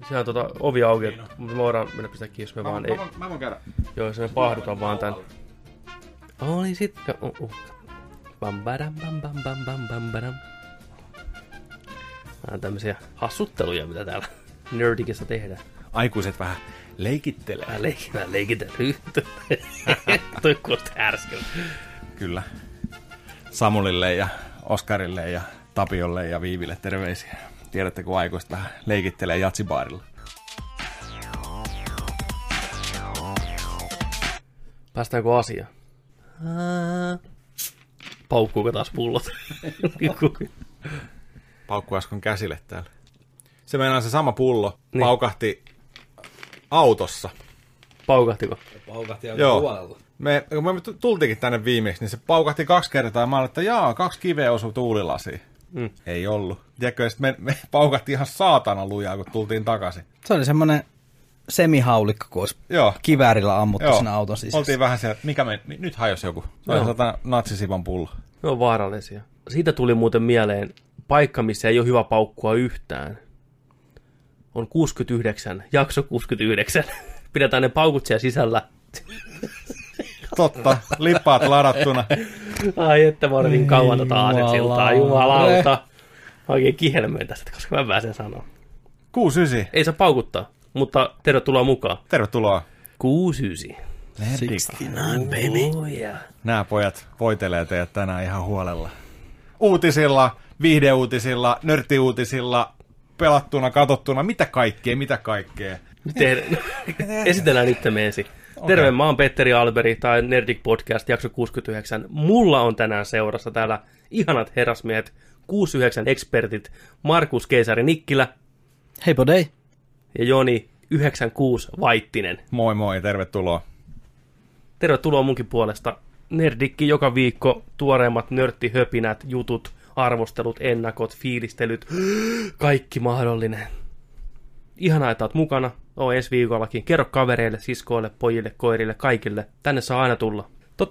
Sehän on ovi auki, mutta me voidaan mennä pistää kiinni, jos me vaan ei... Mä voin käydä. Joo, jos me pahdutaan vaan tän. Oli sit... Bam badam bam bam bam bam bam badam. Nämä on tämmösiä hassutteluja, mitä täällä Nerdikissä tehdään. Aikuiset vähän leikittelee. Mä leikitän. Toi kuulosti härskellä. Kyllä. Samulille ja Oskarille ja Tapiolle ja Viiville terveisiä. Tiedätte, kun aikuiset vähän leikittelee jatsibaarilla. Päästäänkö asiaan? Paukkuuko taas pullot? Paukku äsken käsille täällä. Se meinaa se sama pullo. Niin. Paukahti autossa. Paukahtiko? Paukahti Joo. puolella. Kun me tultiinkin tänne viimeksi, niin se paukahti 2 kertaa. Ja mä olin, että 2 kiveä osui tuulilasiin. Ei ollut. Tiedätkö, me paukahti ihan saatana lujaa, kun tultiin takaisin. Se oli semmoinen semihaulikko, kun olisi kiväärillä ammuttu sinne auton sisässä. Oltiin vähän siellä, että mikä nyt hajosi joku. Se oli natsisipan pullo. Ne on vaarallisia. Siitä tuli muuten mieleen paikka, missä ei ole hyvä paukkua yhtään. On 69, jakso 69. Pidetään ne paukut siellä sisällä. Totta, lippaat ladattuna. Ai että mä odotin kauan tota aasinsiltaa, jumalauta. Oikein kihelmöin tästä, koska mä pääsen sanoa. 69. Ei saa paukuttaa, mutta tervetuloa mukaan. Tervetuloa. 69. 69, baby. Oh, yeah. Nämä pojat voitelee teidät tänään ihan huolella. Uutisilla, viihdeuutisilla, nörttiuutisilla, pelattuna, katsottuna, mitä kaikkea. Esitellään itsemme ensin. Okay. Terve, mä oon Petteri Alberi, tai Nerdik Podcast, jakso 69. Mulla on tänään seurassa täällä ihanat herrasmiehet, 69-ekspertit, Markus Keisari Nikkilä. Hei podei. Ja Joni 96 Vaittinen. Moi moi, tervetuloa. Tervetuloa munkin puolesta. Nerdikki joka viikko, tuoreimmat nörttihöpinät, jutut, arvostelut, ennakot, fiilistelyt, kaikki mahdollinen. Ihanaa, että oot mukana. Oo ensi viikollakin. Kerro kavereille, siskoille, pojille, koirille, kaikille. Tänne saa aina tulla.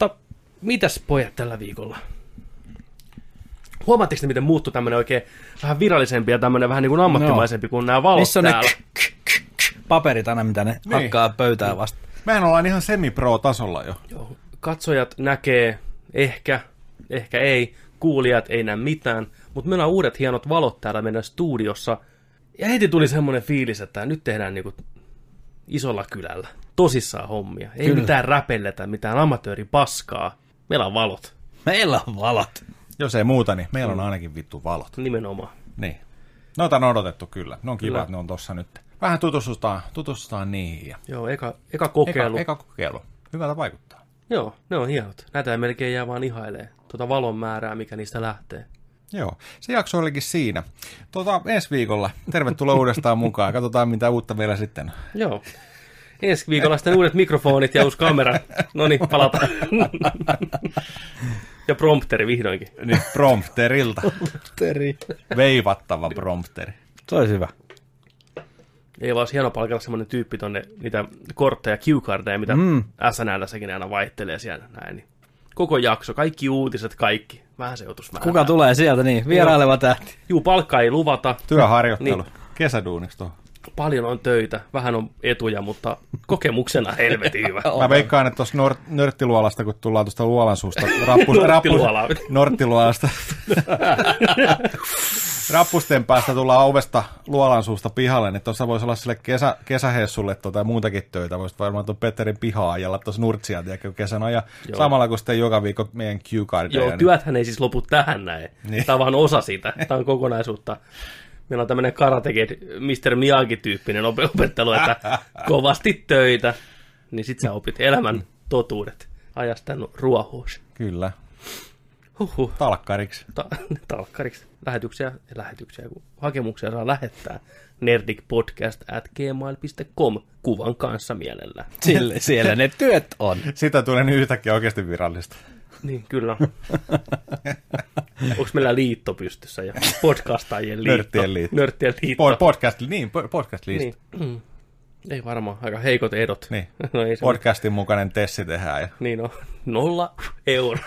Mitäs pojat tällä viikolla? Huomaatteko te, miten muuttui tämmönen oikein vähän virallisempi ja tämmönen vähän niin kuin ammattimaisempi kuin nämä valot missä täällä? Paperit aina, mitä ne hakkaa pöytään vasta. Mehän ollaan ihan semi-pro-tasolla jo. Joo. Katsojat näkee ehkä ei, kuulijat ei näe mitään, mutta meillä on uudet hienot valot täällä meidän studiossa. Ja heti tuli semmoinen fiilis, että nyt tehdään niinku isolla kylällä. Tosissaan hommia. Ei mitään räpelletä, mitään amatööripaskaa. Meillä on valot. Meillä on valot. Jos ei muuta, niin meillä on ainakin vittu valot. Nimenomaan. Niin. Noita on odotettu kyllä. Ne on kiva, että ne on tossa nyt. Vähän tutustutaan niihin. Ja Joo, eka kokeilu. Eka kokeilu. Hyvältä vaikuttaa. Joo, ne on hienot. Näitä melkein jää vaan ihailee. Valon määrää, mikä niistä lähtee. Joo, se jakso olikin siinä. Ensi viikolla. Tervetuloa uudestaan mukaan. Katsotaan, mitä uutta vielä sitten. Joo. Ensi viikolla sitten uudet mikrofonit ja uusi kamera. No niin, palataan. Ja prompteri vihdoinkin. Niin, prompterilta. Prompteri. Veivattava prompteri. Se olisi hyvä. Ei vaan olisi hieno palkata semmoinen tyyppi tonne niitä kortteja, cue-cardeja, mitä SNL:ssäkin aina vaihtelee siellä näin. Niin koko jakso, kaikki uutiset, kaikki. Vähän se joutuisi määrään. Kuka tulee sieltä, niin vieraileva tähti. Juu, palkka ei luvata. Työharjoittelu. Niin. Kesäduuniksi tuohon. Paljon on töitä, vähän on etuja, mutta kokemuksena helvetin hyvä. Mä veikkaan, että tuossa nörttiluolasta, kun tullaan tuosta luolansuusta, Norttiluolasta, rappusten päästä tullaan ovesta luolansuusta pihalle, niin tuossa voisi olla sille kesähessulle muutakin töitä. Voisit varmaan tuon Petterin pihaa ajalla tuossa nurtsia, tiedätkö, kesän ajan. Joo. Samalla kun sitten joka viikko meidän Q-cardeja. Joo, työthän ei siis lopu tähän näin. Niin. Tämä on vaan osa siitä. Tämä on kokonaisuutta. Meillä on tämmöinen Karate Kid, Mr. Miyagi-tyyppinen opettelu, että kovasti töitä, niin sit sä opit elämän totuudet. Ajasta ruohuus. Kyllä. Huhhuh. Talkkariksi. Talkkariksi. Lähetyksiä, kun hakemuksia saa lähettää nerdicpodcast@gmail.com kuvan kanssa mielellä. Siellä ne työt on. Sitä tulee nyt yhtäkkiä oikeasti virallista. Niin, kyllä. Onko meillä liitto pystyssä ja podcastajien liitto? Nörttien liitto. Podcast-liitto. Niin. Ei varmaan, aika heikot edot. Niin. No, ei Podcastin mukainen tessi tehdään. Ja... Niin on, 0 euroa.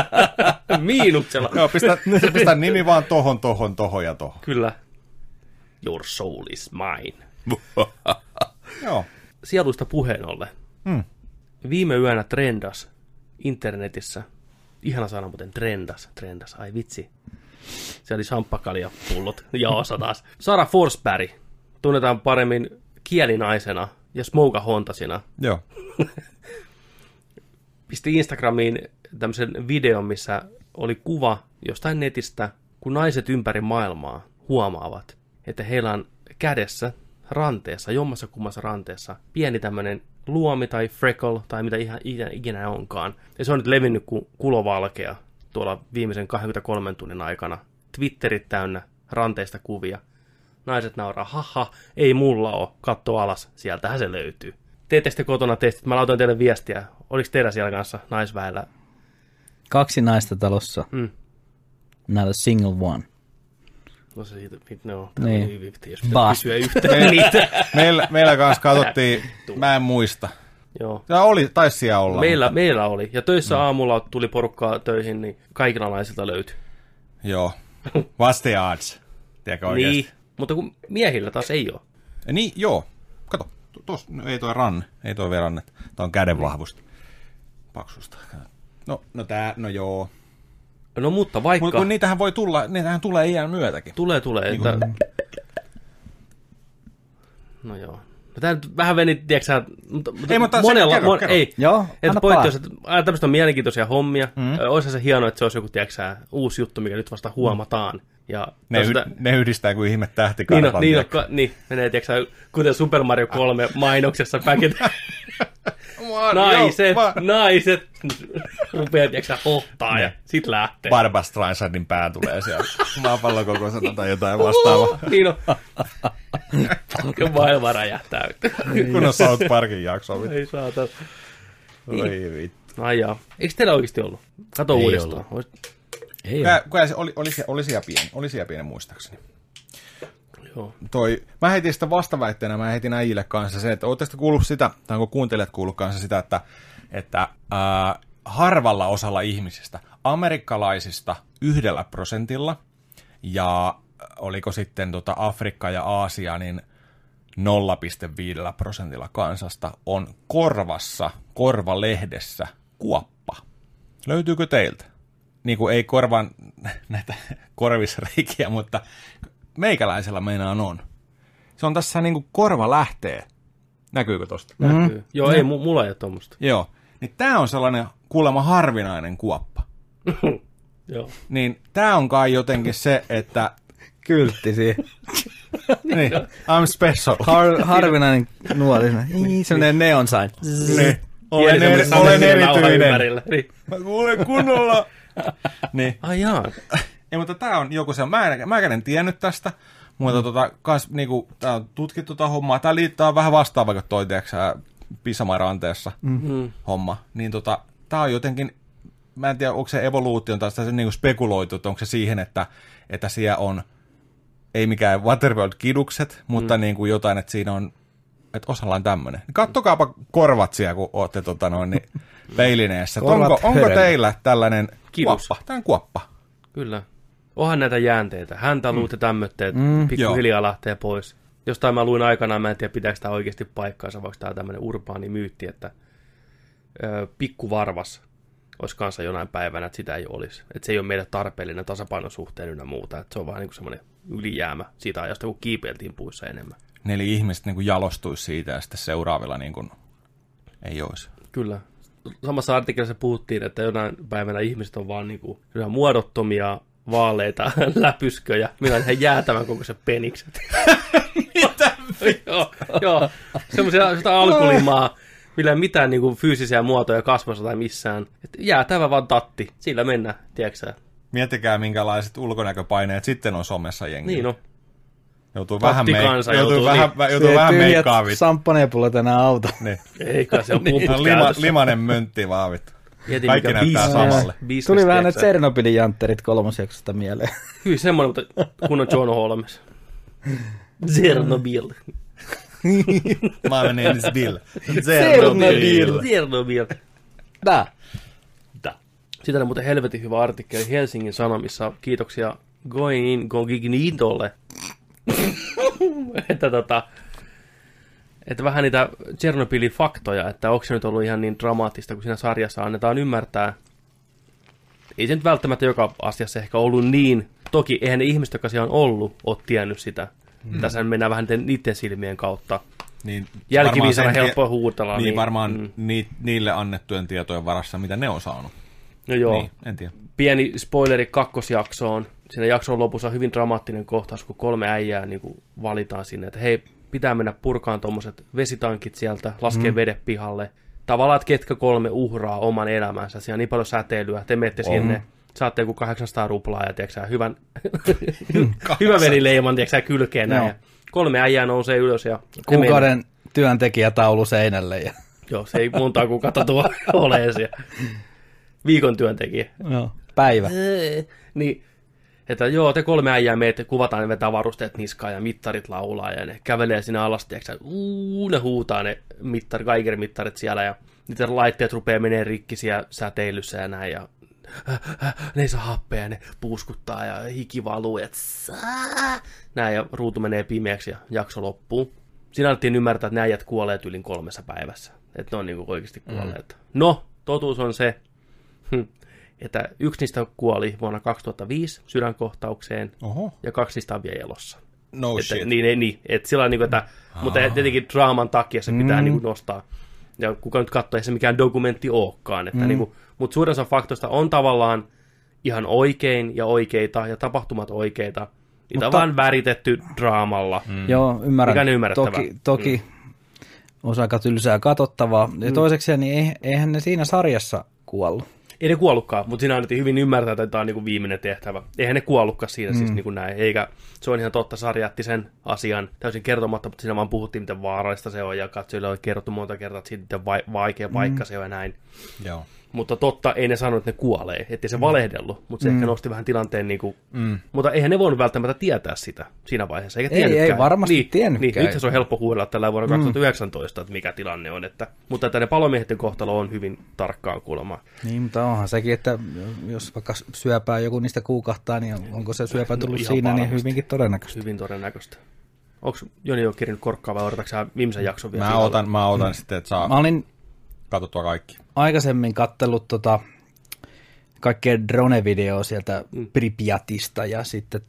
Miinuksella. Joo, pistää nimi vaan tohon ja tohon. Kyllä. Your soul is mine. Joo. Sieluista puheen ollen. Viime yönä trendas internetissä. Ihana sana muuten trendas. Ai vitsi. Se oli champpakaljapullot. Jaossa taas. Sara Forsberg. Tunnetaan paremmin kielinaisena ja Smokahontasina. Joo. Pisti Instagramiin tämmöisen videon, missä oli kuva jostain netistä, kun naiset ympäri maailmaa huomaavat, että heillä on kädessä, ranteessa, jommassa kummassa ranteessa, pieni tämmöinen luomi tai freckle tai mitä ikinä onkaan. Ja se on nyt levinnyt kuin kulovalkea tuolla viimeisen 23 tunnin aikana. Twitterit täynnä ranteista kuvia. Naiset nauraa, haha, ei mulla ole, katso alas, sieltähän se löytyy. Teette sitten kotona testit, mä lautan teille viestiä. Oliko teillä siellä kanssa naisväellä? 2 naista talossa. Not a single one. No se siitä, no, niin. Jos pitää kysyä yhtään niitä. Meillä kanssa katsottiin, mä en muista. Joo. Taisi siellä olla. Meillä oli. Ja töissä aamulla tuli porukkaa töihin, niin kaikilla naisilta löytyi. Joo. What's the odds? Tiedätkö oikeasti? Niin, mutta kun miehillä taas ei ole. Niin, joo. Kato, tuossa ei toi ranne, ei toi veranne. Tää on käden vahvusta. Paksusta. No joo. No mutta vaikka... Mutta kun niitähän voi tulla, niitähän tulee iän myötäkin. Tulee. Niin että... No joo. No tää nyt vähän meni, tiedätkö ei, mutta monella... Kerro. Ei. Joo, että pointti on, että tämmöistä on mielenkiintoisia hommia. Olisihan se hienoa, että se olisi joku, tiedätkö uusi juttu, mikä nyt vasta huomataan. Ja ne yhdistää kuin ihme tähtikarpan. Niin, menee, tiedätkö kuten Super Mario 3 mainoksessa päkitään. Naiset rupeaa, tiedätkö hohtaa ja sit lähtee. Barbra Streisandin pää tulee siellä maapallon kokoisena tai jotain vastaavaa. Niin on. Maailma räjähtää. Kun on South Parkin jakso. Ei saata. Oi vittu. Ai jaa. Eikö teillä oikeasti ollut? Kato ei uudestaan. Ei oli siellä pieni muistaakseni. Joo. Mä heitin sitä vastaväitteenä, mä heitin äijille kanssa se, että ootteko sitä kuullut sitä, tai onko kuuntelijat kuullut kanssa sitä, että harvalla osalla ihmisistä, amerikkalaisista 1%, ja oliko sitten Afrikka ja Aasia, niin 0,5% kansasta on korvalehdessä kuoppa. Löytyykö teiltä? Niin kuin ei korvan näitä korvisreikiä, mutta meikäläisellä meinaan on. Se on tässä niin kuin korva lähtee. Näkyykö tosta? Näkyy. Joo, ei, mulla ei ole tommoista. Joo. Niin tää on sellainen kuulemma harvinainen kuoppa. Joo. Niin tää on kai jotenkin se, että... Kyltti siihen. Niin, I'm special. Harvinainen nuoli. Sellainen neon sign. Niin. Olen erityinen. Mä kuulen kunnolla. Niin. Ai jaa. Ei, mutta tää on joku se, mä en tiennyt tästä, mutta kans niinku, tää on tutkittu tää hommaa. Tää liittää vähän vastaava kuin toi, tiiäksä, Pisamaranteessa homma. Niin tää on jotenkin, mä en tiedä, onko se evoluution tai sitä niinku spekuloitu, että onko se siihen, että siellä on, ei mikään Waterworld-kidukset, mutta niinku jotain, että siinä on, että osalla on tämmönen. Kattokaapa korvat siellä, kun ootte peilineessä. Onko teillä tällainen kuoppa? Tää on kuoppa. Kyllä. Onhan näitä jäänteitä. Häntäluut ja tämmötteet pikkuhiljaa lähtee pois. Jostain mä luin aikanaan, mä en tiedä pitääkö tämä oikeasti paikkaansa, vaikka tämä on tämmöinen urbaani myytti, että pikkuvarvas olisi kanssa jonain päivänä, että sitä ei olisi. Että se ei ole meille tarpeellinen tasapainon suhteen ynnä muuta. Että se on vähän niin kuin semmoinen ylijäämä siitä ajasta, kun kiipeiltiin puissa enemmän. Eli ihmiset niin kuin jalostuisi siitä ja sitten seuraavilla niin kuin ei olisi. Kyllä. Samassa artikkelissa puhuttiin, että jonain päivänä ihmiset on vaan niin kuin muodottomia, vaaleita läpysköjä, millä on ihan jäätävän kokoiset penikset. Mitä? Joo. Semmoisia alkulimaa, millä ei mitään niin kuin fyysisiä muotoja kasvassa tai missään. Et jäätävä vaan tatti. Sillä mennään, tiedätkö? Miettikää, minkälaiset ulkonäköpaineet sitten on somessa jengi. Niin on. Joutuu vähän meikkaavit. Samppaneepullat enää auta. Niin. Eikä se on pumput käytössä. Limanen möntti vaavit. Kaikki näyttää samalle. Tuli vähän ne Tsernobylin jantterit 3. jaksosta mieleen. Kyllä semmoinen, mutta kun on John Holmes. Chernobyl. My name is Bill. Chernobyl. Da. Siitä on muuten helvetin hyvä artikkeli Helsingin Sanomissa. Kiitoksia Going Incognitolle. että vähän niitä Tšernobylin faktoja, että onko se nyt ollut ihan niin dramaattista, kun siinä sarjassa annetaan ymmärtää. Ei se nyt välttämättä joka asiassa ehkä ollut niin. Toki eihän ne ihmiset, jotka siellä on ollut, ole tiennyt sitä. Tässä mennään vähän niiden silmien kautta. Niin, jälkiviisana helppoa huutella. Niin varmaan niille annettujen tietojen varassa, mitä ne on saanut. No joo. Niin, en tiedä. Pieni spoileri kakkosjaksoon. Siinä jakson lopussa on hyvin dramaattinen kohtaus, kun 3 äijää niin kuin valitaan sinne, että hei, pitää mennä purkaan tuommoiset vesitankit sieltä, laskee vedet pihalle. Tavallaan, että ketkä 3 uhraa oman elämänsä. Siellä on niin paljon säteilyä. Te menette sinne, saatte joku 800 ruplaa ja tiiäksä, hyvän verileiman kylkeen näin. 3 äijää nousee ylös. Ja kuukauden työntekijätaulu seinälle. Ja... Joo, se ei montaa kuukautta tuo ole siellä. Viikon työntekijä. Joo, päivä. Niin, että joo, te 3 äijää meitä kuvataan, ne vetää varusteet niskaan ja mittarit laulaa ja ne kävelee sinne alas, tiiäksä, ne huutaa ne Geiger-mittarit siellä ja niitä laitteet rupeaa menee rikki siellä säteilyssä ja näin ja ne ei saa happea ja ne puuskuttaa ja hiki valuu ja näin ja ruutu menee pimeäksi ja jakso loppuu. Siinä alettiin ymmärtää, että ne äijät kuolee yli 3 päivässä, että ne on niin kuin oikeasti kuolleet. No, totuus on se, että 1 niistä kuoli vuonna 2005 sydänkohtaukseen. Oho. Ja 2 niistä on vielä elossa. No että, shit. Niin, että sillä niin kuin, että, mutta tietenkin draaman takia se pitää niin kuin nostaa. Ja kuka nyt katsoo, ei se mikään dokumentti olekaan. Että, niin kuin, mutta suurin osa faktoista on tavallaan ihan oikein ja oikeita ja tapahtumat oikeita. Niitä on vaan väritetty draamalla. Joo, ymmärrän. Mikä on ymmärrettävää. Toki osa aika tylsää katsottavaa. Ja toiseksi, niin eihän ne siinä sarjassa kuollut. Ei ne kuollutkaan, mutta siinä annettiin hyvin ymmärtää, että tämä on niin kuin viimeinen tehtävä. Eihän ne kuollutkaan siinä siis niin kuin näin. Eikä se on ihan totta, sarja jätti sen asian täysin kertomatta, mutta siinä vaan puhuttiin, miten vaarallista se on, ja katsojille on kerrottu monta kertaa, että siitä miten vaikea paikka se on ja näin. Joo. Mutta totta, ei ne sanonut, että ne kuolee, ettei se valehdellut, mutta se ehkä nosti vähän tilanteen, niin kuin, mutta eihän ne voinut välttämättä tietää sitä siinä vaiheessa, eikä tiennytkään. Ei varmasti tiennytkään. Nyt se on helppo huudella tällä vuonna 2019, että mikä tilanne on, mutta että ne palomiesten kohtalo on hyvin tarkkaan kuulemaan. Niin, mutta onhan sekin, että jos vaikka syöpää joku niistä kuukahtaa, niin onko se syöpä tullut siinä, niin hyvinkin todennäköistä. Hyvin todennäköistä. Onko Joni jo kirjannut korkkaa vai odotatko sä viimeisen jakson vielä? Mä otan sitten, että saa katsottua kaikki. Aikaisemmin katsellut kaikkea drone-videoa sieltä Pripyatista ja sitten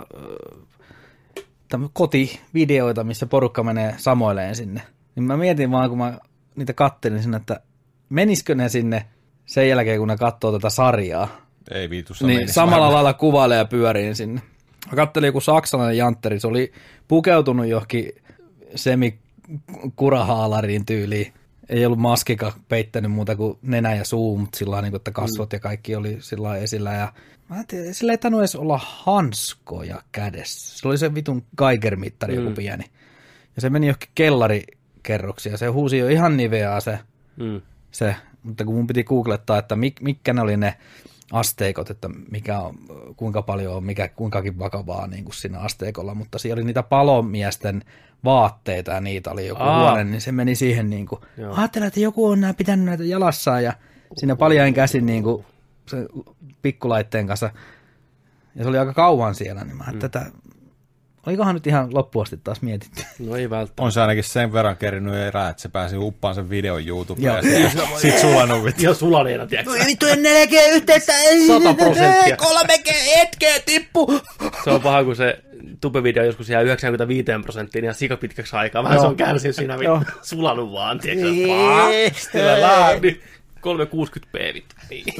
kotivideoita, missä porukka menee samoilleen sinne. Niin mä mietin vaan, kun mä niitä kattelin sinne, että menisikö ne sinne sen jälkeen, kun ne katsoo tätä sarjaa. Ei viitu. Niin samalla lailla kuvailee ja pyöriin sinne. Mä katselin joku saksalainen jantteri, se oli pukeutunut johonkin semikurahaalariin tyyliin. Ei ollut maskika peittänyt muuta kuin nenä ja suu, mutta sillä niin että kasvot ja kaikki oli sillä esillä. Ja mä en tiedä, sillä ei tainnut edes olla hanskoja kädessä. Se oli se vitun Geiger-mittari joku pieni. Ja se meni johonkin kellarikerroksiin ja se huusi jo ihan niveää se. Mutta kun mun piti googlettaa, että mitkä ne oli ne asteikot, että kuinka paljon on kuinkakin vakavaa niin kuin siinä asteikolla, mutta siellä oli niitä palomiesten vaatteita ja niitä oli joku huone, niin se meni siihen niin kuin, ajattelen, että joku on pitänyt näitä jalassaan ja siinä paljain käsin niin kuin se pikkulaitteen kanssa ja se oli aika kauan siellä, niin mä tätä olikohan nyt ihan loppuasti taas mietitty? No ei välttämättä. On se ainakin sen verran kerinyt erää, että se pääsi uppaan sen videon YouTubeen ja sit sulanut. Joo, sulaneena, tiedätkö? No vittu, en 4G yhteyttä, 100%. 3G hetkeä tippu. Se on paha, kun se tubevideo joskus jää 95%, niin ihan sikapitkäksi aikaa. Vähän se on kärsinyt siinä, sulanut vaan, tiedätkö? Niin, 360p, vittu.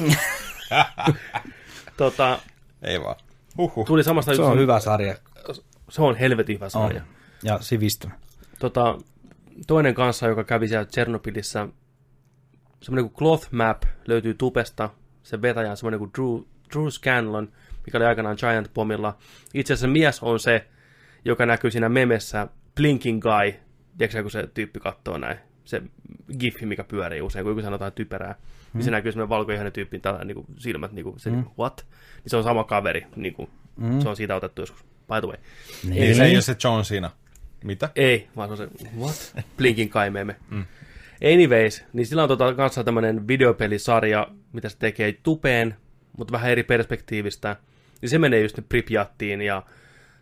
Ei vaan. Tuli samasta se on hyvä sarja. Se on helvetin hyvä sarja. Ja sivistynyt. Toinen kanssa, joka kävi siellä Tšernobylissä, semmoinen kuin Cloth Map löytyy tubesta. Se vetäjä on semmoinen kuin Drew Scanlon, mikä oli aikanaan Giant Bombilla. Itse asiassa mies on se, joka näkyy siinä memessä Blinking Guy. Tiedätkö kun se tyyppi katsoo näin? Se giffi, mikä pyörii usein, kun joku sanotaan typerää. Niin se näkyy semmoinen valkoihainen tyyppi, tällainen niin silmät, niin kuin, se, what? Niin se on sama kaveri, niin kuin, se on siitä otettu joskus. By the way. Niin se ei ole se John Cena. Mitä? Ei, vaan se on se, what? Blinking Guy-meme. Anyways, niin sillä on kanssa tämmöinen videopelisarja, mitä se tekee tupeen, mutta vähän eri perspektiivistä. Niin se menee just Pripyattiin ja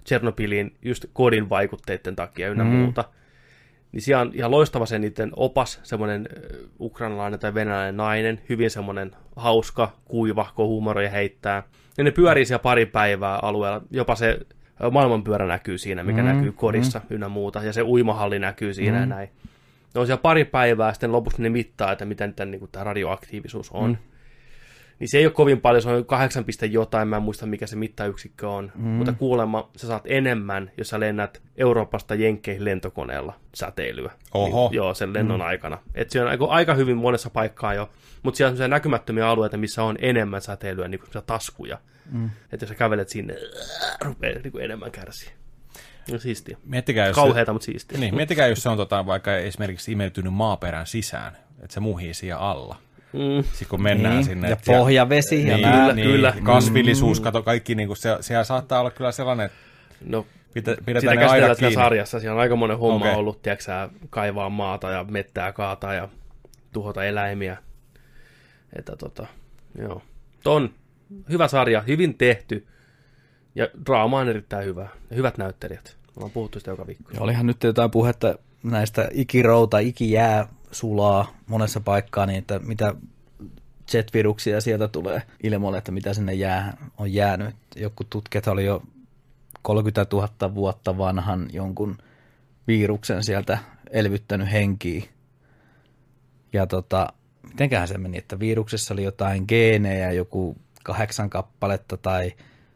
Tšernobylin just kodin vaikutteiden takia ynnä muuta. Niin siellä on ihan loistava se niiden opas, semmoinen ukrainalainen tai venäläinen nainen, hyvin semmoinen hauska, kuivahko, huumoria heittää. Ja ne pyörii siellä pari päivää alueella, jopa se maailmanpyörä näkyy siinä, mikä näkyy kodissa ynnä muuta, ja se uimahalli näkyy siinä ja näin. Ne on siellä pari päivää, sitten lopuksi ne mittaa, että miten niin tämä radioaktiivisuus on. Niin se ei ole kovin paljon, se on 8, jotain, mä en muista mikä se mittayksikkö on, mutta kuulemma sä saat enemmän, jos sä lennät Euroopasta Jenkkeihin lentokoneella säteilyä. Oho. Niin, joo, sen lennon aikana. Et se on aika hyvin monessa paikkaa jo, mutta siellä on sellaisia näkymättömiä alueita, missä on enemmän säteilyä, niin kuin taskuja. Että jos sä kävelet sinne, rupeaa niin enemmän kärsiä. No siistiä. Kauheata, mutta siistiä. Niin, miettikää, jos se on vaikka esimerkiksi imeytynyt maaperän sisään, että se muhii siellä alla. Sitten kun mennään sinne. Ja pohjavesi. Ja kyllä. Kasvillisuus, kato kaikki, niin siellä saattaa olla kyllä sellainen, no, pidetään ne aina kiinni. Sarjassa, siellä on aikamoinen homma ollut, tiedätkö, kaivaa maata ja mettää kaataa ja tuhota eläimiä. Että joo. On hyvä sarja, hyvin tehty ja draama on erittäin hyvä. Ja hyvät näyttelijät. Ollaan puhuttu sitä joka viikko. Ja olihan nyt jotain puhetta näistä ikirouta, ikijää sulaa monessa paikkaa, niin että mitä jet-viruksia sieltä tulee ilmoille, että mitä sinne on jäänyt. Joku tutkijat oli jo 30 000 vuotta vanhan jonkun viruksen sieltä elvyttänyt henkiin. Ja mitenköhän se meni, että viruksessa oli jotain geenejä, joku 8 kappaletta tai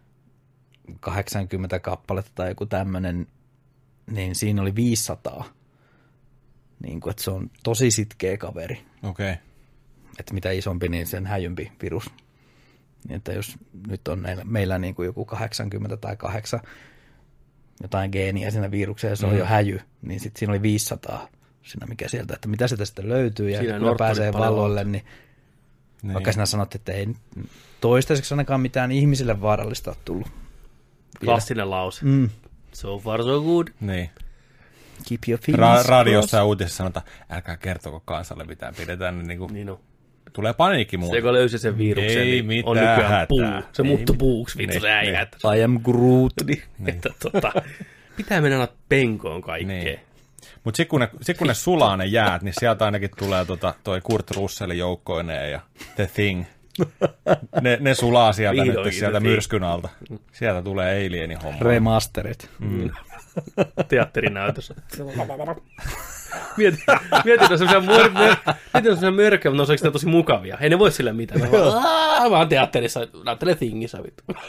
80 kappaletta tai joku tämmöinen, niin siinä oli 500. Niin kuin, että se on tosi sitkeä kaveri. Okei. Että mitä isompi, niin sen häjympi virus. Niin, että jos nyt on meillä niin kuin joku 80 tai 8 jotain geeniä siinä virukseen, ja se on jo häjy, niin sitten siinä oli 500 siinä mikä sieltä, että mitä sitä sitten löytyy, ja kun pääsee valloille, niin vaikka sinä sanot, että ei toistaiseksi ainakaan mitään ihmisille vaarallista ole tullut. Klassinen lause. So far so good. Niin. Keep your feelings radiossa ja uutisissa sanotaan, älkää kertoko kansalle mitään, pidetään ne niin on. Tulee paniikki muuta. Se, kun löysi sen viruksen, ei niin on nykyään puu. Se muuttui puuksi, vittu se äijä. I am Groot. Että pitää mennä aina penkoon kaikkeen. Niin. Mutta sitten kun ne sulaa ne jäät, niin sieltä ainakin tulee toi Kurt Russellin joukkoineen ja The Thing. Ne sulaa sieltä nyt sieltä myrskyn alta. Sieltä tulee Alienin homma. Remasterit. Teatterinäytös. Mietin, on semmoisia mörköjä, mutta ne on oikeastaan tosi mukavia. Ei ne voi sillä mitään. Mä oon teatterissa, näyttelee Thingissä.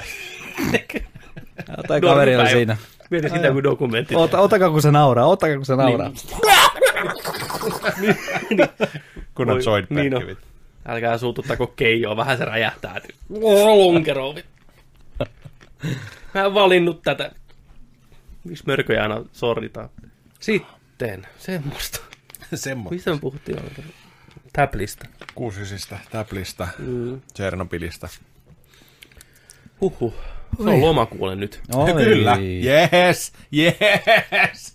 Tai kaveri oli siinä. Mietin sitä kuin dokumentti. Otakaa kun se nauraa. Niin. Kun on joint-pätkivit. Älkää suututtako Keijoa, vähän se räjähtää. Lonkeroon. Mä en valinnut tätä. Miksi mörköjä aina sorritaan? Sitten, semmoista. Mistä me puhuttiin? Täplistä. 6-9, Täplistä, Tšernobylistä. Huhhuh. Se on loma kuule nyt. Kyllä. Yes.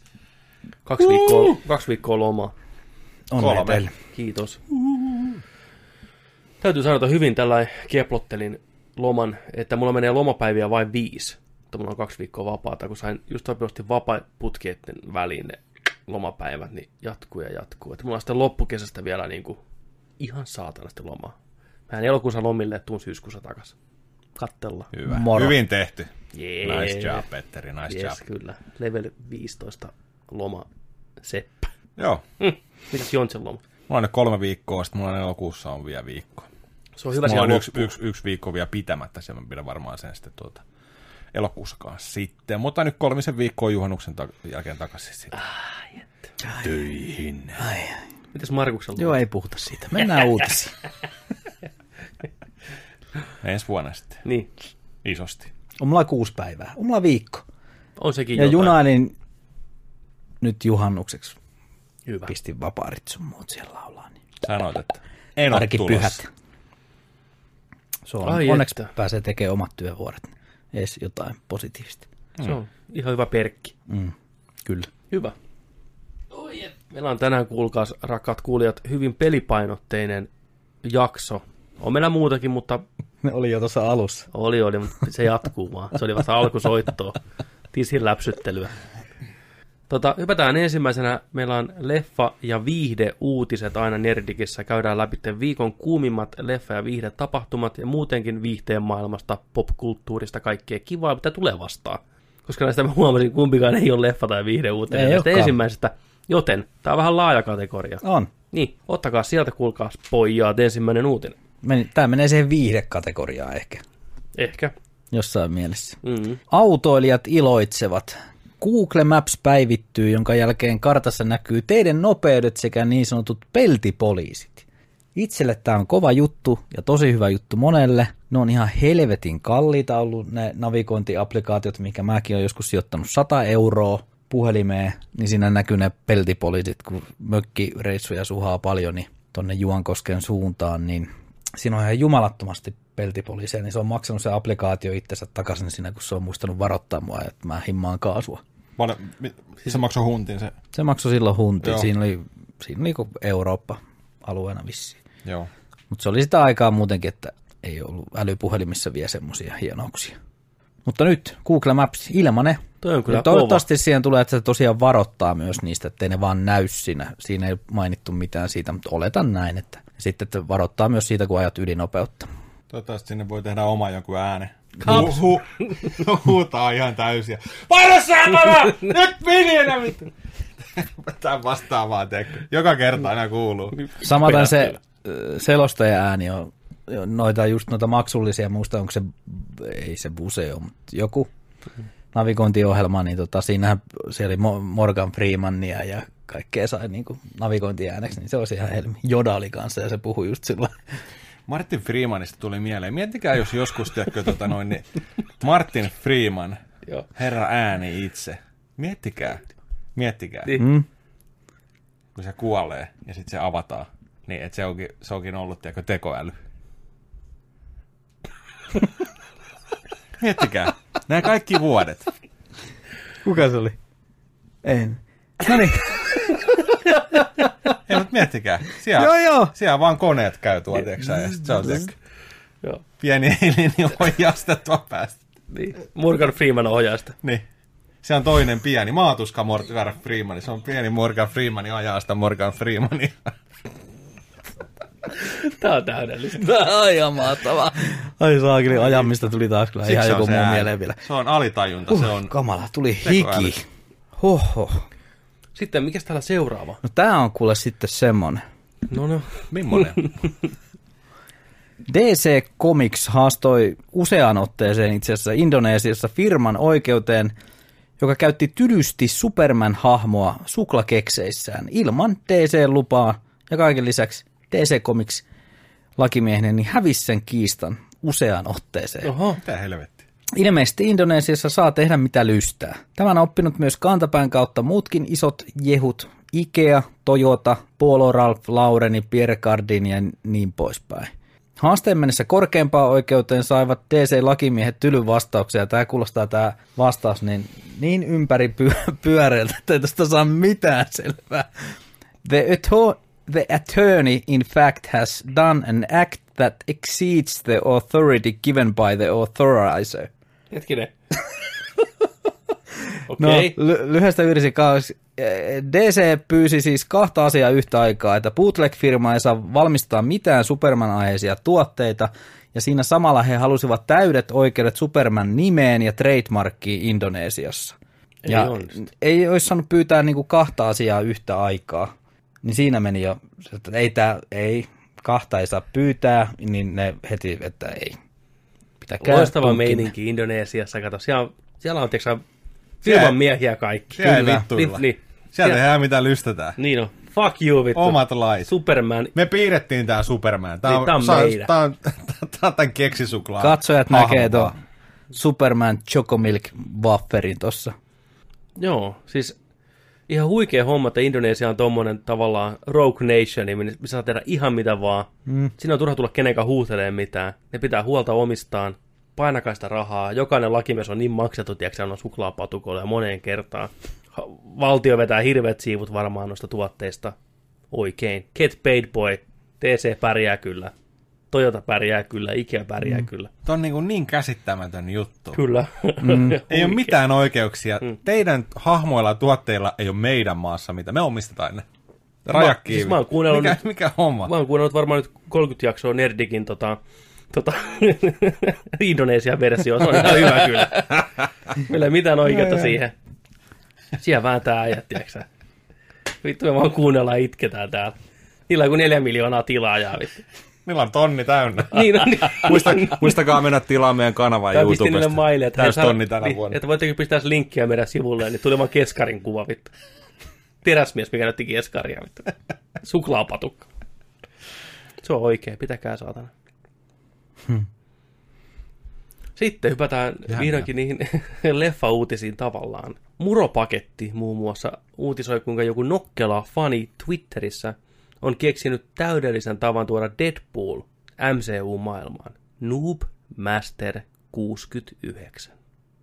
2 viikkoa lomaa. Onnea teille. Kiitos. Täytyy sanoa, että hyvin tällainen keplottelin loman, että mulla menee lomapäiviä vain 5. Mutta mulla on 2 viikkoa vapaata, kun sain just sopivasti vapaa-putkeiden väliin ne lomapäivät, niin jatkuu. Että mulla on sitten loppukesästä vielä niin kuin ihan saatanasti lomaa. Mä en elokuussa lomille, tuun syyskuussa takas. Kattellaan. Hyvä. Moro. Hyvin tehty. Yeah. Nice job, Petteri, nice job. Kyllä. Level 15 loma seppä. Joo. Mitäs Jontsen loma? Mulla on nyt 3 viikkoa, sitten mulla on elokuussa on vielä viikko. Se on hyvä siellä loppuun. Yksi viikko vielä pitämättä, sen mä pidän varmaan sen sitten elokuussa kanssa sitten. Mutta nyt 3 viikkoa juhannuksen jälkeen takaisin sitten. Töihin. Mitäs Markuksella? Joo, ei puhuta siitä. Mennään uutisiin. Ensi vuonna sitten. Niin. Isosti. On mulla 6 päivää. On mulla viikko. On sekin ja jotain. junailin nyt Hyvä. Pistin vapaarit sun muut siellä laulaa. Niin. Sanoit, että en ole tulossa. Pyhät. Se on, onneksi pääsee tekemään omat työvuoret. Edes jotain positiivista. Se on ihan hyvä perkki. Kyllä. Hyvä. Meillä on tänään, kuulkaas, rakkaat kuulijat, hyvin pelipainotteinen jakso. On meillä muutakin, mutta... Ne oli jo tuossa alussa. Oli, mutta se jatkuu vaan. Se oli vasta alkusoittoa. Tisin läpsyttelyä. Hypätään ensimmäisenä. Meillä on leffa- ja viihde-uutiset aina Nerdikissä. Käydään läpi viikon kuumimmat leffa- ja viihdetapahtumat ja muutenkin viihteen maailmasta, popkulttuurista, kaikkea kivaa, mitä tulee vastaan. Koska näistä mä huomasin, kumpikaan ei ole leffa- tai viihde-uutinen näistä ensimmäisestä. Joten tämä on vähän laaja kategoria. On. Niin, ottakaa sieltä, kuulkaa pojat, ensimmäinen uutinen. Tämä menee siihen viihdekategoriaan ehkä. Ehkä. Jossain mielessä. Autoilijat iloitsevat. Google Maps päivittyy, jonka jälkeen kartassa näkyy teidän nopeudet sekä niin sanotut peltipoliisit. Itselle tämä on kova juttu ja tosi hyvä juttu monelle. Ne on ihan helvetin kalliita ollut ne navigointiapplikaatiot, mikä mäkin olen joskus sijoittanut 100 € puhelimeen, niin siinä näkyy ne peltipoliisit, kun mökkireissuja suhaa paljon niin tonne Juankosken suuntaan, niin siinä on ihan jumalattomasti peltipoliiseja, niin se on maksanut se applikaatio itsensä takaisin siinä, kun se on muistanut varoittaa mua, että mä himmaan kaasua. Se maksoi huntin se? Se maksoi silloin huntin. Siinä oli Eurooppa-alueena vissiin. Joo. Mutta se oli sitä aikaa muutenkin, että ei ollut älypuhelimissa vielä semmoisia hienouksia. Mutta nyt Google Maps ilmanen. Toi on kyllä toivottavasti siihen tulee, että se tosiaan varoittaa myös niistä, ettei ne vaan näy siinä. Siinä ei mainittu mitään siitä, mutta oletan näin, että sitten että varoittaa myös siitä, kun ajat ylinopeutta. Toivottavasti sinne voi tehdä oma jonkun äänen. Huutaa ihan täysiä. Paina saatana! Nyt minä vittu! Tämä vastaavaa tekee. Joka kerta aina kuuluu. Samaten se selostajan ääni on noita maksullisia, muista onko se, ei se Buse ole, mutta joku navigointiohjelma, niin siinähän siellä oli Morgan Freemania ja kaikkea sai niin kuin navigointiääneksi, niin se olisi ihan helmi. Joda oli kanssa ja se puhui just sillä. Martin Freemanista tuli mieleen. Miettikää, jos joskus niin Martin Freeman, herra ääni itse. Miettikää. Kun se kuolee ja sitten se avataan, niin että se onkin ollut tekoäly. Miettikää. Nämä kaikki vuodet. Kuka se oli? Ei. No niin. Ei, mutta miettikää. Siellä vaan koneet käy tuolla, tiiäksä, ja sitten se on pieni linja ohjastettua päästä. Niin. Morgan Freeman ohjaa sitä. Niin. Se on toinen pieni maatuska Morgan Freeman. Se on pieni Morgan Freeman ajaa sitä Morgan Freemania. Tämä on täydellistä. Tämä on ihan mahtavaa. Ai saakeli, ajamista tuli taas kyllä ihan joku muu mieleen vielä. Se on alitajunta. Se on kamala, tuli hiki. Hoho. Sitten, mikäs täällä seuraava? No tää on kuule sitten semmonen. No. Mimmonen? DC Comics haastoi useaan otteeseen itse asiassa Indonesiassa firman oikeuteen, joka käytti tylysti Superman-hahmoa suklakekseissään ilman DC-lupaa ja kaiken lisäksi DC Comics lakimiehinen niin hävisi sen kiistan useaan otteeseen. Oho, mitä helvettiä. Ilmeisesti Indonesiassa saa tehdä mitä lystää. Tämän on oppinut myös kantapään kautta muutkin isot jehut, Ikea, Toyota, Polo Ralph Laureni, Pierre Cardin ja niin poispäin. Haasteen mennessä korkeimpaan oikeuteen saivat DC-lakimiehet tylyn vastauksia. Tämä kuulostaa tämä vastaus niin ympäri pyöreältä, että ei tästä saa mitään selvää. The attorney in fact has done an act that exceeds the authority given by the authorizer. Hetkinen. No, lyhyestä yrisi kausi. DC pyysi siis kahta asiaa yhtä aikaa, että bootleg-firma ei saa valmistaa mitään Superman-aiheisia tuotteita, ja siinä samalla he halusivat täydet oikeudet Superman-nimeen ja trademarkkiin Indonesiassa. Ei olisi saanut pyytää niinku kahta asiaa yhtä aikaa, niin siinä meni jo, että kahta ei saa pyytää, niin ne heti, että ei. Loistava meininki Indonesiassa, kato, siellä on firman miehiä kaikki. Siellä ei vittuilla. Niin. Siellä tehdään mitä lystetään. Niin on. Fuck you, vittu. Omat lait. Superman. Me piirrettiin tää Superman. Tää on tämän keksisuklaa. Katsojat näkee tuon Superman Chocomilk Wafferin tossa. Joo, siis ihan huikea homma, että Indonesia on tommonen tavallaan rogue nation, missä saa tehdä ihan mitä vaan. Siinä on turha tulla kenenkään huutelee mitään. Ne pitää huolta omistaan. Painakaista rahaa. Jokainen lakimies on niin maksettu, tiedätkö, on suklaapatukolla ja moneen kertaan. Valtio vetää hirveät siivut varmaan noista tuotteista. Oikein. Get paid boy. DC pärjää kyllä. Toyota pärjää kyllä, Ikea pärjää kyllä. Tämä on niin käsittämätön juttu. Kyllä. Ei ole mitään oikeuksia. Teidän hahmoilla ja tuotteilla ei ole meidän maassa mitään. Me omistetaan ne. Rajakiivi. Siis mä oon kuunnellut mikä homma? Mä oon kuunnellut varmaan nyt 30 jaksoa Nerdikin Indonesian versio. Se on ihan hyvä kyllä. Meillä ei mitään oikeutta siihen. Siellä vääntää äijät, tiiäksä. Vittu, me vaan kuunnellaan ja itketään täällä. Niillä on kuin 4 miljoonaa tilaajaa, vittu. Niillä on tonni täynnä. Niin on. Muistakaa mennä tilaamaan meidän kanavaa YouTubesta. Pistin niille maille, että täys tonni tänä vuonna. Että voitteko pistää linkkiä meidän sivulle, niin tuli vaan keskarin kuva, vittu. Teräsmies, mikä näytti keskaria, vittu. Suklaapatukka. Se on oikein, pitäkää saatana. Sitten hypätään vihdoinkin niihin leffa-uutisiin tavallaan. Muropaketti muun muassa uutisoi, kuinka joku nokkela fani Twitterissä on keksinyt täydellisen tavan tuoda Deadpool MCU-maailmaan. Noob Master 69.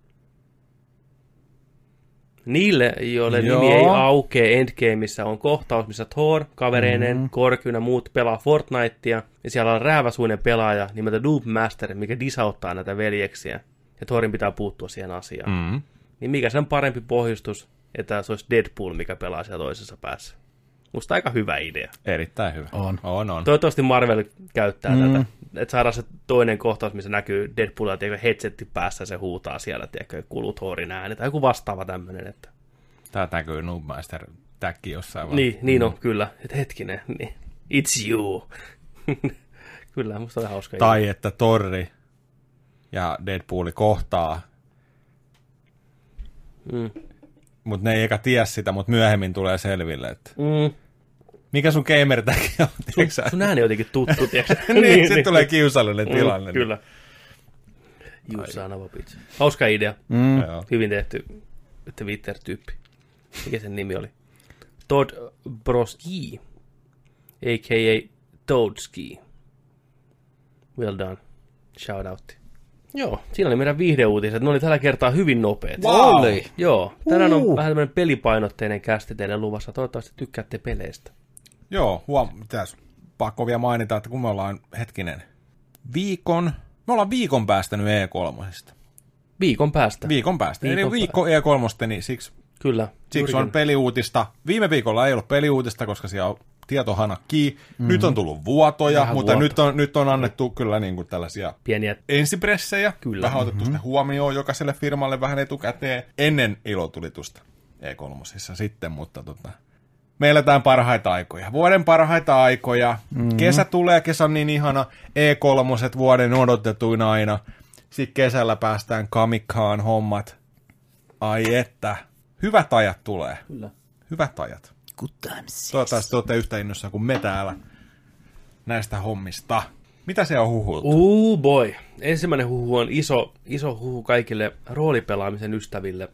Niille, joille nimi ei aukee Endgameissa, on kohtaus, missä Thor, kavereineen, Kork ja muut pelaa Fortnitea, ja siellä on rääväsuinen pelaaja nimeltä Noob Master, mikä disauttaa näitä veljeksiä, ja Thorin pitää puuttua siihen asiaan. Niin mikä sen parempi pohjustus, että se olisi Deadpool, mikä pelaa siellä toisessa päässä. Musta aika hyvä idea. Erittäin hyvä. On. Toivottavasti Marvel käyttää tätä. Että saadaan se toinen kohtaus, missä näkyy Deadpoolia, tiedätkö, headsetti päässä, se huutaa siellä, tiedätkö, kuuluu Thorin ääni, tai joku vastaava tämmöinen. Että... Tää näkyy Noobmaster täkki jossain vaan. Niin on, kyllä. Että hetkinen, niin. It's you. Kyllä, musta on hauska tai idea. että Torri ja Deadpooli kohtaa. Mutta ne ei eka tiedä sitä, mutta myöhemmin tulee selville, että mikä sun gamer-täki on, tiiäksä? Sun ääni on jotenkin tuttu, tiiäksä? niin, sitten tulee kiusallinen tilanne. Kyllä. You son of a bitch. Hauska idea. Hyvin tehty Twitter-tyyppi. Mikä sen nimi oli? Todd Broski, a.k.a. Toadski. Well done. Shout out. Joo, siinä oli meidän viihdeuutiset. Ne oli tällä kertaa hyvin nopeat. Wow. Joo, tänään on vähän tämmöinen pelipainotteinen kästi teille luvassa. Toivottavasti tykkäätte peleistä. Joo, tässä pakko vielä mainita, että kun me ollaan me ollaan viikon päästä nyt E3. Viikon päästä. Eli viikko E3, niin siksi on peliuutista. Viime viikolla ei ollut peliuutista, koska siellä on tietohanakki. Nyt on tullut vuotoja, mutta nyt on annettu kyllä niin kuin tällaisia pieniä ensipressejä. Kyllä. Vähän otettu sitä huomioon jokaiselle firmalle vähän etukäteen ennen ilotulitusta E3 sitten, mutta me eletään parhaita aikoja. Vuoden parhaita aikoja. Kesä tulee, kesä on niin ihana. E3 vuoden odotetuin aina. Sitten kesällä päästään Kamikkaan hommat. Ai että. Hyvät ajat tulee. Kyllä. Hyvät ajat. Toivottavasti te olette yhtä innossa kuin me täällä näistä hommista. Mitä se on huhultu? Boy. Ensimmäinen huhu on iso huhu kaikille roolipelaamisen ystäville.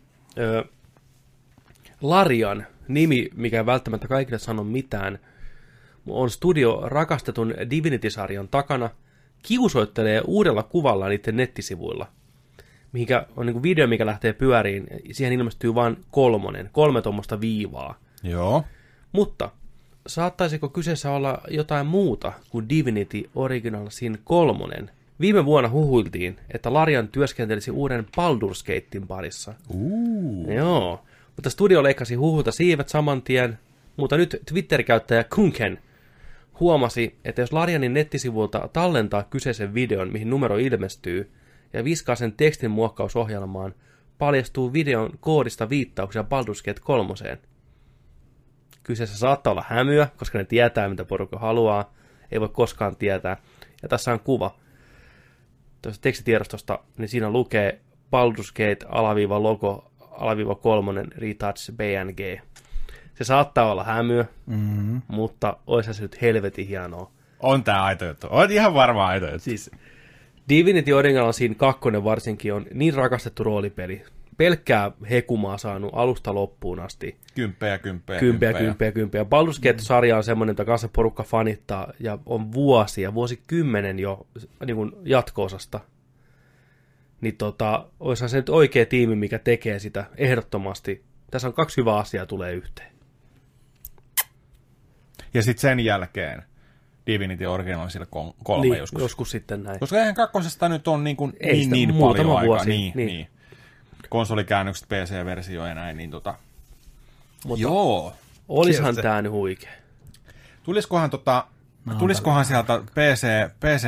Larian nimi, mikä ei välttämättä kaikille sano mitään, on studio rakastetun Divinity-sarjan takana, kiusoittelee uudella kuvalla niiden nettisivuilla, mikä on niin kuin video, mikä lähtee pyöriin, siihen ilmestyy vain 3 tuommoista viivaa. Joo. Mutta saattaisiko kyseessä olla jotain muuta kuin Divinity Original Sin 3? Viime vuonna huhuiltiin, että Larian työskentelisi uuden Baldur's Gatein parissa. Joo. Mutta studio leikkasi huhulta siivet saman tien, mutta nyt Twitter-käyttäjä Kunken huomasi, että jos Larianin nettisivulta tallentaa kyseisen videon, mihin numero ilmestyy, ja viskaa sen tekstin muokkausohjelmaan, paljastuu videon koodista viittauksia Baldur's Gate 3. Kyseessä saattaa olla hämyä, koska ne tietää, mitä porukka haluaa. Ei voi koskaan tietää. Ja tässä on kuva tuosta tekstitiedostosta, niin siinä lukee Baldur's Gate _logo _3 retouch BNG. Se saattaa olla hämyä, mutta olisi se nyt helvetin hienoa. On tää aito juttu. On ihan varmaan aito juttu. Siis Divinity Original Sin 2 varsinkin on niin rakastettu roolipeli. Pelkkää hekumaa saanut alusta loppuun asti. Kymppeä. Baldur's Gate-sarja on semmoinen, jota kanssa porukka fanittaa ja on vuosikymmenen jo niin kuin jatko-osasta. Niin olisihan se nyt oikea tiimi, mikä tekee sitä ehdottomasti. Tässä on 2 hyvää asiaa tulee yhteen. Ja sitten sen jälkeen Divinity Originalsille 3 niin, joskus. joskus sitten näin. Koska eihän kakkosesta nyt on niin muutama paljon vuosi, aikaa. Niin. Konsolikäännökset, PC-versio ja näin, niin Mutta joo. Olishan tää nyt huikea. Tuliskohan sieltä PC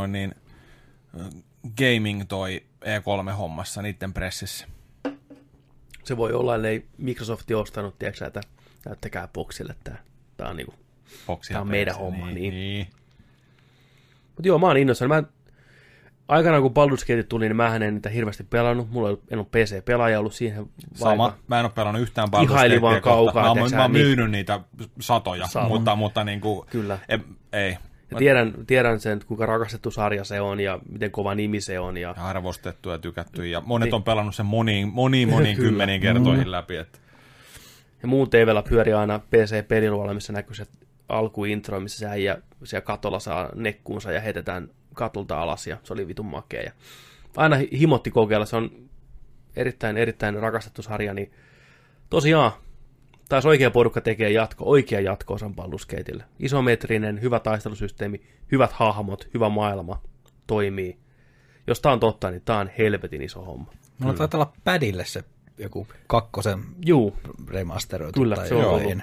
gaming toi E3-hommassa niiden pressissä? Se voi olla, ellei Microsoft ostanut, tiedätkö, että näyttäkää Boxille tää on niinku, tää on meidän homma. Niin. Mutta joo, mä oon innoissani. Aikanaan kun Baldur's Gate tuli, niin mähän en niitä hirveästi pelannut. Mulla en ole PC-pelaaja ollut siihen. Sama. Mä en ole pelannut yhtään Baldur's Gatea. Ihaili vaan kaukaa. Mä oon myynyt niitä satoja, mutta niinku, kyllä. Ei. Ja tiedän sen, kuinka rakastettu sarja se on ja miten kova nimi se on. Ja arvostettu ja tykätty. Ja monet on pelannut sen moniin kymmeniin kertoihin läpi. Että. Ja muun TV:llä pyörii aina PC-peliluolla, missä näkyy se alkuintro, missä se äijä siellä katolla saa nekkuunsa ja heitetään katolta alas, ja se oli vitun makea. Ja aina himotti kokeilla, se on erittäin rakastettu sarja, niin tosiaan taas oikea porukka tekee oikea jatko-osan Baldur's Gatelle. Isometrinen, hyvä taistelusysteemi, hyvät hahmot, hyvä maailma, toimii. Jos tää on totta, niin tää on helvetin iso homma. Mulla taitaa olla padille se joku kakkosen remasteroitu. Kyllä, se on ollut.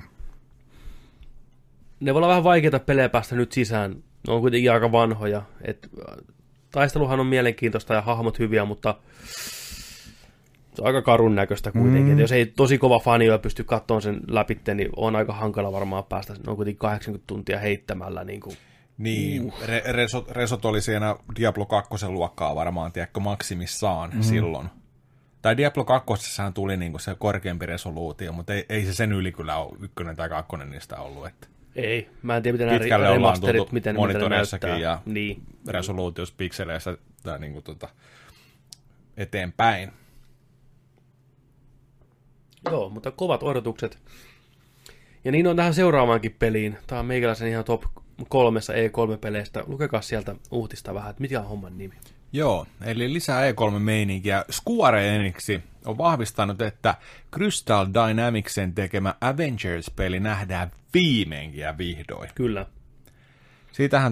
Ne voi olla vähän vaikeita pelejä päästä nyt sisään. Ne on kuitenkin aika vanhoja. Taisteluhan on mielenkiintoista ja hahmot hyviä, mutta se on aika karun näköistä kuitenkin. Et jos ei tosi kova fani ole pysty katsomaan sen läpi, niin on aika hankala varmaan päästä. Ne on kuitenkin 80 tuntia heittämällä. Niin, Resot oli siinä Diablo 2 luokkaa varmaan, tiedätkö, maksimissaan silloin. Tai Diablo 2 tuli niinku se korkeampi resoluutio, mutta ei se sen yli kyllä ole 1 tai 2 niistä ollut. Että. Ei, mä en tiedä, miten pitkälle nämä remasterit, miten ne näyttää. Ja niin. Resoluutiossa, pikseleissä tai niinku eteenpäin. Joo, mutta kovat odotukset. Ja niin on tähän seuraavaankin peliin. Tämä on meikäläisen ihan top 3 E3-peleistä. Lukekaa sieltä uutista vähän, että mikä on homman nimi. Joo, eli lisää E3-meininkiä. Square Enixi on vahvistanut, että Crystal Dynamicsen tekemä Avengers-peli nähdään viimeinkin ja vihdoin. Kyllä. Siitähän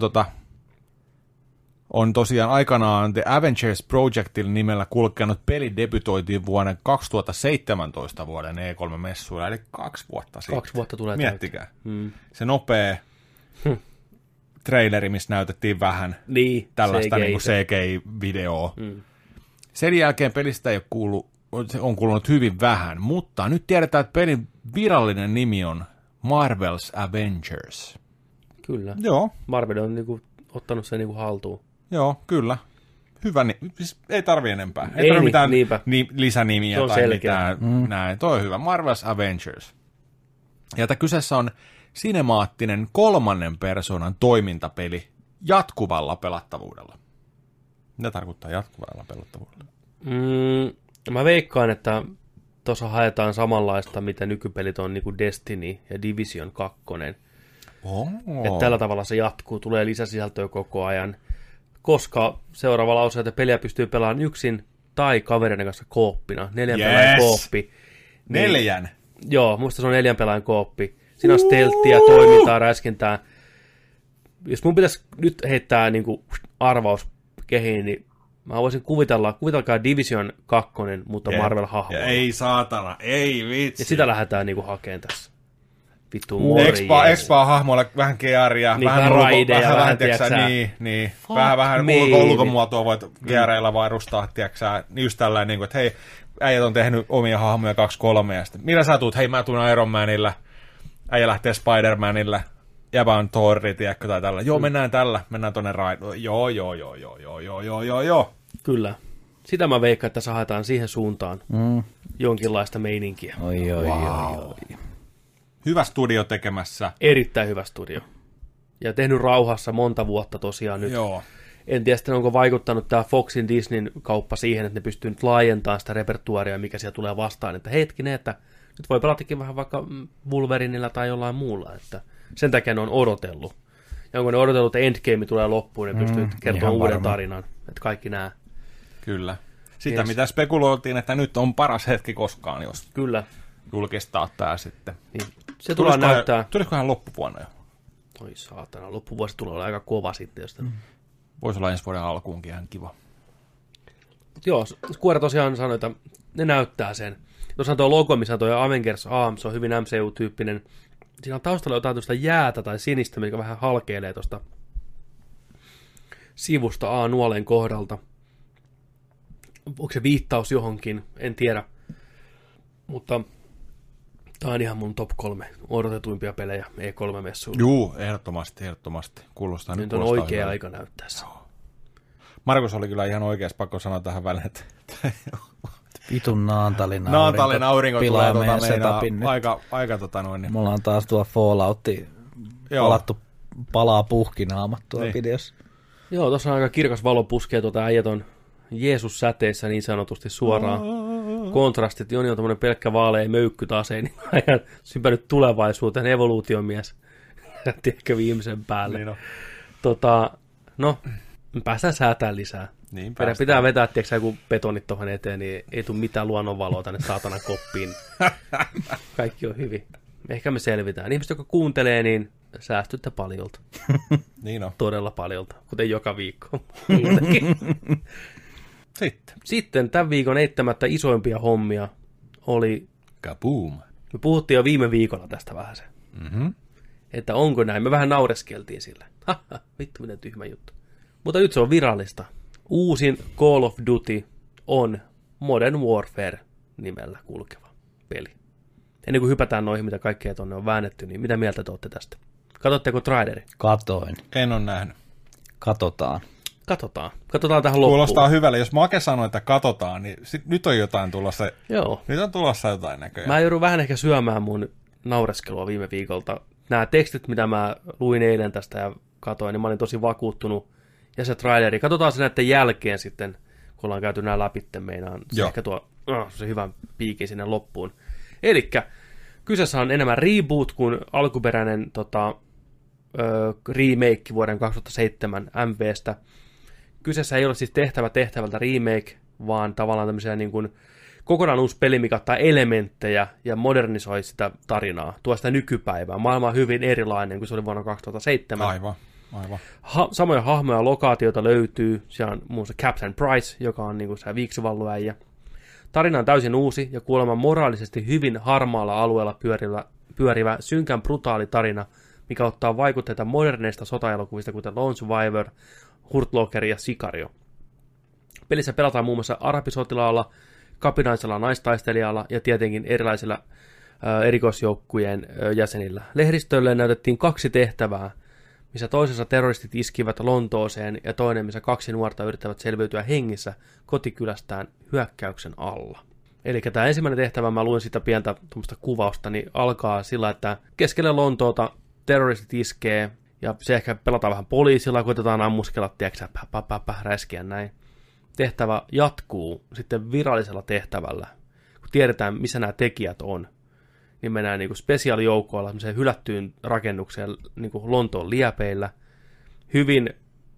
on tosiaan aikanaan The Avengers Projectin nimellä kulkenut peli debytoitiin vuoden 2017 vuoden E3-messuilla, eli 2 vuotta sitten. 2 vuotta tulee miettikää. Se nopea traileri, missä näytettiin vähän tällaista niin CGI-videoa. Sen jälkeen pelistä ei on kulunut hyvin vähän, mutta nyt tiedetään, että pelin virallinen nimi on Marvel's Avengers. Kyllä. Joo. Marvel on ottanut sen haltuun. Joo, kyllä. Hyvä, siis ei tarvi enempää. Ei tarvi mitään lisänimiä tai mitään. Näin. Toi on hyvä. Marvel's Avengers. Ja tämä kyseessä on sinemaattinen 3. persoonan toimintapeli jatkuvalla pelattavuudella. Mitä tarkoittaa jatkuvalla pelattavuudella? Mä veikkaan, että tuossa haetaan samanlaista, mitä nykypelit on, niin kuin Destiny ja Division 2. Että tällä tavalla se jatkuu, tulee lisäsisältöä koko ajan, koska seuraavalla osalla, että peliä pystyy pelaamaan yksin tai kavereiden kanssa kooppina. 4 pelaajan kooppi. 4? Joo, musta se on 4 pelaajan kooppi. Siinä on stelttiä, toimintaa, räiskintää. Jos mun pitäisi nyt heittää arvaus kehiin, niin mä voisin kuvitelkaa Division 2, mutta Marvel-hahmoa. Ei saatana, ei vitsi. Ja sitä lähdetään hakemaan tässä. Vittu Expa-hahmoilla vähän gearia, niin, vähän raideja, vähän tiiäksä, niin. Vähän ulkomuotoa voit geareilla varustaa, tiiäksä, just tällainen, että hei, äijät on tehnyt omia hahmoja 2-3, ja sitten, millä sä tuut? Hei, mä tuun Iron Manilla, äijä lähtee Spider-Manilla, jäbä on Thorri, tiedätkö, tai tällä. Joo, mennään tonne raidoon. Joo. Kyllä. Sitä mä veikkaan, että haetaan siihen suuntaan jonkinlaista meininkiä. Oi. Hyvä studio tekemässä. Erittäin hyvä studio. Ja tehnyt rauhassa monta vuotta tosiaan nyt. Joo. En tiedä sitten, onko vaikuttanut tämä Foxin Disneyn kauppa siihen, että ne pystyy nyt laajentamaan sitä repertuaaria, mikä siellä tulee vastaan. Että hetkinen, että nyt voi pelatakin vähän vaikka Wolverinella tai jollain muulla. Että sen takia ne on odotellut. Ja onko ne odotellut, että Endgame tulee loppuun, ne pystyy kertomaan uuden tarinan. Että kaikki nämä. Kyllä. Sitä mitä spekuloitiin, että nyt on paras hetki koskaan, jos kyllä julkistaa tämä sitten. Niin. Se tulee näyttää. Tulisikohan loppuvuonna jo? Oi saatana, loppuvuosi tulee olla aika kova sitten. Josta... Voisi olla ensi vuoden alkuunkin ihan kiva. Joo, Square tosiaan sanoi, että ne näyttää sen. Tuossa tuo logo, missä on tuo Avengers Arm, se on hyvin MCU-tyyppinen. Siinä on taustalla jotain tuosta jäätä tai sinistä, mikä vähän halkeilee tuosta sivusta A-nuolen kohdalta. Onko se viittaus johonkin? En tiedä. Mutta tämä on ihan mun top 3 odotetuimpia pelejä E3-messuilla. Juu, ehdottomasti. Kuulostaa nyt on oikea hyvältä. Aika näyttää se. Markus oli kyllä ihan oikeassa, pakko sanoa tähän väliin, että vitun Naantalin aurinko tulee niin. Mulla on taas tuo Falloutti palaa puhkinaamat tuolla videossa. Joo, tuossa on aika kirkas valo puskee äijät on Jeesus-säteissä niin sanotusti suoraan. Kontrastit, Joni on tämmöinen pelkkä vaalea möykky taas, ei niin ajan sympännyt tulevaisuuteen, evoluutiomies. Ehkä viimeisen päälle. Niin no, päästään säätään lisää. Niin pitää vetää, tiedätkö, joku betonit tuohon eteen, niin ei tule mitään luonnonvaloa tänne saatanan koppiin. Kaikki on hyvin. Ehkä me selvitään. Ihmiset, jotka kuuntelee, niin säästytte paljolta. Niin on. Todella paljolta, kuten joka viikko. Sitten tämän viikon eittämättä isoimpia hommia oli... Kaboom! Me puhuttiin jo viime viikolla tästä vähän se. Että onko näin. Me vähän naureskeltiin sille. Vittu, miten tyhmä juttu. Mutta nyt se on virallista. Uusin Call of Duty on Modern Warfare nimellä kulkeva peli. Ennen kuin hypätään noihin, mitä kaikkea tuonne on väännetty, niin mitä mieltä te olette tästä? Katsotteko traileri? Katoin. En ole nähnyt. Katsotaan tähän loppuun. Kuulostaa hyvälle. Jos Make sanoo, että katsotaan, niin nyt on jotain tulossa. Joo. Nyt on tulossa jotain näköjään. Mä joudun vähän ehkä syömään mun naureskelua viime viikolta. Nämä tekstit, mitä mä luin eilen tästä ja katoin, niin mä olin tosi vakuuttunut. Ja se traileri. Katsotaan se näiden jälkeen sitten, kun ollaan käyty nämä läpi, meinaan. Se ehkä tuo se hyvän piikin sinne loppuun. Elikkä kyseessä on enemmän reboot kuin alkuperäinen remake vuoden 2007 MVstä. Kyseessä ei ole siis tehtävältä remake, vaan tavallaan tämmöisiä niin kuin kokonaan uusi peli, mikä ottaa elementtejä ja modernisoi sitä tarinaa, tuo sitä nykypäivää. Maailma on hyvin erilainen kuin se oli vuonna 2007. Aivan. Samoja hahmoja ja lokaatioita löytyy. Siellä on muun muassa Captain Price, joka on niin kuin se viiksivalluäijä. Tarina on täysin uusi ja kuulemma moraalisesti hyvin harmaalla alueella pyörivä synkän brutaali tarina, mikä ottaa vaikutteita moderneista sotaelokuvista, kuten Lone Survivor, Hurt Locker ja Sicario. Pelissä pelataan muun muassa arabisotilaalla, kapinaisella naistaistelijalla ja tietenkin erilaisilla erikoisjoukkujen jäsenillä. Lehdistölle näytettiin 2 tehtävää, missä toisessa terroristit iskivät Lontooseen ja toinen, missä 2 nuorta yrittävät selviytyä hengissä kotikylästään hyökkäyksen alla. Eli tämä ensimmäinen tehtävä, mä luin sitä pientä kuvausta, niin alkaa sillä, että keskelle Lontoota terroristit iskee, ja se ehkä pelataan vähän poliisilla, koitetaan ammuskella, tiedätkö räskiä näin. Tehtävä jatkuu sitten virallisella tehtävällä, kun tiedetään, missä nämä tekijät on. Niin mennään niin spesiaalijoukoilla semmoiseen hylättyyn rakennukseen niin Lontoon liepeillä. Hyvin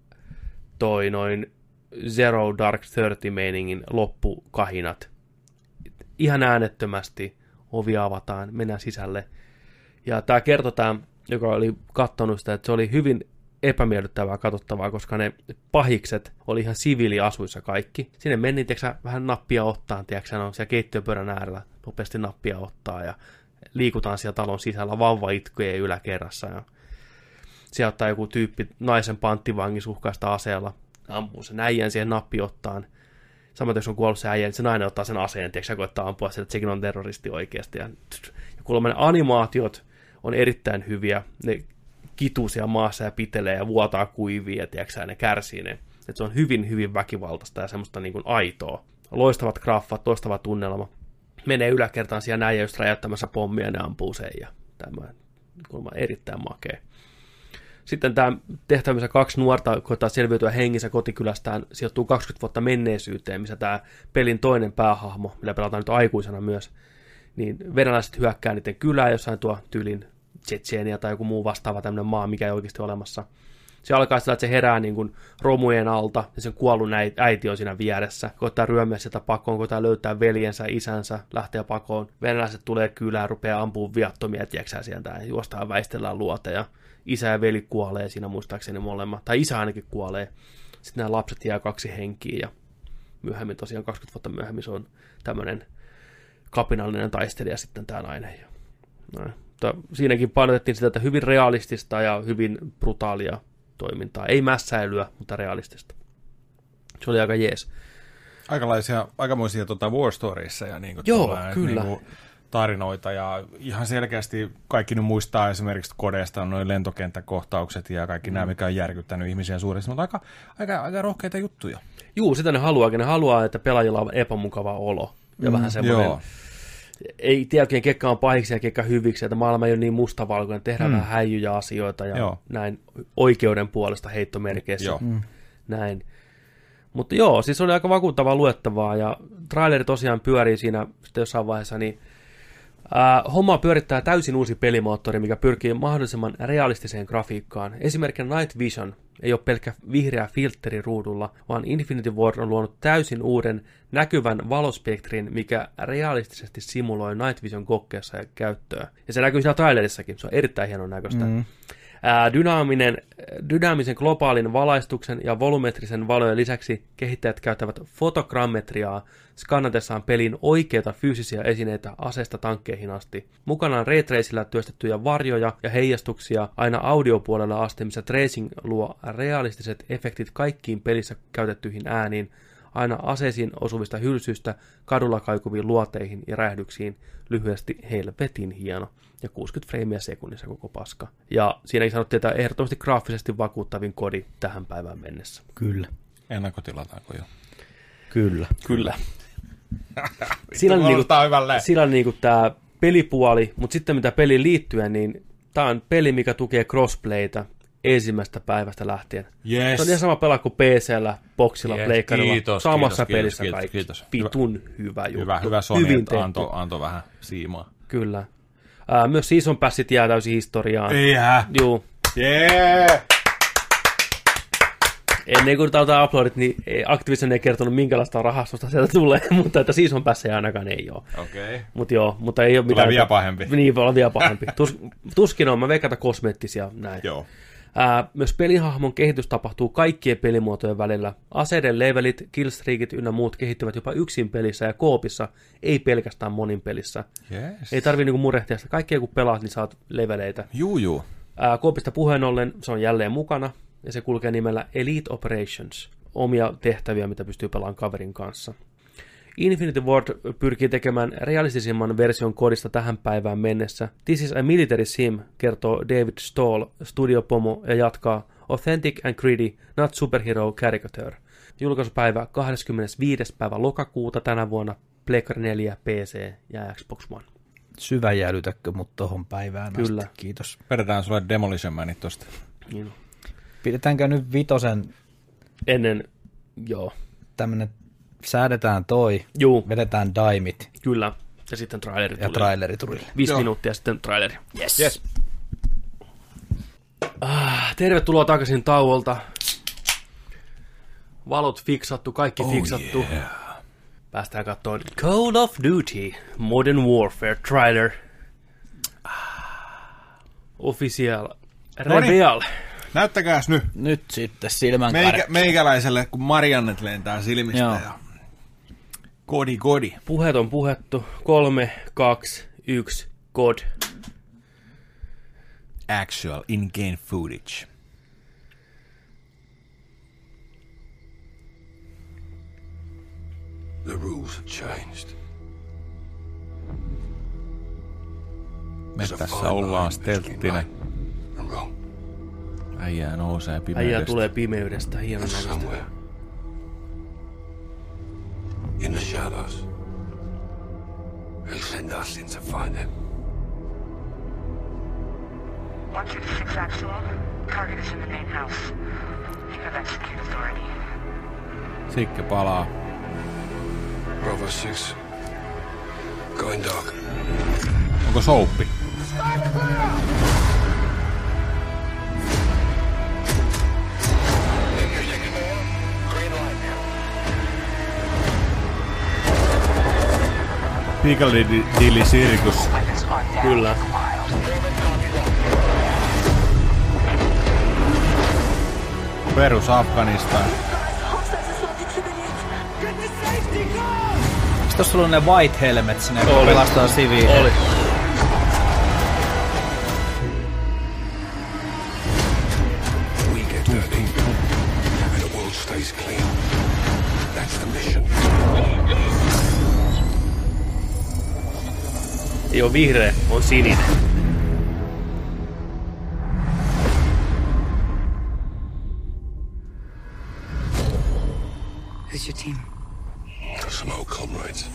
noin Zero Dark 30-meiningin loppukahinat. Ihan äänettömästi ovi avataan, mennään sisälle. Ja tämä kertoo joka oli katsonut sitä, että se oli hyvin epämiellyttävää katsottavaa, koska ne pahikset oli ihan siviiliasuissa kaikki. Sinne meni, vähän nappia ottaa, on siellä keittiöpöydän äärellä nopeasti nappia ottaa ja liikutaan siellä talon sisällä vauvaitkujen yläkerrassa. Ja siellä ottaa joku tyyppi naisen panttivangin uhkaista aseella, ampuu sen äijän siihen nappiottaan. Samoin, jos on kuollut se äijä, niin se nainen ottaa sen aseen, ja koettaa ampua sille, että sekin on terroristi oikeasti. Ja kuulemma ne animaatiot on erittäin hyviä. Ne kituu siellä maassa ja pitelee ja vuotaa kuivia, ja ne kärsii ne. Että se on hyvin, hyvin väkivaltaista ja semmoista niin kuin aitoa. Loistavat graffat, loistava tunnelma. Menee yläkertaan siellä näin ja just räjäyttämässä pommia ja ne ampuu sen. Ja tämä on erittäin makea. Sitten tämä tehtävä, missä 2 nuorta koittaa selviytyä hengissä kotikylästään, sijoittuu 20 vuotta menneisyyteen, missä tämä pelin toinen päähahmo, millä pelataan nyt aikuisena myös, niin venäläiset hyökkää niiden kylään, jossain tuo tyylin Tsetseenia tai joku muu vastaava tämmöinen maa, mikä ei oikeasti ole olemassa. Se alkaa sillä, että se herää niin kuin romujen alta, ja sen kuollut äiti on siinä vieressä. Koittaa ryömiä sieltä pakoon, koittaa löytää veljensä, isänsä, lähteä pakoon. Venäläiset tulee kylään, rupeaa ampumaan viattomia, tiedätkö sieltä, ja juostaan väistellään luoteja. Isä ja veli kuolee siinä muistaakseni molemmat, tai isä ainakin kuolee. Sitten nämä lapset jää 2 henkiä, ja myöhemmin tosiaan 20 vuotta myöhemmin se on tämmöinen kapinallinen taistelija sitten tämä nainen. Mutta siinäkin painotettiin sitä, että hyvin realistista ja hyvin brutaalia toimintaa. Ei mässäilyä, mutta realistista. Se oli aika jees. Aikamoisia war storieissa ja niin kuin joo, kyllä. Niin kuin tarinoita ja ihan selkeästi kaikki nyt muistaa esimerkiksi Kodesta noin lentokenttäkohtaukset ja kaikki nämä, mikä on järkyttänyt ihmisiä suuresti, mutta aika rohkeita juttuja. Juu, sitä ne haluaakin. Ne haluaa, että pelaajilla on epämukava olo ja vähän semmoinen, ei tiedä oikein kekka on pahiksi ja kekka hyviksi, että maailma ei ole niin mustavalkoinen, tehdään vähän häijyjä asioita ja näin oikeuden puolesta heittomerkeissä. Näin. Mutta joo, siis oli aika vakuuttavaa luettavaa ja traileri tosiaan pyörii siinä sitten jossain vaiheessa, niin hommaa pyörittää täysin uusi pelimoottori, mikä pyrkii mahdollisimman realistiseen grafiikkaan. Esimerkkinä Night Vision ei ole pelkkä vihreä filtteri ruudulla, vaan Infinity Ward on luonut täysin uuden näkyvän valospektrin, mikä realistisesti simuloi Night Vision kokkeessa ja käyttöä. Ja se näkyy siinä trailerissakin, se on erittäin hienon näköistä. Dynaamisen globaalin valaistuksen ja volumetrisen valojen lisäksi kehittäjät käyttävät fotogrammetriaa skannatessaan pelin oikeita fyysisiä esineitä aseesta tankkeihin asti. Mukana on Ray Tracilla työstettyjä varjoja ja heijastuksia aina audiopuolella asti, missä tracing luo realistiset efektit kaikkiin pelissä käytettyihin ääniin, aina aseisiin osuvista hylsyistä, kadulla kaikuviin luoteihin ja räjähdyksiin, lyhyesti helvetin hieno. Ja 60 freimiä sekunnissa koko paska. Ja siinäkin sanottiin, että ehdottomasti graafisesti vakuuttavin kodi tähän päivään mennessä. Kyllä. Ennakkotilataanko jo? Kyllä. Siinä on niinku tämä pelipuoli, mutta sitten mitä peliin liittyen, niin tämä on peli, mikä tukee crossplayta ensimmäistä päivästä lähtien. Yes. Se on ihan sama pelaa kuin PC:llä, boxilla, pleikkarilla. Samassa pelissä kaikki. Kiitos. Pitun hyvä juttu. Hyvä Sony, että antoi vähän siimaa. Kyllä. Myös Season Passit jää täysin historiaan. Juu. Yeah! Ennen kuin aloitetaan uploadit, niin Activision ei kertonut minkälaista rahastosta sieltä tulee, mutta että Season Passia ainakaan ei ole. Okei. Mutta ei ole mitään. Tulee vielä pahempi. Niin, voi olla vielä pahempi. Tuskin on, mä veikkaan kosmeettisia näin. Joo. Myös pelihahmon kehitys tapahtuu kaikkien pelimuotojen välillä. Aseiden levelit, killstreakit ynnä muut kehittyvät jopa yksin pelissä ja koopissa, ei pelkästään monin pelissä. Yes. Ei tarvitse niinku murehtia sitä. Kaikkea kun pelaat, niin saat leveleitä. Juu. Koopista puheen ollen se on jälleen mukana, ja se kulkee nimellä Elite Operations. Omia tehtäviä, mitä pystyy pelaamaan kaverin kanssa. Infinity Ward pyrkii tekemään realistisimman version kodista tähän päivään mennessä. This is a military sim, kertoo David Stoll, studiopomo, ja jatkaa Authentic and gritty, not superhero caricature. Julkaisupäivä 25. päivä lokakuuta tänä vuonna, Pleikari 4, PC ja Xbox One. Syvä jäädytäkö mut tohon päivään Kyllä. asti. Kiitos. Vedetään sulle Demolition Manit tosta. Niin. Pidetäänkö nyt 5 ennen, joo. Tämmönen, säädetään toi, vedetään daimit. Kyllä, ja sitten traileri tulee. Ja traileri tuli. 5 minuuttia sitten traileri. Yes. Tervetuloa takaisin tauolta. Valot fiksattu, kaikki fiksattu. Yeah. Päästään katsomaan Call of Duty Modern Warfare trailer. Official Reveal. Näyttäkääs nyt. Nyt sitten silmän meikäläiselle, kun Mariannet lentää silmistä. Ja kodi. Puheet on puhettu. 3, 2, 1, kod. Actual in-game footage. The rules have changed. Me tässä ollaan stelttinen. Äijää nousee pimeydestä. Äijää tulee pimeydestä, hienon näköistä. In the shadows. He'll send us in to find him. 126 actual. Target is in the main house. You have executed authority. Sikke palaa. Bravo 6. Going dark. Onko souppi? Piccadilly Circus. Kyllä. Perus Afganistan. Eikö tossa ollut ne White Helmets, ne Oli. pelastaa siviilejä? Oli. We get dirty, and the world stays clean. That's the mission. Ei oo vihreä, on sininen. Who's your team? Some old comrades.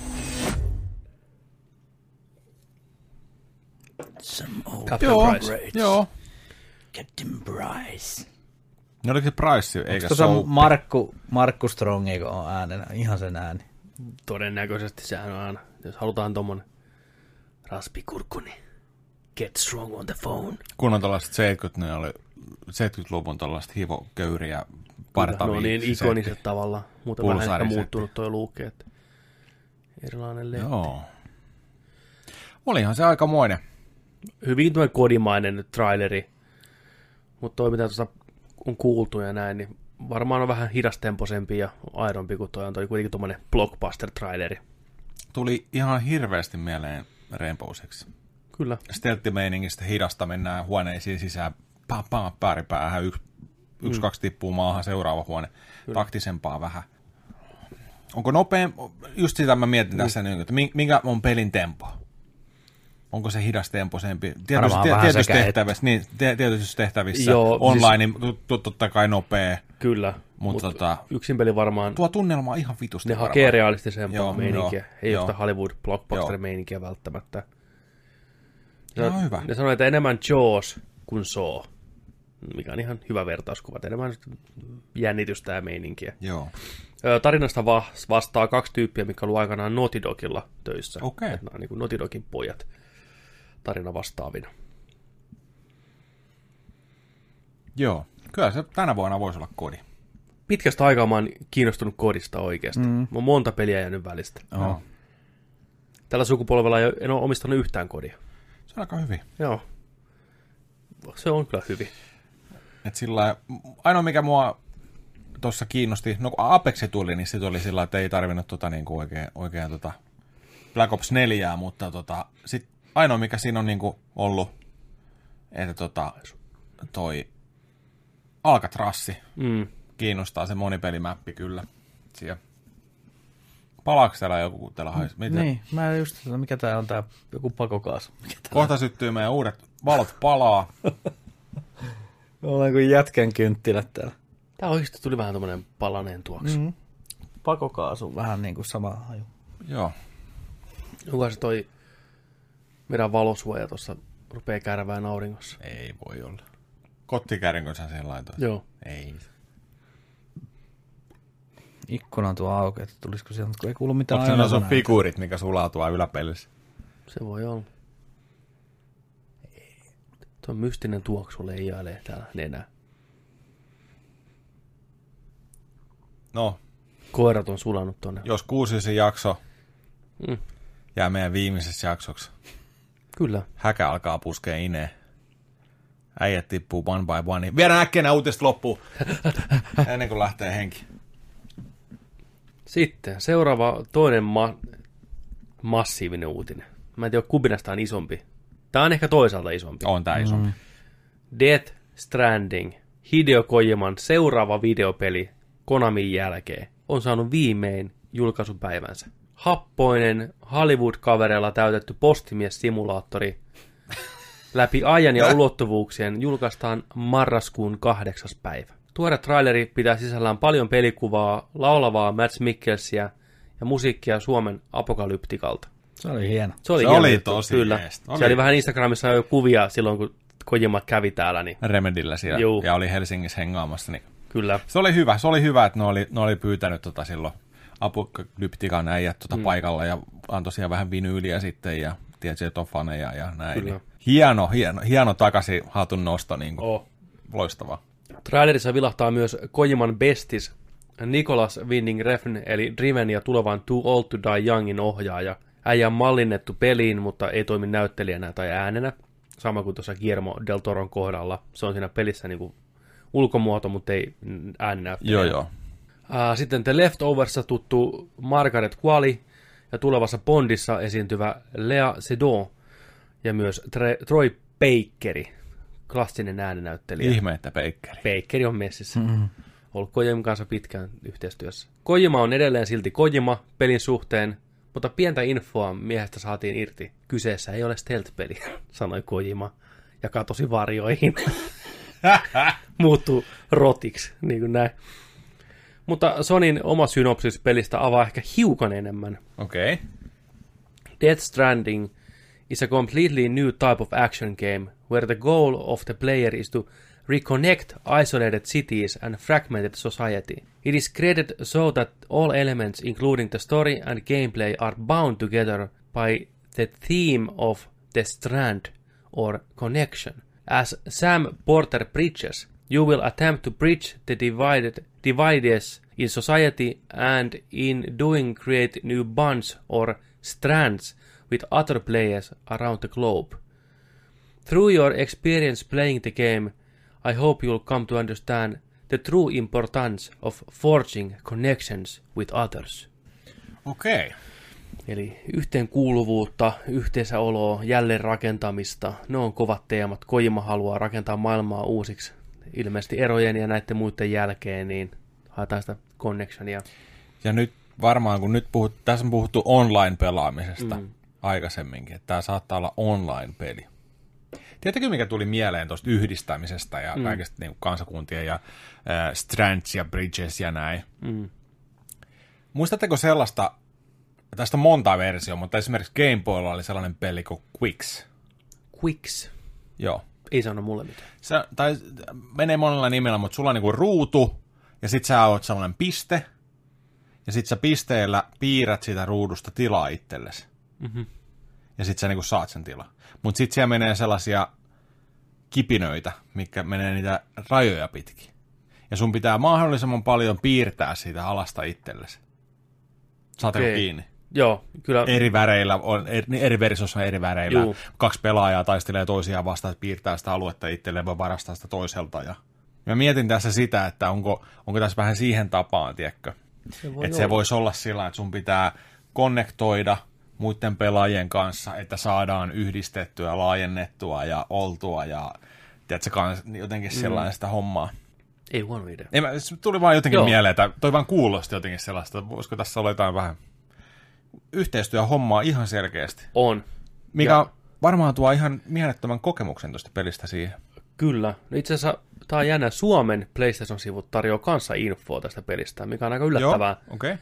Captain Price. Joo. Captain Price. Ne oliko se Price, eikä Tuossa Soap? Markku Strong, eikö ole äänenä? Ihan sen ääni. Todennäköisesti sehän on aina, jos halutaan tommonen raspikurkku, niin get strong on the phone. Kun on tällaiset 70-luvun tällaiset hivoköyriä partavia. No niin ikoniset tavallaan, mutta vähän ehkä Pulsarisetti. muuttunut toi luukki, että erilainen lehti. Joo. Olihan se aikamoinen. Hyvin tuo kodimainen traileri, mutta toi mitä tuossa on kuultu ja näin, niin varmaan on vähän hidastempoisempi ja aidompi kuin toi on toi kuitenkin tommonen blockbuster-traileri. Tuli ihan hirveästi mieleen Rainbow Six. Kyllä. Steltti-meiningistä hidasta mennään huoneisiin sisään, pääripäähän, kaksi tippuu maahan, seuraava huone, taktisempaa vähän. Onko nopein, just sitä mä mietin tässä nyt, että minkä on pelin tempo? Onko se hidastempoisempi? Tietyissä tehtävissä Joo, online, totta kai nopea. Kyllä, mutta yksin peli varmaan, tuo tunnelma on ihan vitusti ne varmaan. hakee realistisempaa Joo, meininkiä, ei joo. ole sitä Hollywood blockbuster-meininkiä välttämättä. Ihan hyvä. Ne sanoo, että enemmän Jaws kuin Saw, mikä on ihan hyvä vertauskuva, enemmän jännitystä ja meininkiä. Joo. Tarinasta vastaa 2 tyyppiä, mikä oli aikanaan Naughty Dogilla töissä. Okei. Nämä on niin kuin Naughty Dogin pojat tarina vastaavina. Joo. Kyllä se tänä vuonna voisi olla kodi. Pitkästä aikaa mä oon kiinnostunut kodista oikeasti. Mä oon monta peliä jäänyt välistä. Joo. Tällä sukupolvella en ole omistanut yhtään kodia. Se on aika hyvin. Joo. Se on kyllä hyvin. Et sillä ainoa mikä mua tuossa kiinnosti, no kun Apexi tuli, niin sit oli sillä että ei tarvinnut niinku oikein Black Ops 4, mutta sit ainoa mikä siinä on niinku ollut, että toi Alcatrassi kiinnostaa, se monipelimäppi kyllä. Siellä. Palaako täällä joku, kun täällä haisi? Niin, mä just, mikä tää on tää joku pakokaasu. Kohta syttyy meidän uudet valot palaa. Ollaan kuin jätkän kynttilät täällä. Tää oikeasti tuli vähän tommonen palaneen tuoksu. Pakokaasu, vähän niin kuin sama haju. Joo. Onko se toi meidän valosuoja tuossa rupeaa kärvään auringossa? Ei voi olla. Kottikärrynkö sä siihen laitoit? Joo. Ei. Ikkuna on tuo auki, että tulisiko sieltä, kun ei kuulu mitään Onko se aina. figuurit, mikä sulaa tuo yläpelissä? Se voi olla. Tuo mystinen tuoksu leijailee täällä nenää. No, Koirat on sulanut tonne. jos 6 jakso Mm. jää meidän viimeisessä jaksoksi, Kyllä. häkä alkaa puskea ineen. Äijät tippuu one by one. Niin viedään äkkiä nämä uutiset loppuun, ennen kuin lähtee henki. Sitten seuraava toinen massiivinen uutinen. Mä en tiedä, Kubinasta on isompi. Tää on ehkä toisaalta isompi. On tää isompi. Death Stranding, Hideo Kojiman seuraava videopeli Konamin jälkeen, on saanut viimein julkaisupäivänsä. Happoinen, Hollywood-kavereilla täytetty postimies-simulaattori läpi ajan ja ulottuvuuksien julkaistaan marraskuun 8. päivä. Tuore traileri pitää sisällään paljon pelikuvaa, laulavaa Mads Mikkelsiä ja musiikkia Suomen apokalyptikalta. Se oli hieno. Se oli, Se hieno oli juttu, tosi kyllä. jees. Se oli vähän Instagramissa jo kuvia silloin, kun Kojima kävi täällä, niin Remedillä siellä Juu. ja oli Helsingissä hengaamassa. Niin kyllä. se oli hyvä, että ne oli pyytänyt silloin apokalyptikan äijät paikalla ja antoi siellä vähän vinyyliä sitten ja DJ Tofaneja ja näin. Kyllä. Niin hieno takaisin hatun nosto, niin kuin. Loistavaa. Trailerissa vilahtaa myös Kojiman bestis Nicholas Winding Refn eli Driven ja tulevan Too Old to Die Youngin ohjaaja äijä on mallinnettu peliin, mutta ei toimi näyttelijänä tai äänenä. Sama kuin tuossa Guillermo del Toron kohdalla. Se on siinä pelissä niin kuin ulkomuoto, mutta ei ääninäyttelijä. Joo. Sitten The Leftoversissa tuttu Margaret Qualley ja tulevassa Bondissa esiintyvä Lea Seydoux ja myös Troy Bakeri, klassinen ääninäyttelijä. Ihme, että Bakeri. Bakeri on messissä. Ollut Kojiman kanssa pitkään yhteistyössä. Kojima on edelleen silti Kojima pelin suhteen, mutta pientä infoa miehestä saatiin irti. Kyseessä ei ole stealth-peli, sanoi Kojima ja katosi varjoihin. Muuttuu rotiksi, niin kuin näin. Mutta Sonyn oma synopsis pelistä avaa ehkä hiukan enemmän. Okei. Death Stranding is a completely new type of action game where the goal of the player is to reconnect isolated cities and fragmented society. It is created so that all elements, including the story and gameplay, are bound together by the theme of the strand or connection. As Sam Porter preaches, you will attempt to bridge the divides in society and in doing create new bonds or strands with other players around the globe. Through your experience playing the game, I hope you'll come to understand the true importance of forging connections with others. Okei. Eli yhteenkuuluvuutta, yhteisöoloa, jälleenrakentamista, ne on kovat teemat. Kojima haluaa rakentaa maailmaa uusiksi. Ilmeisesti erojen ja näiden muiden jälkeen, niin haetaan sitä connectionia. Ja nyt varmaan, kun tässä on puhuttu online-pelaamisesta aikaisemminkin, että tämä saattaa olla online-peli. Tiedätkö, mikä tuli mieleen tuosta yhdistämisestä ja kaikesta niin kansakuntien ja strands ja bridges ja näin? Muistatteko sellaista, tästä on monta versiota, mutta esimerkiksi Game Boylla oli sellainen peli kuin Quicks. Quicks? Joo. Ei sano mulle mitään. Se, tai menee monella nimellä, mutta sulla on niinku ruutu, ja sit sä oot sellainen piste, ja sit sä pisteellä piirrät sitä ruudusta tilaa itsellesi. Ja sit sä niinku saat sen tilaa. Mutta sit siellä menee sellaisia kipinöitä, mitkä menee niitä rajoja pitkin. Ja sun pitää mahdollisimman paljon piirtää siitä alasta itsellesi. Saatteko kiinni? Joo, kyllä. Eri väreillä, eri versiossa on eri väreillä. Juu. 2 pelaajaa taistelee toisiaan vastaan, että piirtää sitä aluetta itselleen, voi varastaa sitä toiselta. Ja mä mietin tässä sitä, että onko tässä vähän siihen tapaan, tiedätkö? Se voisi olla sillä, että sun pitää konnektoida muiden pelaajien kanssa, että saadaan yhdistettyä, laajennettua ja oltua ja tiedätkö, jotenkin sellainen sitä hommaa. Ei huono idea. Se tuli vaan jotenkin mieleen, että toi vaan kuulosti jotenkin sellaista, voisiko tässä olla jotain vähän yhteistyöhommaa ihan selkeästi. On. Mikä varmaan tuo ihan mielettömän kokemuksen tuosta pelistä siihen. Kyllä. No itse asiassa tämä on jännä. Suomen PlayStation-sivut tarjoaa kanssa infoa tästä pelistä, mikä on aika yllättävää. Joo, okei.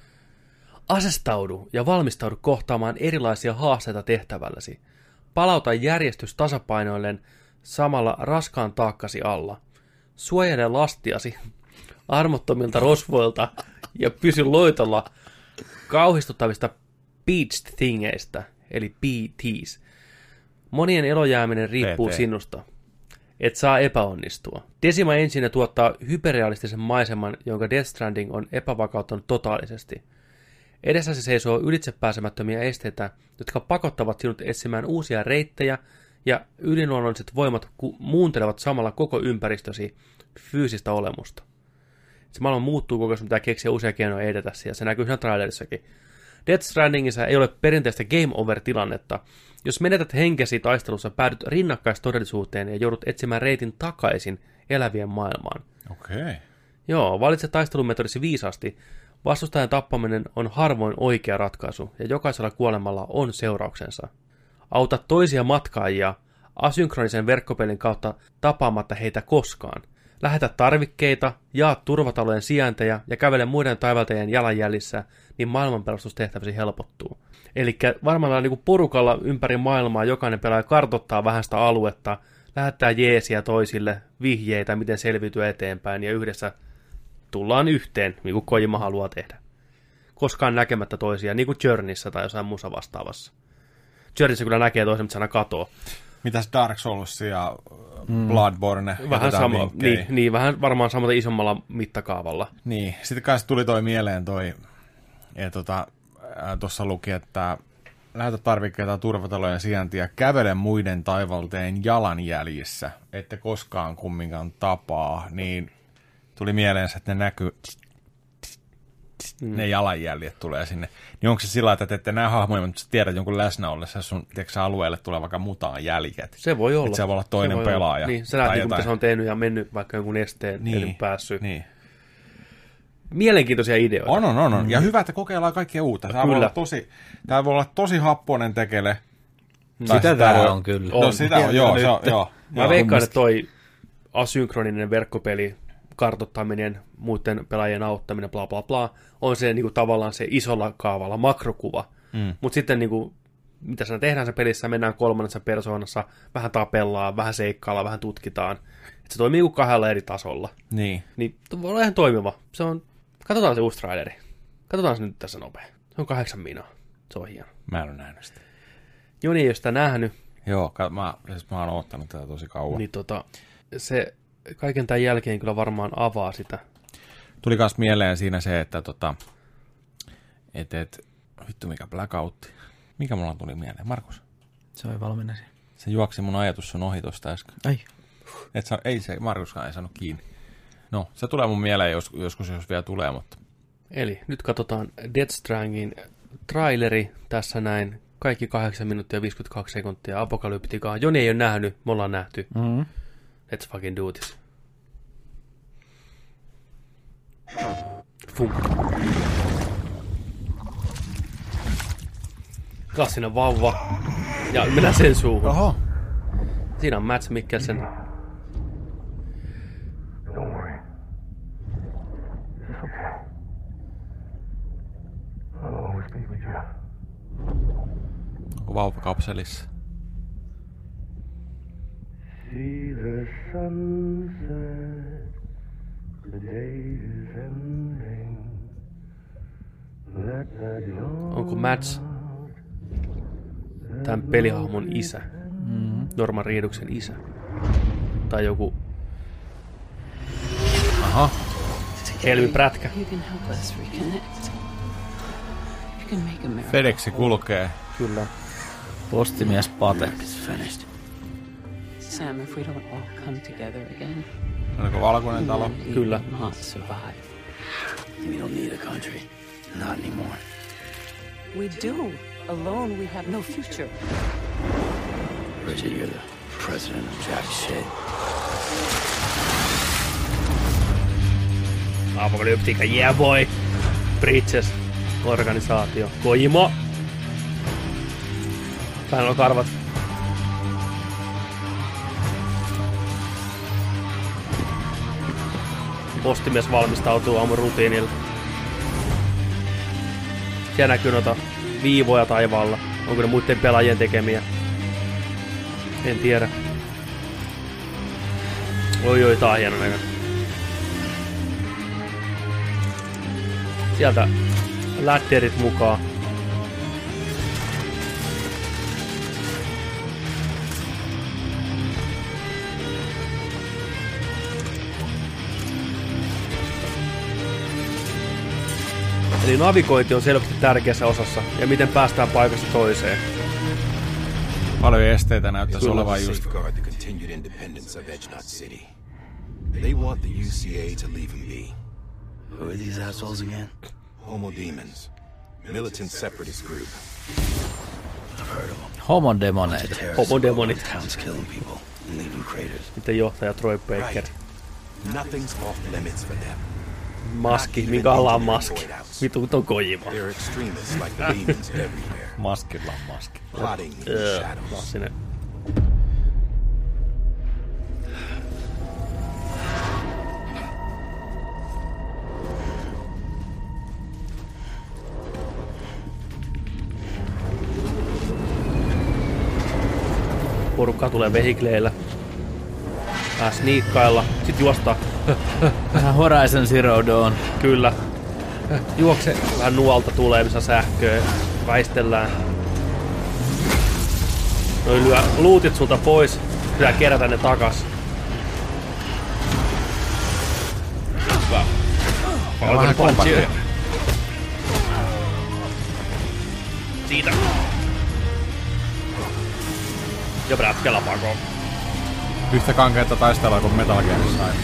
Asestaudu ja valmistaudu kohtaamaan erilaisia haasteita tehtävälläsi. Palauta järjestys tasapainoillen samalla raskaan taakkasi alla. Suojele lastiasi armottomilta rosvoilta ja pysy loitolla kauhistuttavista beached thingeistä, eli BTs. Monien elojääminen riippuu sinusta. Et saa epäonnistua. Decima Engine tuottaa hyperrealistisen maiseman, jonka Death Stranding on epävakauttanut totaalisesti. Edessäsi seisoo ylitsepääsemättömiä esteitä, jotka pakottavat sinut etsimään uusia reittejä, ja yliluonnolliset voimat muuntelevat samalla koko ympäristösi fyysistä olemusta. Se maailma muuttuu koko ajan, pitää keksiä uusia keinoja edetä siellä. Se näkyy siinä trailerissakin. Death Strandingissa ei ole perinteistä game over-tilannetta. Jos menetät henkesi taistelussa, päädyt rinnakkaistodellisuuteen ja joudut etsimään reitin takaisin elävien maailmaan. Okei. Joo, valitse taistelumetodisi viisaasti. Vastustajan tappaminen on harvoin oikea ratkaisu, ja jokaisella kuolemalla on seurauksensa. Auta toisia matkaajia asynkronisen verkkopelin kautta tapaamatta heitä koskaan. Lähetä tarvikkeita, jaa turvatalojen sijainteja ja kävele muiden taivaltajien jalanjäljissä, niin maailmanpelastustehtäväsi helpottuu. Eli varmaan niin porukalla ympäri maailmaa jokainen pelaaja kartoittaa vähän sitä aluetta, lähettää jeesiä toisille, vihjeitä, miten selviytyä eteenpäin, ja yhdessä tullaan yhteen, niin kuin Kojima haluaa tehdä. Koskaan näkemättä toisia, niin kuin Journeyssä tai jossain muussa vastaavassa. Journeyssä kyllä näkee toisen, mutta se aina katoo. Mitäs Dark Souls ja Bloodborne? Vähän sama, niin, vähän varmaan samalla isommalla mittakaavalla. Niin, sitten kanssa tuli toi mieleen toi, ja tuossa luki, että lähetä tarvikkeita turvatalojen sijaintia, kävele muiden taivalteen jalanjäljissä, ette koskaan kumminkaan tapaa, niin tuli mieleen, että ne näkyy, ne jalanjäljet tulee sinne. Niin onko se sillä, että te ette näe hahmoja, mutta sä tiedät jonkun läsnä ollessa, sun alueelle tulee vaikka mutaan jäljet. Se voi olla. Että se voi olla toinen pelaaja. Niin, sä näet, mitä se on tehnyt ja mennyt vaikka jonkun esteen, niin, päässyt. Niin. Mielenkiintoisia ideoita. On. Ja hyvä, että kokeillaan kaikkea uutta. Tämä voi olla tosi happoinen tekele. Sitä täällä on kyllä. No sitä on, joo. Mä veikkaan, että toi asynkroninen verkkopeli, kartoittaminen, muiden pelaajien auttaminen, bla bla bla, on se niinku tavallaan se isolla kaavalla makrokuva. Mutta sitten niinku, mitä siinä tehdään se pelissä, mennään kolmannessa persoonassa, vähän tapellaan, vähän seikkaillaan, vähän tutkitaan. Et se toimii niinku 2 eri tasolla. Niin voi olla ihan toimiva. Se on, katsotaan se uusi traileri. Katsotaan se nyt tässä nopea. Se on 8 minaa. Se on hieno. Mä en ole nähnyt sitä. Joni ei ole sitä nähnyt. Joo, mä oon odottanut tätä tosi kauan. Niin se kaiken tämän jälkeen kyllä varmaan avaa sitä. Tuli kans mieleen siinä se, että vittu mikä blackoutti. Mikä mulla tuli mieleen? Markus? Se oli valmiina siinä. Se juoksi mun ajatus sun ohi tosta äsken. Markuskaan ei saanut kiinni. No, se tulee mun mieleen joskus, jos vielä tulee, mutta... Eli nyt katsotaan Death Strandingin traileri tässä näin. Kaikki 8 minuuttia 52 sekuntia apokalyptikaa. Joni ei ole nähnyt, me ollaan nähty. Mm-hmm. Let's fucking do this. Funk. Klassinen vauva. Ja mennään sen suuhun. Oho. Siinä on Mads Mikkelsen. Don't worry. It's okay. I'll always be with you. Onko vauva kapselissa? See the sunset, the day is ending. Let that dawn Onko Mads tämän pelihahmon isä? Norman Reeduksen isä? Tai joku... Aha. Helmi Prätkä. You can help us reconnect. You can make a miracle. FedExi kulkee. Kyllä. Postimies Pate. It's finished. Sam, if we don't all come together again, Onko valkoinen talo? we Kyllä. will not survive. We don't need a country. Not anymore. We do. Alone, we have no future. Bridget, you're the president of jack shit. Apokalyptika, yeah boy. Bridges. Organisaatio. Kojimo. Vähän on karvat. Postimies valmistautuu aamun rutiinilla. Siellä näkyy noita viivoja taivaalla. Onko ne muiden pelaajien tekemiä? En tiedä. Oi, tää on hieno näköinen. Sieltä lätterit mukaan. Eli navigointi on selvästi tärkeässä osassa, ja miten päästään paikasta toiseen. Paljon esteitä näyttäisi olevan just. Safeguard the continued independence of Edge Knot City. They want the UCA to leave him be. Who are these assholes again? Homo Demons, militant separatist group. I've heard of them. Homodemoneita. Homodemonit. Towns killing people and leaving craters. Sitten johtaja Troy Baker. Nothing's off limits for them. Maski, minkä alla on maski. Vitut on Kojima. They're extremists like the demons everywhere, Maskilla on maski. plotting in the shadows. Klassinen. Porukkaa tulee vehikleillä. Vähän sniikkailla. Sitten juostaa. Vähän Horizon Zero Dawn. Kyllä. Juokse. Vähän nuolta tulee, missä sähköä. Väistellään. Noi lyö luutit sulta pois. Pitää kerätä ne takas. Hyvä. Vähän kombattia. Siitä. Ja prätkällä pakoon. Yhtä kankeita taistelua kuin Metal Gearissa aina.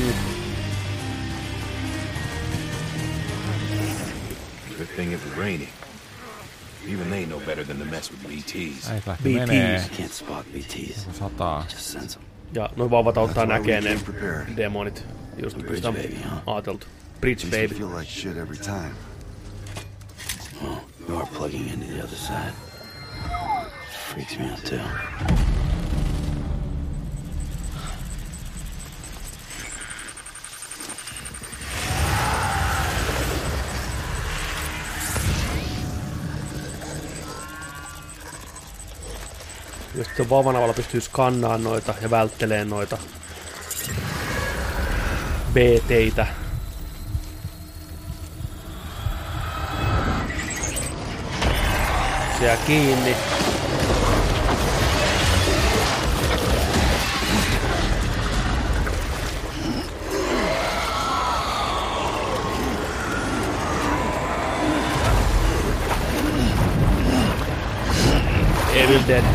Good thing it was raining. Even they know better than to mess with BTs. Ei lähti menee. Can't spot BTs. Sataa. Just sense them. Ja noin vauvat auttaa näkee ne demonit. Just niin kuin sitä ajateltu. Bridge baby. Feel like shit every time. Well, you are plugging into the other side. Freaks me out too. Jos sitten vauvan avalla pystyy skannaamaan noita ja välttelee noita BT:itä. Se jää kiinni. Evil Dead.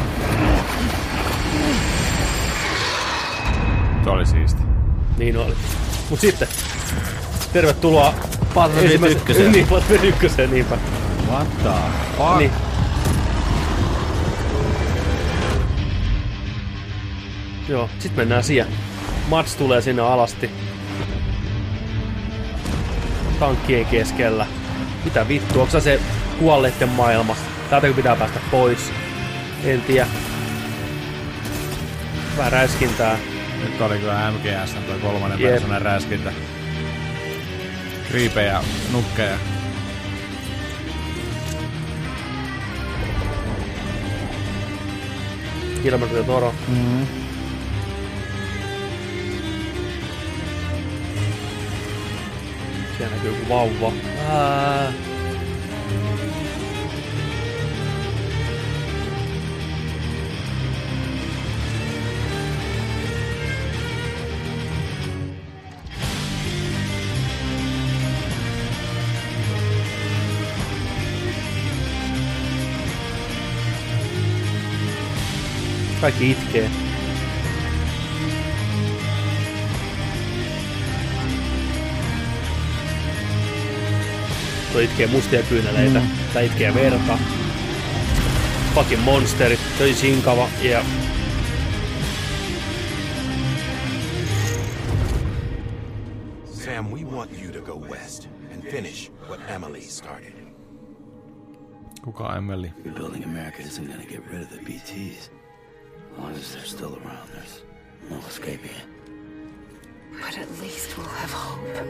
Se oli siisti. Niin oli. Mut sitten, tervetuloa Battlefield 1. Niin, Battlefield 1, niinpä. What the fuck? Niin. Joo, sit mennään siihen. Mats tulee sinne alasti. Tankkien keskellä. Mitä vittu, onko se kuolleitten maailma? Täältäkö pitää päästä pois? En tiedä. Vähän räiskintää. Nyt oli kyllä MGS toi kolmannen persoonan räiskintä. Kriipejä, nukkeja. Guillermo del Toro. Siellä näkyy joku vauva. Kaikki itkee. Toi itkee mustia kyyneleitä. Tää itkee verta. Fucking monsterit. Toi sinkava. Ja... Sam, we want you to go west and finish what Emily started. Kuka Emily? Rebuilding America isn't gonna get rid of the BTs. As long as they're still around, there's no escaping it. But at least we'll have hope.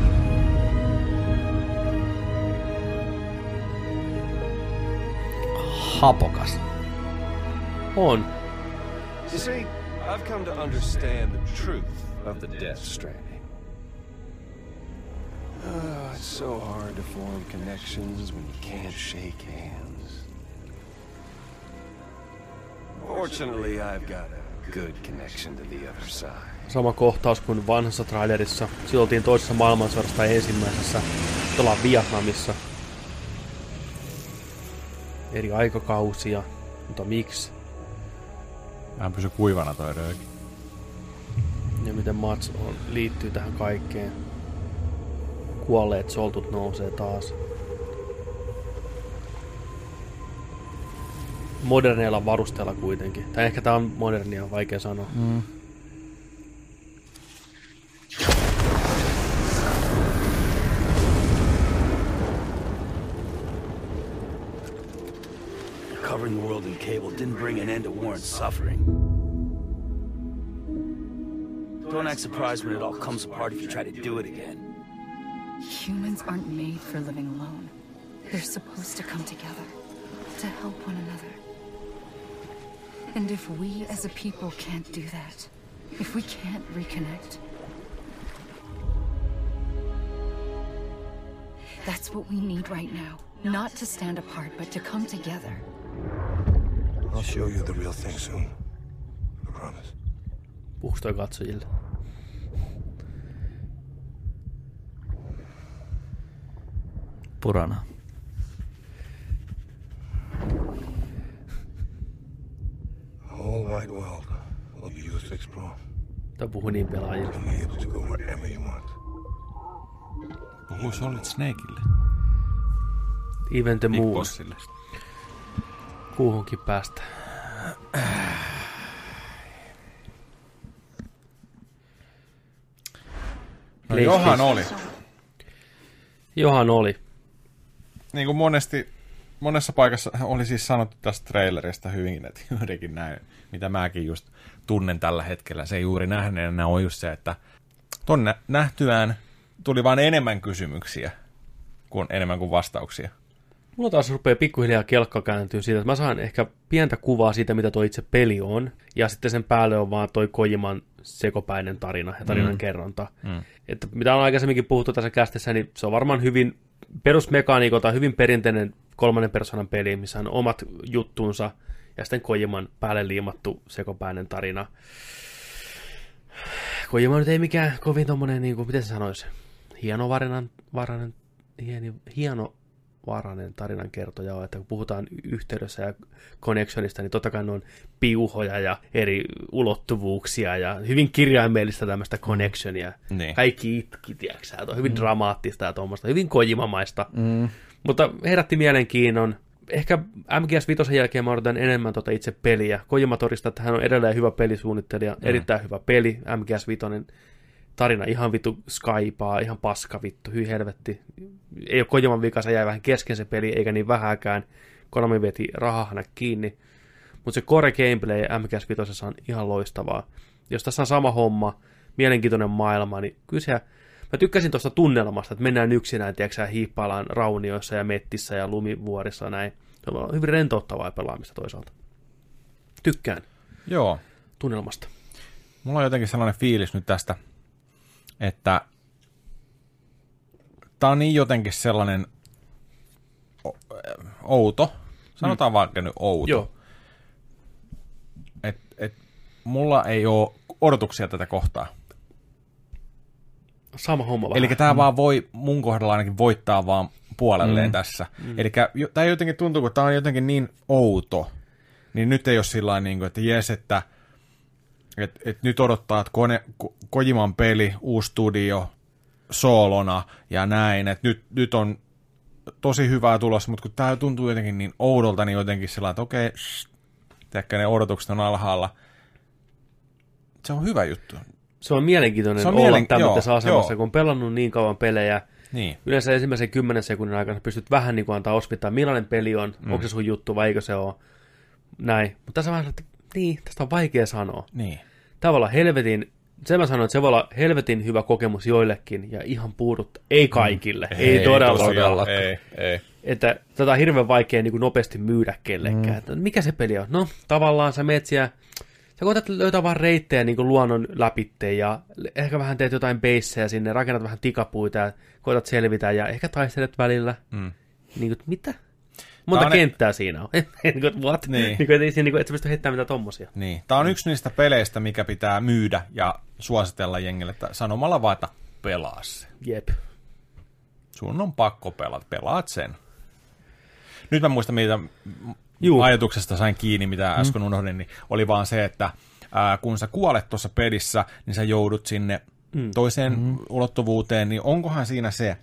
Hapokas. On. You see, I've come to understand the truth of the Death Stranding. It's so hard to form connections when you can't shake hands. Fortunately, I've got a good connection to the other side. Sama kohtaus kuin vanhassa trailerissa. Silloin oltiin toisessa maailmansodassa tai ensimmäisessä. Nyt ollaan Vietnamissa. Eri aikakausia. Mutta miksi? Vähän pysy kuivana toi rööki. Ja miten Mats liittyy tähän kaikkeen. Kuolleet soltut nousee taas. Moderneilla varusteilla kuitenkin. Tai ehkä tää on modernia, vaikea sanoa. Covering the world in cable didn't bring an end to Warren's suffering. Don't act surprised when it all comes apart if you try to do it again. Humans aren't made for living alone. They're supposed to come together, to help one another. And if we as a people can't do that, if we can't reconnect, that's what we need right now. Not to stand apart, but to come together. I'll show you the real thing soon. I promise. Puhuks toi katsojille? Purana. The whole Unified world will be yours to explore. Tämä puhui niin pelaajille. You'll be able to go wherever you want. Puhuu Solid Snakeille. Even the Big moon. Bossille. Kuuhunkin päästä. No johan oli. Johan oli. Niin kuin monessa paikassa oli siis sanottu tästä trailerista hyvinkin, että juurikin näin, mitä mäkin just tunnen tällä hetkellä. Se juuri nähneenä on just se, että tonne nähtyään tuli vaan enemmän kysymyksiä enemmän kuin vastauksia. Mulla taas rupeaa pikkuhiljaa kelkka kääntyä siitä, että mä saan ehkä pientä kuvaa siitä, mitä toi itse peli on, ja sitten sen päälle on vaan toi Kojiman sekopäinen tarina ja tarinan kerronta. Että mitä on aikaisemminkin puhuttu tässä kästissä, niin se on varmaan hyvin perusmekaniikolta hyvin perinteinen kolmannen persoonan peli, missä on omat juttuunsa, ja sitten Kojiman päälle liimattu sekopäinen tarina. Kojima nyt ei mikään kovin tommonen, niin kuin, miten se sanoisi, hienovarainen tarinan kertoja on, että kun puhutaan yhteydessä ja connectionista, niin totta kai ne on piuhoja ja eri ulottuvuuksia ja hyvin kirjaimellistä tämmöistä connectionia. Niin. Kaikki itki, tiiäksä, on hyvin dramaattista ja tuommoista, hyvin Kojimamaista. Mutta herätti mielenkiinnon. Ehkä MGS5 jälkeen mä odotan enemmän itse peliä. Kojima todistaa, että hän on edelleen hyvä pelisuunnittelija, erittäin hyvä peli. MGS5 tarina ihan vittu Skypaa, ihan paska vittu, hyi helvetti. Ei ole Kojiman vika, se jäi vähän kesken se peli, eikä niin vähäkään. Konami veti rahahana kiinni. Mutta se core gameplay MGS5 on ihan loistavaa. Jos tässä on sama homma, mielenkiintoinen maailma, niin kyllä se, mä tykkäsin tuosta tunnelmasta, että mennään yksinään, tiedätkö, hiippaillaan raunioissa ja mettissä ja lumivuorissa ja näin. Se on hyvin rentouttavaa pelaamista toisaalta. Tykkään. Joo. Tunnelmasta. Mulla on jotenkin sellainen fiilis nyt tästä, että tää on niin jotenkin sellainen outo, sanotaan vaikka nyt outo, Joo. et mulla ei ole odotuksia tätä kohtaa. Sama homma vähän. Eli tää vaan voi mun kohdalla ainakin voittaa vaan puolelleen tässä. Eli tää jotenkin tuntuu, kun tää on jotenkin niin outo, niin nyt ei ole sillain niin kuin, että jes, että nyt odottaa, että Kojiman peli, uusi studio, soolona ja näin, että nyt on tosi hyvää tulossa, mutta kun tämä tuntuu jotenkin niin oudolta, niin jotenkin sillä että okei, ehkä ne odotukset on alhaalla. Se on hyvä juttu. Se on mielenkiintoinen olla tämmöisessä asemassa, kun on pelannut niin kauan pelejä. Niin. Yleensä ensimmäisen 10 sekunnin aikana pystyt vähän niin kuin antaa osvittaa, millainen peli on, onko se sun juttu vai eikö se ole. Näin. Mutta tässä on vähän, että niin, tästä on vaikea sanoa. Niin. Tavallaan helvetin, sen mä sanon, että se voi olla helvetin hyvä kokemus joillekin ja ihan puuduttaa. Ei kaikille, ei todellakaan. Ei. Että tätä on hirveän vaikea niin kuin nopeasti myydä kellekään. Että mikä se peli on? No, tavallaan sä metsiä, sä koetat löytää vaan reittejä niin kuin luonnon läpitteen ja ehkä vähän teet jotain beisseja sinne, rakennat vähän tikapuita ja koetat selvitä ja ehkä taistelet välillä. Niin kuin, mitä? Monta kenttää siinä on. What? Niin. Et sä pysty heittämään mitään tommosia. Niin. Tämä on yksi niistä peleistä, mikä pitää myydä ja suositella jengille, että sanomalla vaan, että pelaa se. Jep. Sun on pakko pelata. Pelaat sen. Nyt mä muistan, mitä ajatuksesta sain kiinni, mitä äsken unohdin, niin oli vaan se, että kun sä kuolet tuossa pelissä, niin sä joudut sinne toiseen ulottuvuuteen, niin onkohan siinä se,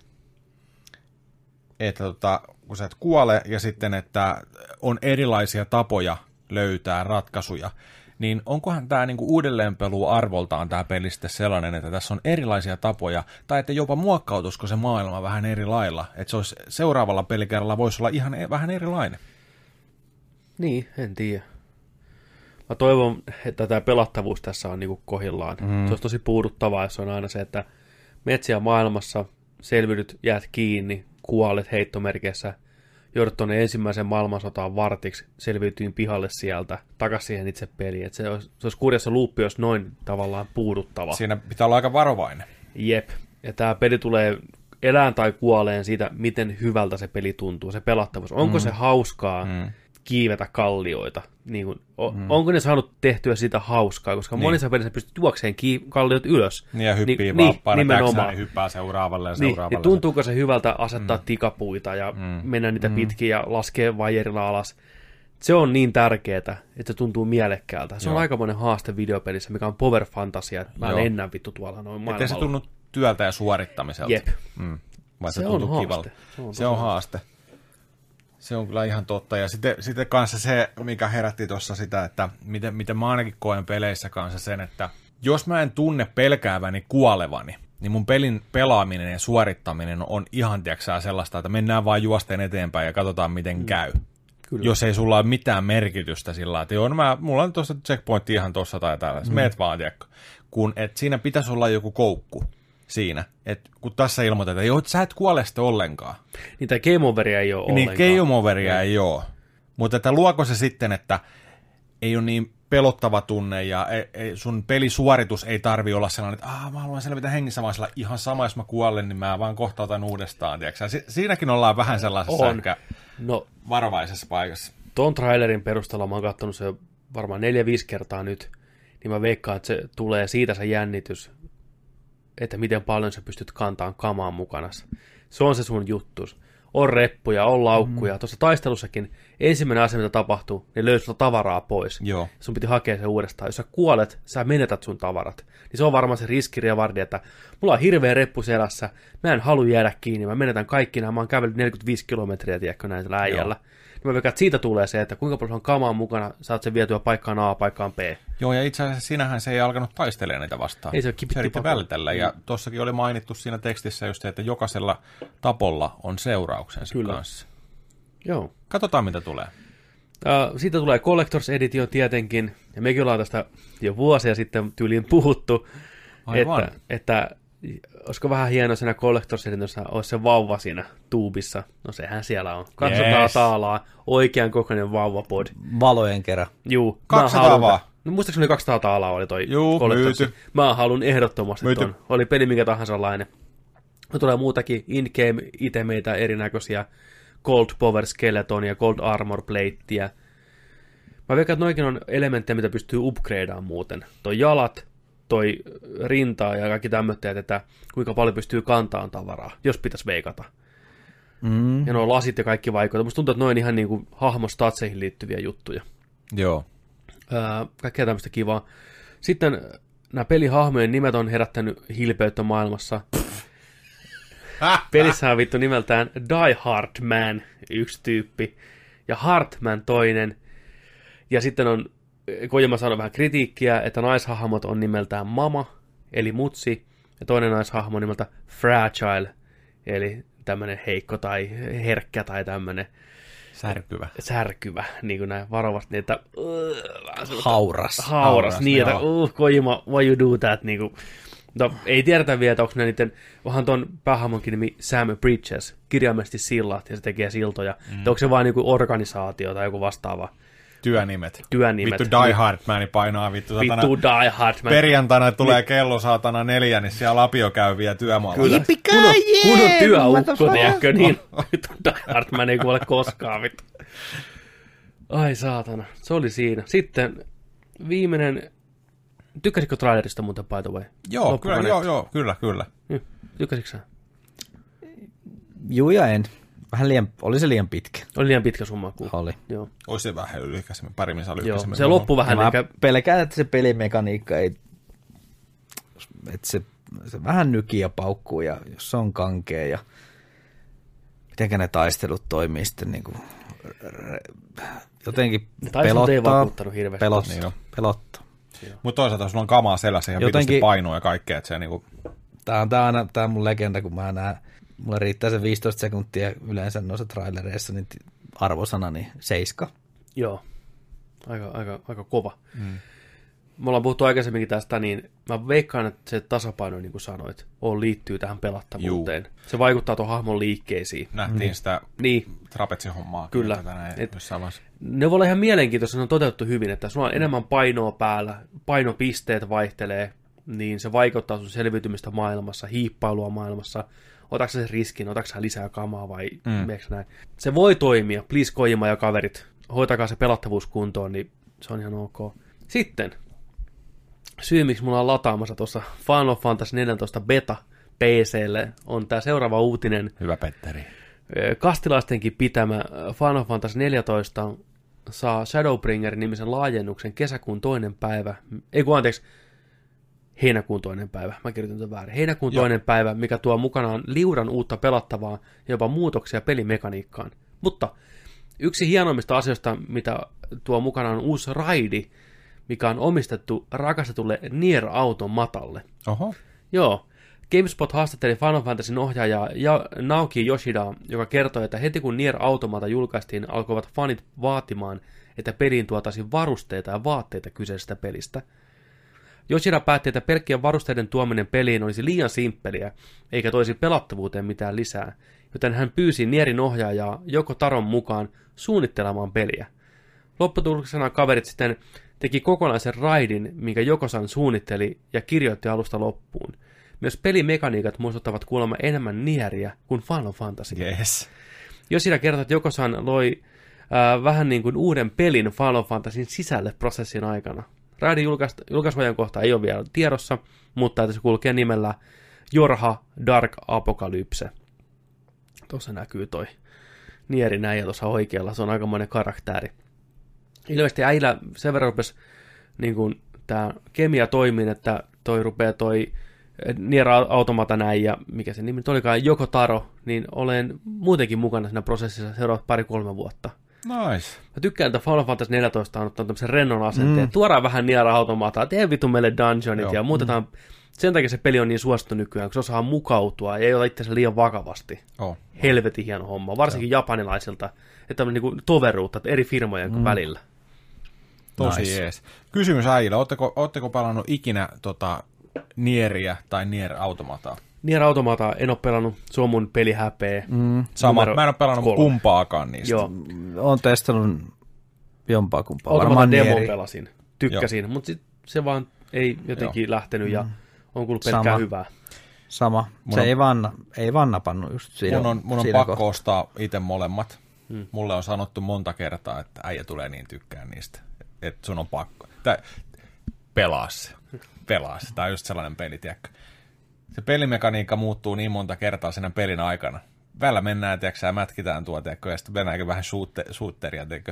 että kun sä et kuole ja sitten, että on erilaisia tapoja löytää ratkaisuja, niin onkohan tämä niinku uudelleenpelu arvoltaan tämä peli sitten sellainen, että tässä on erilaisia tapoja, tai että jopa muokkautuisiko se maailma vähän eri lailla, että se olisi seuraavalla pelikerralla voisi olla ihan vähän erilainen. Niin, en tiedä. Mä toivon, että tämä pelattavuus tässä on niinku kohillaan. Se olisi tosi puuduttavaa, jos on aina se, että metsiä maailmassa, selviydyt, jäät kiinni, kuolet heittomerkeissä, joudut tuonne ensimmäisen maailmansotaan vartiksi, selviytyin pihalle sieltä, takaisin siihen itse peliin. Se olisi kurjassa luuppi, jos noin tavallaan puuduttava. Siinä pitää olla aika varovainen. Jep. Ja tämä peli tulee elään tai kuoleen siitä, miten hyvältä se peli tuntuu, se pelattavuus. Onko se hauskaa kiivetä kallioita? Niin kuin, onko ne saanut tehtyä sitä hauskaa? Koska monissa pelissä pystyt juokseen kalliot ylös. Niin ja hyppii vaan painatäksään, niin hyppää seuraavalle ja seuraavalle. Niin tuntuuko se hyvältä asettaa tikapuita ja mennä niitä pitkin ja laskea vaijerilla alas? Se on niin tärkeää, että se tuntuu mielekkäältä. Se on Joo. aikamoinen haaste videopelissä, mikä on power fantasia, että mä lennän vittu tuolla noin maailmalla. Ettei se tunnu työltä ja suorittamiselta. Jep. Vai Se on tuntuu haaste. kivalta. Se on haaste. Se on kyllä ihan totta. Ja sitten kanssa se, mikä herätti tuossa sitä, että miten mä ainakin koen peleissä kanssa sen, että jos mä en tunne pelkääväni kuolevani, niin mun pelin pelaaminen ja suorittaminen on ihan tiiäksää sellaista, että mennään vaan juosteen eteenpäin ja katsotaan miten käy. Kyllä. Jos ei sulla ole mitään merkitystä sillä, että joo, mulla on tuossa checkpointti ihan tuossa tai täällä, meet vaan, tiedätkö. Kun et siinä pitäisi olla joku koukku siinä, että kun tässä ilmoitetaan, että sä et kuole sitten ollenkaan. Niin tai game overia ei ole ollenkaan. Niin game overia ei ole. Mutta että luoko se sitten, että ei ole niin pelottava tunne ja sun pelisuoritus ei tarvi olla sellainen, että mä haluan selvitä hengissä, vaan sillä ihan sama, jos mä kuollen, niin mä vaan kohtautan uudestaan. Tiiäksä? Siinäkin ollaan vähän sellaisessa ehkä varovaisessa paikassa. Tuon trailerin perusteella mä oon katsonut se varmaan 4-5 kertaa nyt, niin mä veikkaan, että se tulee siitä se jännitys, että miten paljon sä pystyt kantamaan kamaan mukana. Se on se sun juttus. On reppuja, on laukkuja. Tuossa taistelussakin ensimmäinen asia, mitä tapahtuu, niin löytyy tavaraa pois. Joo. Sun piti hakea se uudestaan. Jos sä kuolet, sä menetät sun tavarat. Niin se on varmaan se riskiriavardi, että mulla on hirveä reppu selässä, mä en halua jäädä kiinni, mä menetän kaikki nämä, mä oon kävellyt 45 kilometriä, tiedätkö, näin tällä äijällä. Niin mä veikkaan, että siitä tulee se, että kuinka paljon on kamaa mukana, saat sen vietyä paikkaan A, paikkaan B. Joo, ja itse asiassa sinähän se ei alkanut taistelemaan niitä vastaan. Ei se yritti vältellä, ja tossakin oli mainittu siinä tekstissä just se, että jokaisella tapolla on seurauksensa kanssa. Joo. Katsotaan, mitä tulee. Siitä tulee Collector's Edition tietenkin, ja mekin ollaan tästä jo vuosia sitten tyyliin puhuttu, että olisiko vähän hienoa siinä Collector's Editionissa olisi se vauva siinä tuubissa. No sehän siellä on. 200 taalaa, oikean kokoinen vauvapod. Valojen kerran. Juu. 200 vaan. No muistaakseni 200 taalaa oli toi Collector's. Mä haluan ehdottomasti ton. Oli peli minkä tahansa lainen. No tulee muutakin in-game itemeitä erinäköisiä. Gold Power Skeletonia, Gold Armor Plateä. Mä veikkaan, että noikin on elementtejä, mitä pystyy upgradeamaan muuten. Toi jalat, toi rintaa ja kaikki tämmöitteet, että kuinka paljon pystyy kantaan tavaraa, jos pitäisi veikata. Ja nuo lasit ja kaikki vaikuttaa. Musta tuntuu, että noin ihan niin kuin hahmostatseihin liittyviä juttuja. Joo. Kaikkea tämmöistä kivaa. Sitten nämä pelihahmojen nimet on herättänyt hilpeyttä maailmassa. Pelissä on vittu nimeltään Die Hard Man, yksi tyyppi, ja Hartman toinen. Ja sitten on, Kojima sanoi vähän kritiikkiä, että naishahmot on nimeltään Mama, eli mutsi, ja toinen naishahmo on nimeltä Fragile, eli tämmöinen heikko tai herkkä tai tämmöinen särkyvä, niin kuin näin varovasti, että hauras, niin, että Kojima, why you do that, niin kuin. No, ei tiedetä vielä, että onko ne niiden, onhan tuon päähahmonkin nimi Sam Bridges, kirjaimellisesti sillat, ja se tekee siltoja. Onko se vaan niinku organisaatio tai joku vastaava? Työnimet. Vittu Die Hard Man painaa vittu. Vittu Die Hard Man. Perjantaina tulee kello saatana 4, niin siellä Lapio käy vielä työmaalla. Kyllä. Kun on työukko, tiedätkö, niin vittu Die Hard Man ei kuole koskaan, vittu. Ai saatana, se oli siinä. Sitten viimeinen. Tykkäsitkö trailerista muuten, by the way? Joo, kyllä. Tykkäsitkö sä? Juu ja en. Oli se liian pitkä. Oli liian pitkä summa. Oli. Joo. Olisi se vähän lyhkäisemmin, parimmin saa lyhkäisemmin. Joo, se loppui vähän. Mä pelkään, että se pelimekaniikka ei... Että se vähän nykii ja paukkuu, ja jos se on kankea, ja mitenkä ne taistelut toimii sitten niin kuin... Jotenkin pelottaa. Ei vakuuttanut hirveästi. Pelottaa. Mutta toisaalta sulla on kamaa selässä ihan pitusti painoa ja kaikkea, että se niinku... Tää on mun legenda, kun mä näen, mulle riittää se 15 sekuntia yleensä noissa trailereissa, niin arvosana, niin 7. Joo, aika kova. Me ollaan puhuttu aikaisemminkin tästä, niin mä veikkaan, että se tasapaino, niin kuin sanoit, liittyy tähän pelattavuuteen. Juu. Se vaikuttaa tuon hahmon liikkeisiin. Nähtiin sitä trapetsihommaa. Kyllä. Ne voi olla ihan mielenkiintoista, ne on toteutettu hyvin, että sulla on enemmän painoa päällä, painopisteet vaihtelee, niin se vaikuttaa sun selviytymistä maailmassa, hiippailua maailmassa. Otatko sen riskin, otatko sä lisää kamaa vai näin? Se voi toimia, please Kojima ja kaverit, hoitakaa se pelattavuus kuntoon, niin se on ihan ok. Sitten syy, miksi mulla on lataamassa tuossa Final Fantasy 14 beta PC:lle, on tämä seuraava uutinen. Hyvä Petteri. Kastilaistenkin pitämä Final Fantasy 14 saa Shadowbringer-nimisen laajennuksen kesäkuun 2. päivä, heinäkuun 2. päivä, mä kirjoitin tämän väärin, heinäkuun 2. päivä, mikä tuo mukanaan liudan uutta pelattavaa ja jopa muutoksia pelimekaniikkaan. Mutta yksi hienoimmista asioista, mitä tuo mukanaan on uusi raidi, mikä on omistettu rakastetulle Nier Automatalle. Oho. Joo. GameSpot haastatteli Final Fantasyn ohjaajaa Naoki Yoshida, joka kertoi, että heti kun Nier Automata julkaistiin, alkoivat fanit vaatimaan, että peliin tuotaisiin varusteita ja vaatteita kyseisestä pelistä. Yoshida päätti, että pelkkien varusteiden tuominen peliin olisi liian simppeliä, eikä toisi pelattavuuteen mitään lisää, joten hän pyysi Nierin ohjaajaa Yoko Taron mukaan suunnittelemaan peliä. Lopputuloksena kaverit sitten teki kokonaisen raidin, minkä Yoko-san suunnitteli ja kirjoitti alusta loppuun. Myös pelimekaniikat muistuttavat kuulemma enemmän Nieriä kuin Final Fantasy. Yes. Yoshida kertoi, että Yoko-san loi vähän niin kuin uuden pelin Final Fantasyn sisälle prosessin aikana. Raidin julkaisuajankohta ei ole vielä tiedossa, mutta että se kulkee nimellä Yorha Dark Apocalypse. Tuossa näkyy toi Nierin äijä tuossa oikealla, se on aikamoinen karakteri. Ilmeisesti äijä sen verran rupesi niin kuin tämä kemia toimii, että toi rupeaa toi Nier Automata näin, ja mikä se nimi nyt olikaan, Yoko Taro, niin olen muutenkin mukana siinä prosessissa seuraavat 2-3 vuotta. Nice. Mä tykkään, että Final Fantasy 14 on ottanut tämmöisen rennon asenteen. Tuodaan vähän Nier Automataa, tee vitu meille dungeonit ja muutetaan. Sen takia se peli on niin suosittu nykyään, kun se osaa mukautua ja ei ota itseänsä liian vakavasti. Helvetin hieno homma, varsinkin japanilaisilta, että tämmöinen niin toveruutta eri firmojen välillä. Tosi jees. Kysymys äijille, ootteko pelannut ikinä Nieriä tai Nier Automataa? Nier Automataa en ole pelannut, se on mun pelihäpeä. Sama, mä en ole pelannut kumpaakaan niistä. Joo. Oon testannut jompaa kumpaa. Automata demo pelasin, tykkäsin, mutta se vaan ei jotenkin lähtenyt ja on kuullut pelkkää hyvää. Sama, se ei vaan napannut just siinä. Mun on pakko ostaa itse molemmat. Mulle on sanottu monta kertaa, että äijä tulee niin tykkään niistä, että sun on pakko. Pelaa se. Tämä on just sellainen peli, tiedätkö. Se pelimekaniikka muuttuu niin monta kertaa siinä pelin aikana. Välillä mennään, tiedätkö, ja mätkitään tuo, tiedätkö, ja sitten mennäänkin vähän shooteria, tiedätkö.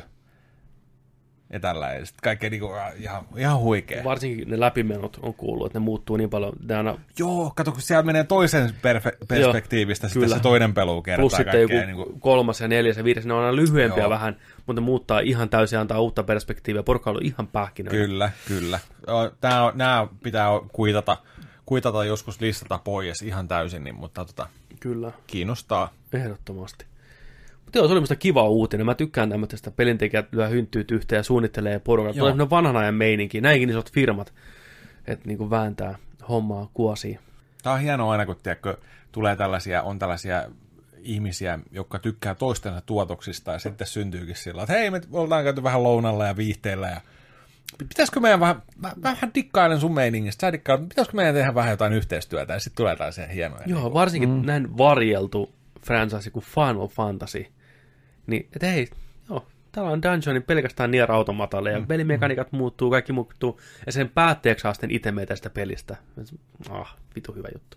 Ja tällä, ja sitten kaikkea niinku ihan huikea. Varsinkin ne läpimenot on kuullut, että ne muuttuu niin paljon. Joo, kato, kun siellä menee toisen perspektiivistä sitten se toinen pelu kertaa. Plus sitten joku niinku 3. ja 4. ja 5. Ne on aina lyhyempiä vähän, mutta ne muuttaa ihan täysin, antaa uutta perspektiiviä. Porukka on ihan pähkinöitä. Kyllä. Nämä pitää kuitata joskus listata pois ihan täysin, niin, mutta kyllä. Kiinnostaa. Ehdottomasti. Mutta joo, se oli musta kiva uutinen. Mä tykkään tämmöistä pelintekijät lyö hynttyyt yhteen ja suunnittelee porukat. Tulee semmoinen vanhan ajan meininki. Näinkin isot firmat, että niinku vääntää hommaa kuosiin. Tämä on hienoa aina, kun tulee tällaisia ihmisiä, jotka tykkää toistensa tuotoksista ja sitten syntyykin sillä, että hei, me ollaan käyty vähän lounalla ja viihteillä ja pitäisikö meidän vähän dikkailen sun meiningistä, pitäisikö meidän tehdä vähän jotain yhteistyötä ja sitten tulee tällaisia hienoja. Joo, varsinkin näin varjeltu franchise kuin Final Fantasy, niin että hei, joo, täällä on dungeonin pelkästään Nier Automatalle ja pelimekaniikat muuttuu, kaikki muuttuu ja sen päätteeksi saa sitten itse meitä sitä pelistä. Vitu hyvä juttu.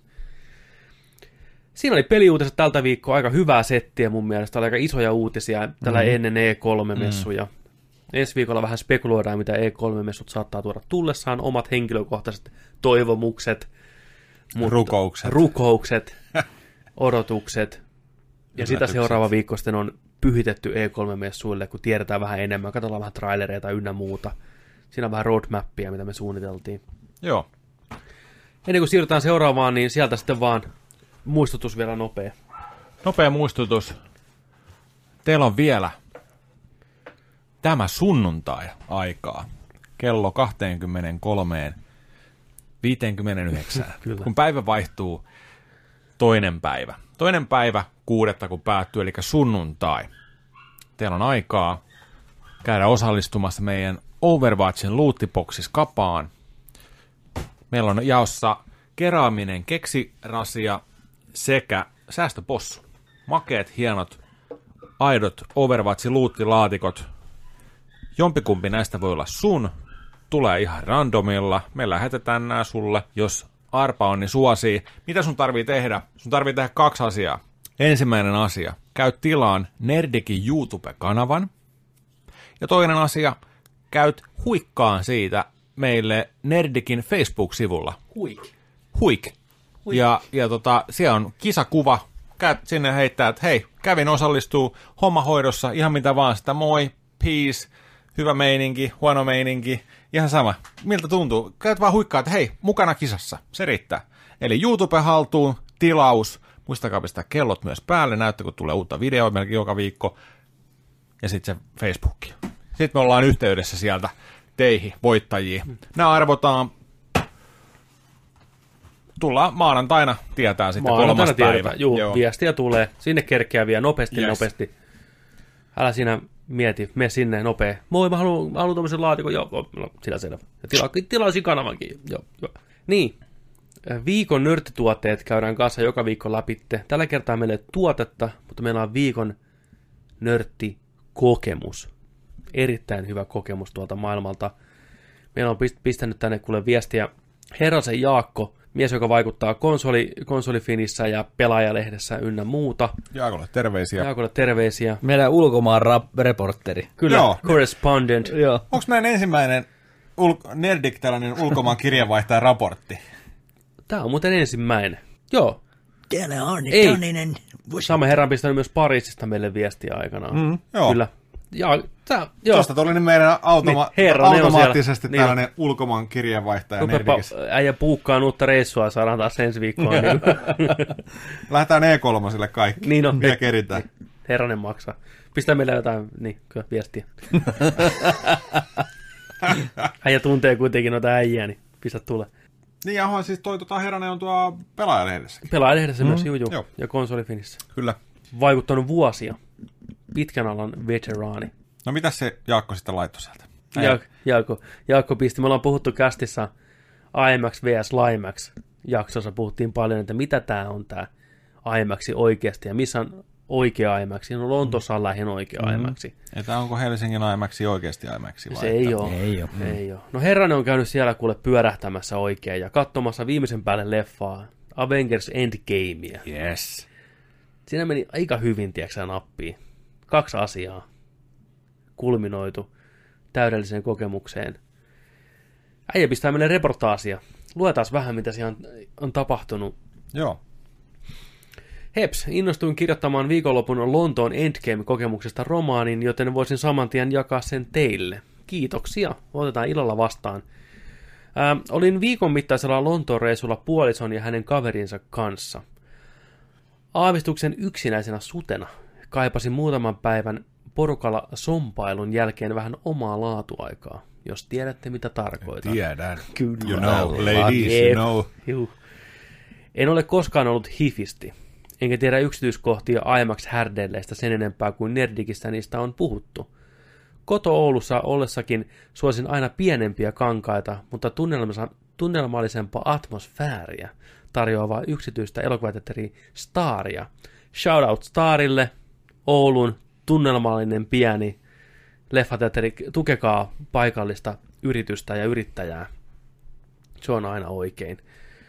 Siinä oli peliuutiset tältä viikkoa, aika hyvää settiä mun mielestä, oli aika isoja uutisia tällä ennen E3-messuja. Ensi viikolla vähän spekuloidaan, mitä E3-messut saattaa tuoda tullessaan, omat henkilökohtaiset toivomukset, rukoukset, odotukset. Ja sitä seuraava viikko sitten on pyhitetty E3-messuille, kun tiedetään vähän enemmän, katsotaan vähän trailereita ynnä muuta. Siinä on vähän roadmappia, mitä me suunniteltiin. Joo. Ennen kuin siirrytään seuraavaan, niin sieltä sitten vaan muistutus vielä nopea. Nopea muistutus. Teillä on vielä tämä sunnuntai aikaa kello 23:59, kun päivä vaihtuu toinen päivä. Toinen päivä 6. kun päättyy, eli sunnuntai. Teillä on aikaa käydä osallistumassa meidän Overwatchin loottiboxis-kapaan. Meillä on jaossa keraaminen keksirasia sekä säästöpossu. Makeet, hienot, aidot Overwatchin loottilaatikot. Jompikumpi näistä voi olla sun. Tulee ihan randomilla. Me lähetetään nämä sulle, jos arpa on, niin suosii. Mitä sun tarvii tehdä? Sun tarvii tehdä 2 asiaa. Ensimmäinen asia. Käy tilaan Nerdikin YouTube-kanavan. Ja toinen asia, käyt huikkaan siitä meille Nerdikin Facebook-sivulla. Huik. Ja siellä on kisakuva. Käyt sinne heittää, että hei, kävin osallistuu hommahoidossa, ihan mitä vaan sitä, moi, peace, hyvä meininki, huono meininki, ihan sama. Miltä tuntuu? Käyt vaan huikkaa, että hei, mukana kisassa, se riittää. Eli YouTube haltuun, tilaus, muistakaa pistää kellot myös päälle, näyttää kun tulee uutta videoa melkein joka viikko, ja sitten se Facebook. Sitten me ollaan yhteydessä sieltä teihin, voittajiin. Nämä arvotaan, tullaan maanantaina, tietää sitten 3. päivä. Joo, viestiä tulee, sinne kerkeää vielä nopeasti. Älä siinä mieti, mene sinne nopea. Moi, mä haluan tommosen laatikon, joo, no, sillä selvä. Ja tilaisin kanavankin, joo. Niin, viikon nörttituotteet käydään kanssa joka viikko läpi. Tällä kertaa meillä ei ole tuotetta, mutta meillä on viikon nörttikokemus. Erittäin hyvä kokemus tuolta maailmalta. Meillä on pistänyt tänne kuule viestiä Herrasen Jaakko, mies, joka vaikuttaa konsolifinissä ja Pelaajalehdessä ynnä muuta. Jaakolle terveisiä. Meidän ulkomaan reporteri. Kyllä, joo. Correspondent. Joo. Onko meidän ensimmäinen Nerdik tällainen ulkomaan kirjeenvaihtaja raportti? Tämä on muuten ensimmäinen. Joo. Täällä Arne Ei. Tanninen. Sama herra on pistänyt myös Pariisista meille viestiä aikanaan. Joo. Kyllä. Joo. Tuosta tuli niin meidän automaattisesti niin tällainen ulkomaan kirjeenvaihtaja Nerdikissä. Äijä puukkaan uutta reissua, saadaan taas ensi viikkoon. Niin. Lähdetään E3:lle kaikki, niin on, mitä keritään. Herranen maksaa. Pistää meille jotain viestiä. Äijä tuntee kuitenkin noita äijää, niin pistä tulee. Niin, ja siis toi Herranen on tuo Pelaajalehdessä. Pelaajalehdessä myös, juu. Ja konsolifinissä. Kyllä. Vaikuttanut vuosia. Pitkän alan veteraani. No mitäs se Jaakko sitten laittoi sieltä? Jaakko pisti. Me ollaan puhuttu kästissä IMAX vs. Limax jaksossa. Puhuttiin paljon, että mitä tää on tää IMAX oikeasti ja missä on oikea IMAX. No Lontoossa on lähin oikea IMAX. Että onko Helsingin IMAX oikeasti IMAX? Se ei ole. No Herranen on käynyt siellä kuule pyörähtämässä oikein ja katsomassa viimeisen päälle leffaa Avengers Endgamea. Yes. Siinä meni aika hyvin, tiedätkö nappiin. 2 asiaa kulminoitu täydelliseen kokemukseen. Äijä pistää meille reportaasia. Luetaan vähän, mitä siellä on tapahtunut. Joo. Heps, innostuin kirjoittamaan viikonlopun Lontoon Endgame-kokemuksesta romaanin, joten voisin saman tien jakaa sen teille. Kiitoksia. Otetaan ilolla vastaan. Olin viikon mittaisella Lontoon reissulla puolison ja hänen kaverinsa kanssa. Aavistuksen yksinäisenä sutena kaipasin muutaman päivän porukalla sompailun jälkeen vähän omaa laatuaikaa, jos tiedätte mitä tarkoitan. Tiedän. Kyllä. You know, ladies, you know. Juh. En ole koskaan ollut hifisti, enkä tiedä yksityiskohtia IMAX-härdelleistä sen enempää kuin Nerdikissä niistä on puhuttu. Koto-Oulussa ollessakin suosin aina pienempiä kankaita, mutta tunnelmallisempaa atmosfääriä tarjoavaa yksityistä elokuvateatteria Staria. Shoutout Starille, Oulun tunnelmallinen pieni leffateatteri, tukekaa paikallista yritystä ja yrittäjää. Se on aina oikein.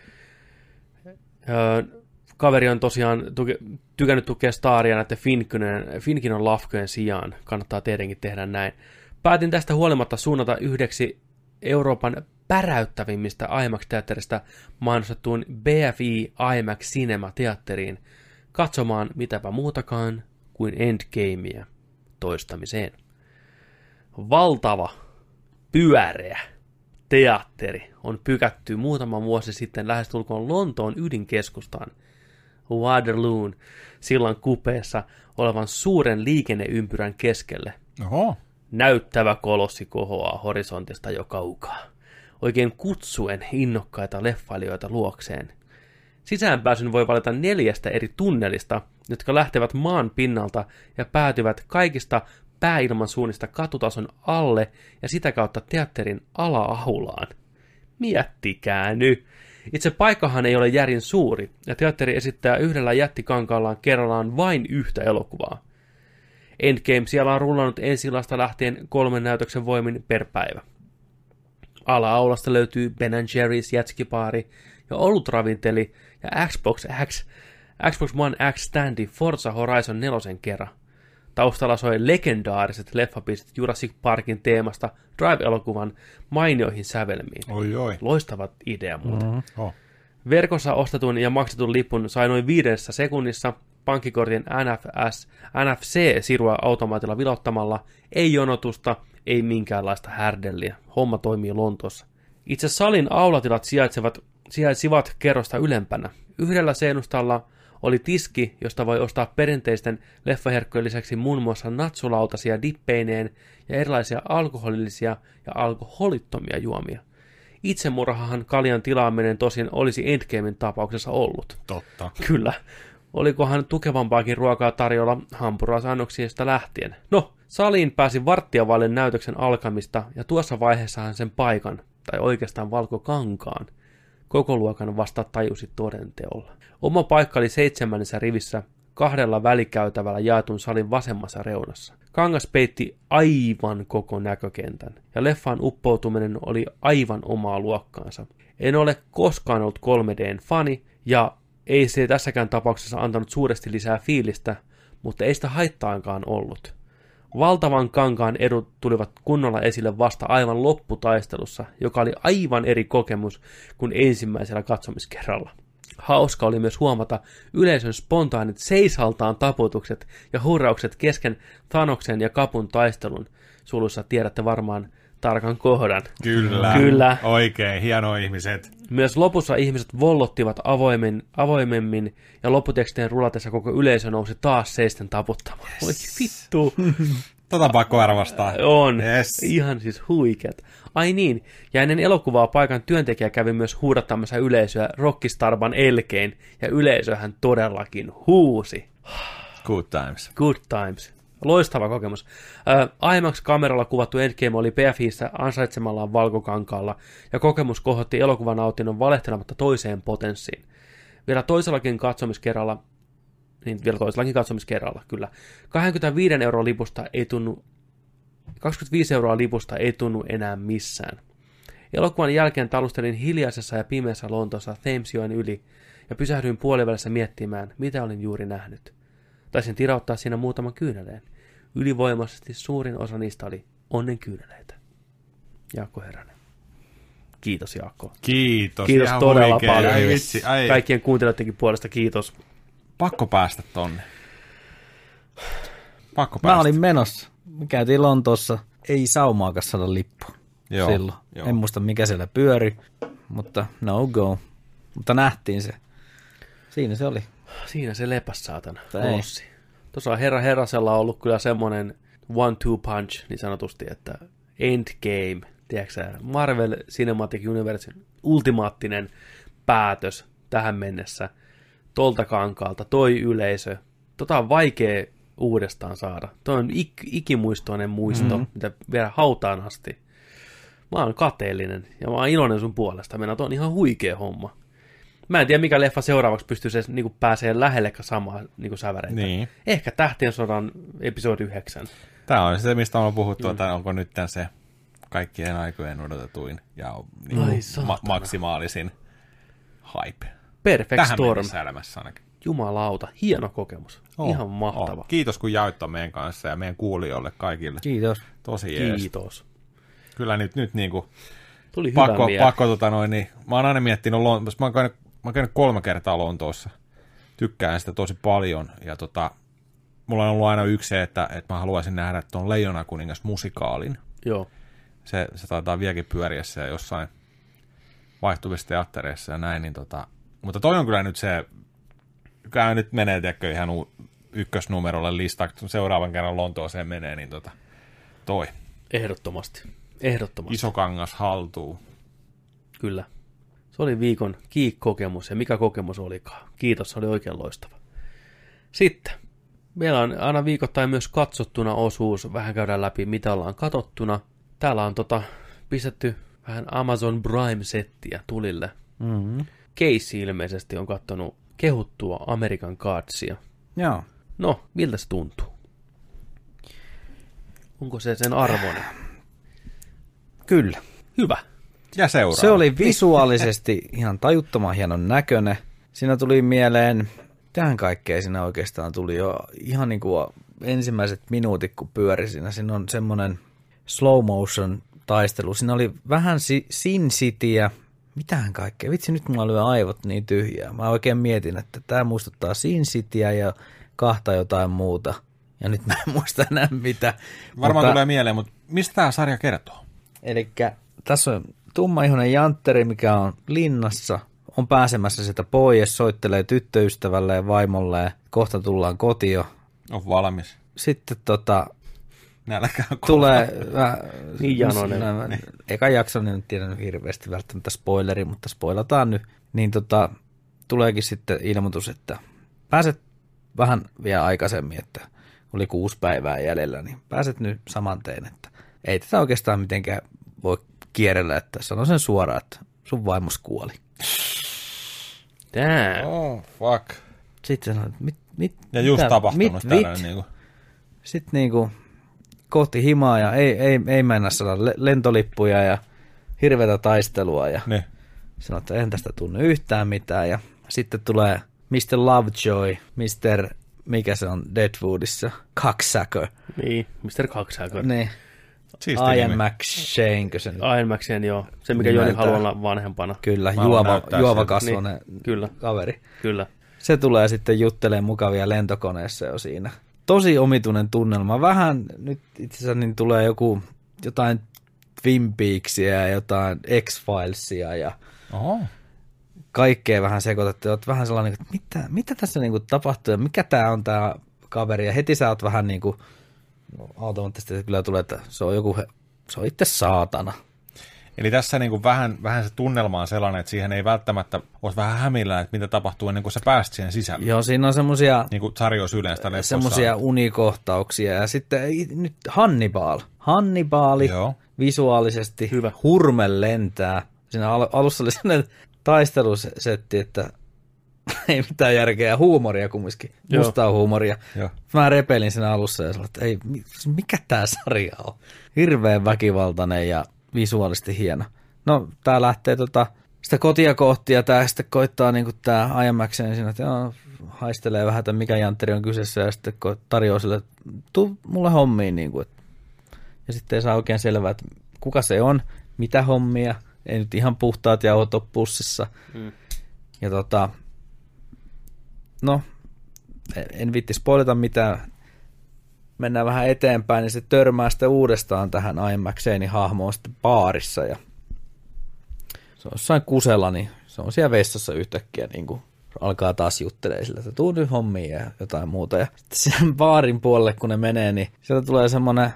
Kaveri on tosiaan tykännyt tukea Staria näiden Finkinon lafkojen sijaan. Kannattaa tietenkin tehdä näin. Päätin tästä huolimatta suunnata yhdeksi Euroopan päräyttävimmistä IMAX-teatterista mainostettuun BFI IMAX Cinema-teatteriin katsomaan mitäpä muutakaan kuin Endgamea toistamiseen. Valtava, pyöreä teatteri on pykätty muutama vuosi sitten lähestulkoon Lontoon ydinkeskustaan Waterloon sillan kupeessa olevan suuren liikenneympyrän keskelle. Oho. Näyttävä kolossi kohoaa horisontista jo kaukaa, oikein kutsuen innokkaita leffailijoita luokseen. Sisäänpääsyn voi valita 4 eri tunnelista, jotka lähtevät maan pinnalta ja päätyvät kaikista pääilmansuunnista katutason alle ja sitä kautta teatterin ala-aulaan. Miettikää nyt! Itse paikkahan ei ole järin suuri, ja teatteri esittää yhdellä jättikankallaan kerrallaan vain yhtä elokuvaa. Endgame siellä on rullannut ensilasta lähtien 3 näytöksen voimin per päivä. Ala-aulasta löytyy Ben & Jerry's jätskipaari ja olutravinteli ja Xbox One X standi Forza Horizon 4 kerran. Taustalla soi legendaariset leffabiisit Jurassic Parkin teemasta Drive-elokuvan mainioihin sävelmiin. Oi. Loistavat idea muuten. Verkossa ostetun ja maksetun lipun sai noin 5 sekunnissa pankkikortin NFC-sirua automaatilla vilottamalla. Ei jonotusta, ei minkäänlaista härdelliä. Homma toimii Lontoossa. Itse salin aulatilat sijaitsivat kerrosta ylempänä. Yhdellä seinustalla oli tiski, josta voi ostaa perinteisten leffaherkkojen lisäksi muun muassa natsulautasia dippeineen ja erilaisia alkoholillisia ja alkoholittomia juomia. Itsemurhahan kaljan tilaaminen tosin olisi Endgamen tapauksessa ollut. Totta. Kyllä. Olikohan tukevampaakin ruokaa tarjolla hampurilaisannoksista lähtien? No, saliin pääsi varttia vaille näytöksen alkamista ja tuossa vaiheessahan sen paikan, tai oikeastaan valkokankaan, koko luokan vasta tajusi todenteolla. Oma paikka oli 7. rivissä 2 välikäytävällä jaetun salin vasemmassa reunassa. Kangas peitti aivan koko näkökentän, ja leffaan uppoutuminen oli aivan omaa luokkaansa. En ole koskaan ollut 3D:n fani, ja ei se tässäkään tapauksessa antanut suuresti lisää fiilistä, mutta ei sitä haittaankaan ollut. Valtavan kankaan edut tulivat kunnolla esille vasta aivan lopputaistelussa, joka oli aivan eri kokemus kuin ensimmäisellä katsomiskerralla. Hauska oli myös huomata yleisön spontaanit seisaltaan taputukset ja hurraukset kesken Thanoksen ja Kapun taistelun. Sulussa tiedätte varmaan tarkan kohdan. Kyllä. Oikein, hienoa ihmiset. Myös lopussa ihmiset vollottivat avoimemmin ja lopputeksteen rulatessa koko yleisö nousi taas seisten taputtamaan. Oi vittu. Tota pakko arvostaa. On. Yes. Ihan siis huikeat. Ai niin, ja ennen elokuvaa paikan työntekijä kävi myös huudattamassa yleisöä Rockistarban elkein, ja yleisöhän todellakin huusi. Good times. Good times. Loistava kokemus. IMAX-kameralla kuvattu Endgame oli BFI:ssä ansaitsemallaan valkokankaalla, ja kokemus kohotti elokuvan nautinnon valehtelematta toiseen potenssiin. Vielä toisellakin katsomiskerralla, kyllä. 25 € lipusta ei tunnu enää missään. Elokuvan jälkeen talustelin hiljaisessa ja pimeässä Lontoossa Thamesjoen yli ja pysähdyin puolivälissä miettimään, mitä olin juuri nähnyt. Taisin tirauttaa siinä muutaman kyyneleen. Ylivoimaisesti suurin osa niistä oli onnenkyyneleitä. Jaakko Heränen. Kiitos Jaakko. Kiitos ihan todella huikea. paljon. Ai vitsi, ai. Kaikkien kuuntelijoidenkin puolesta kiitos. Pakko päästä tonne. Pakko päästä. Mä olin menossa. Me käytiin Lontoossa. Ei saumaakaan saada lippua silloin. En muista mikä siellä pyöri, mutta no go. Mutta nähtiin se. Siinä se oli. Siinä se lepäs saatana. Lossi. Tuossa on Herrasella ollut kyllä semmoinen 1-2 punch niin sanotusti, että Endgame, tiedätkö Marvel Cinematic Universe ultimaattinen päätös tähän mennessä. Tolta kankaalta, toi yleisö. Tota on vaikea uudestaan saada. Toi on ikimuistoinen muisto, mitä vielä hautaan asti. Mä oon kateellinen ja mä oon iloinen sun puolesta. Toi on ihan huikea homma. Mä en tiedä, mikä leffa seuraavaksi pystyy se niin pääsee lähellekään samaa niin säväreitä. Niin. Ehkä Tähtien sodan episodi 9. Tämä on se, mistä on puhuttu, että onko nyt se kaikkien aikojen odotetuin ja niin maksimaalisin hype. Perfect tähän Storm. Elämässä ainakin. Jumalauta, hieno kokemus. Ihan mahtava. Kiitos kun jaoit meidän kanssa ja meidän kuulijoille kaikille. Kiitos. Tosi jees. Kiitos. Kyllä nyt niinku tuli pakko niin mä oon aina miettinyt mä oon käynyt 3 kertaa Lontoossa. Tykkään sitä tosi paljon ja mulla on ollut aina yksi se, että mä haluaisin nähdä tuon Leijona kuningas musikaalin. Joo. Se taitaa vieläkin pyöriä siellä jossain vaihtuvissa teattereissa ja näin, niin mutta toi on kyllä nyt se, kyllä nyt menee tiedätkö ihan ykkösnumerolle lista, kun seuraavan kerran Lontooseen menee, niin toi. Ehdottomasti. Iso kangas haltuu. Kyllä. Se oli viikon kiik-kokemus, ja mikä kokemus olikaan. Kiitos, se oli oikein loistava. Sitten, meillä on aina viikoittain myös katsottuna osuus, vähän käydään läpi, mitä ollaan katsottuna. Täällä on pistetty vähän Amazon Prime-settiä tulille. Mm-hmm. Casey ilmeisesti on katsonut kehuttua American Godsia. Joo. No, miltä se tuntuu? Onko se sen arvoinen? Kyllä. Hyvä. Ja seuraava. Se oli visuaalisesti ihan tajuttoman hienon näköinen. Siinä tuli mieleen mitähän kaikkea siinä oikeastaan tuli jo ihan niin kuin ensimmäiset minuutit, kun pyöri siinä. Siinä on semmoinen slow motion taistelu. Siinä oli vähän Sin Cityä. Mitähän kaikkea? Vitsi, nyt mulla oli aivot niin tyhjää. Mä oikein mietin, että tämä muistuttaa Sin Cityä ja kahta jotain muuta. Ja nyt mä en muista enää mitä. Varmaan tulee mieleen, mutta mistä tämä sarja kertoo? Elikkä tässä on tummaihoinen jantteri, mikä on linnassa. On pääsemässä sitä pois, soittelee tyttöystävälle ja vaimolle. Kohta tullaan kotiin. On valmis. Sitten nälkä on tulee niin janoinen. Eka jakso, niin en tiedä hirveästi välttämättä spoileri, mutta spoilataan nyt. Niin tuleekin sitten ilmoitus, että pääset vähän vielä aikaisemmin, että oli 6 päivää jäljellä, niin pääset nyt saman teen, että ei tätä oikeastaan mitenkään voi kierrellä, että sano sen suoraan, että sun vaimos kuoli. Damn. Oh, fuck. Sitten sanoin, että ja just tapahtunut tällainen niinku. Sitten niinku kohti himaa ja ei mennä saada lentolippuja ja hirveätä taistelua ja sanoi, että en tästä tunne yhtään mitään ja sitten tulee Mr. Lovejoy, Mr. mikä se on Deadwoodissa, Cocksucker. Niin, Mr. Cocksucker. Niin. Ian McShanekö se nyt? Ian McShane, joo. Se, mikä Joni haluaa olla vanhempana. Kyllä, juovakasvoinen niin, kaveri. Kyllä. Se tulee sitten juttelemaan mukavia lentokoneessa jo siinä. Tosi omituinen tunnelma. Vähän nyt itse asiassa niin tulee jotain Twin Peaksia ja jotain X-Filesia ja kaikkea vähän sekoitettu. Olet vähän sellainen, että mitä tässä niinku tapahtuu ja mikä tämä on tämä kaveri. Ja heti sä oot vähän niin kuin automaattisesti kyllä tulee, että se on itse saatana. Eli tässä niin kuin vähän se tunnelma on sellainen, että siihen ei välttämättä olisi vähän hämillään, että mitä tapahtuu ennen kuin sä pääst siihen sisälle. Joo, siinä on semmosia niin kuin sarjoissa yleensä semmosia unikohtauksia. Ja sitten nyt Hannibaali visuaalisesti hyvä. Hurme lentää. Siinä alussa oli sellainen taistelusetti, että ei mitään järkeä, huumoria kumminkin, mustaa huumoria. Joo. Mä repelin sen alussa ja sanoin, että ei, mikä tää sarja on? Hirveän väkivaltainen ja visuaalisesti hieno. No, tää lähtee sitä kotia kohti ja tää sitten koittaa niinku tää Ian McShane siinä, että haistelee vähän, että mikä jantteri on kyseessä ja sitten tarjoaa sille, että tuu mulle hommiin niinku. Ja sitten ei saa oikein selvää, että kuka se on, mitä hommia, ei nyt ihan puhtaat jauhot ole pussissa. Ja no, en viitti spoilata mitään. Mennään vähän eteenpäin, niin se törmää sitten uudestaan tähän Ian McShanein hahmoon sitten baarissa. Ja se on jossain kusella, niin se on siellä vessassa yhtäkkiä, niin kuin alkaa taas juttelemaan sillä, että tuu nyt hommiin ja jotain muuta. Ja sitten sen baarin puolelle, kun ne menee, niin sieltä tulee semmoinen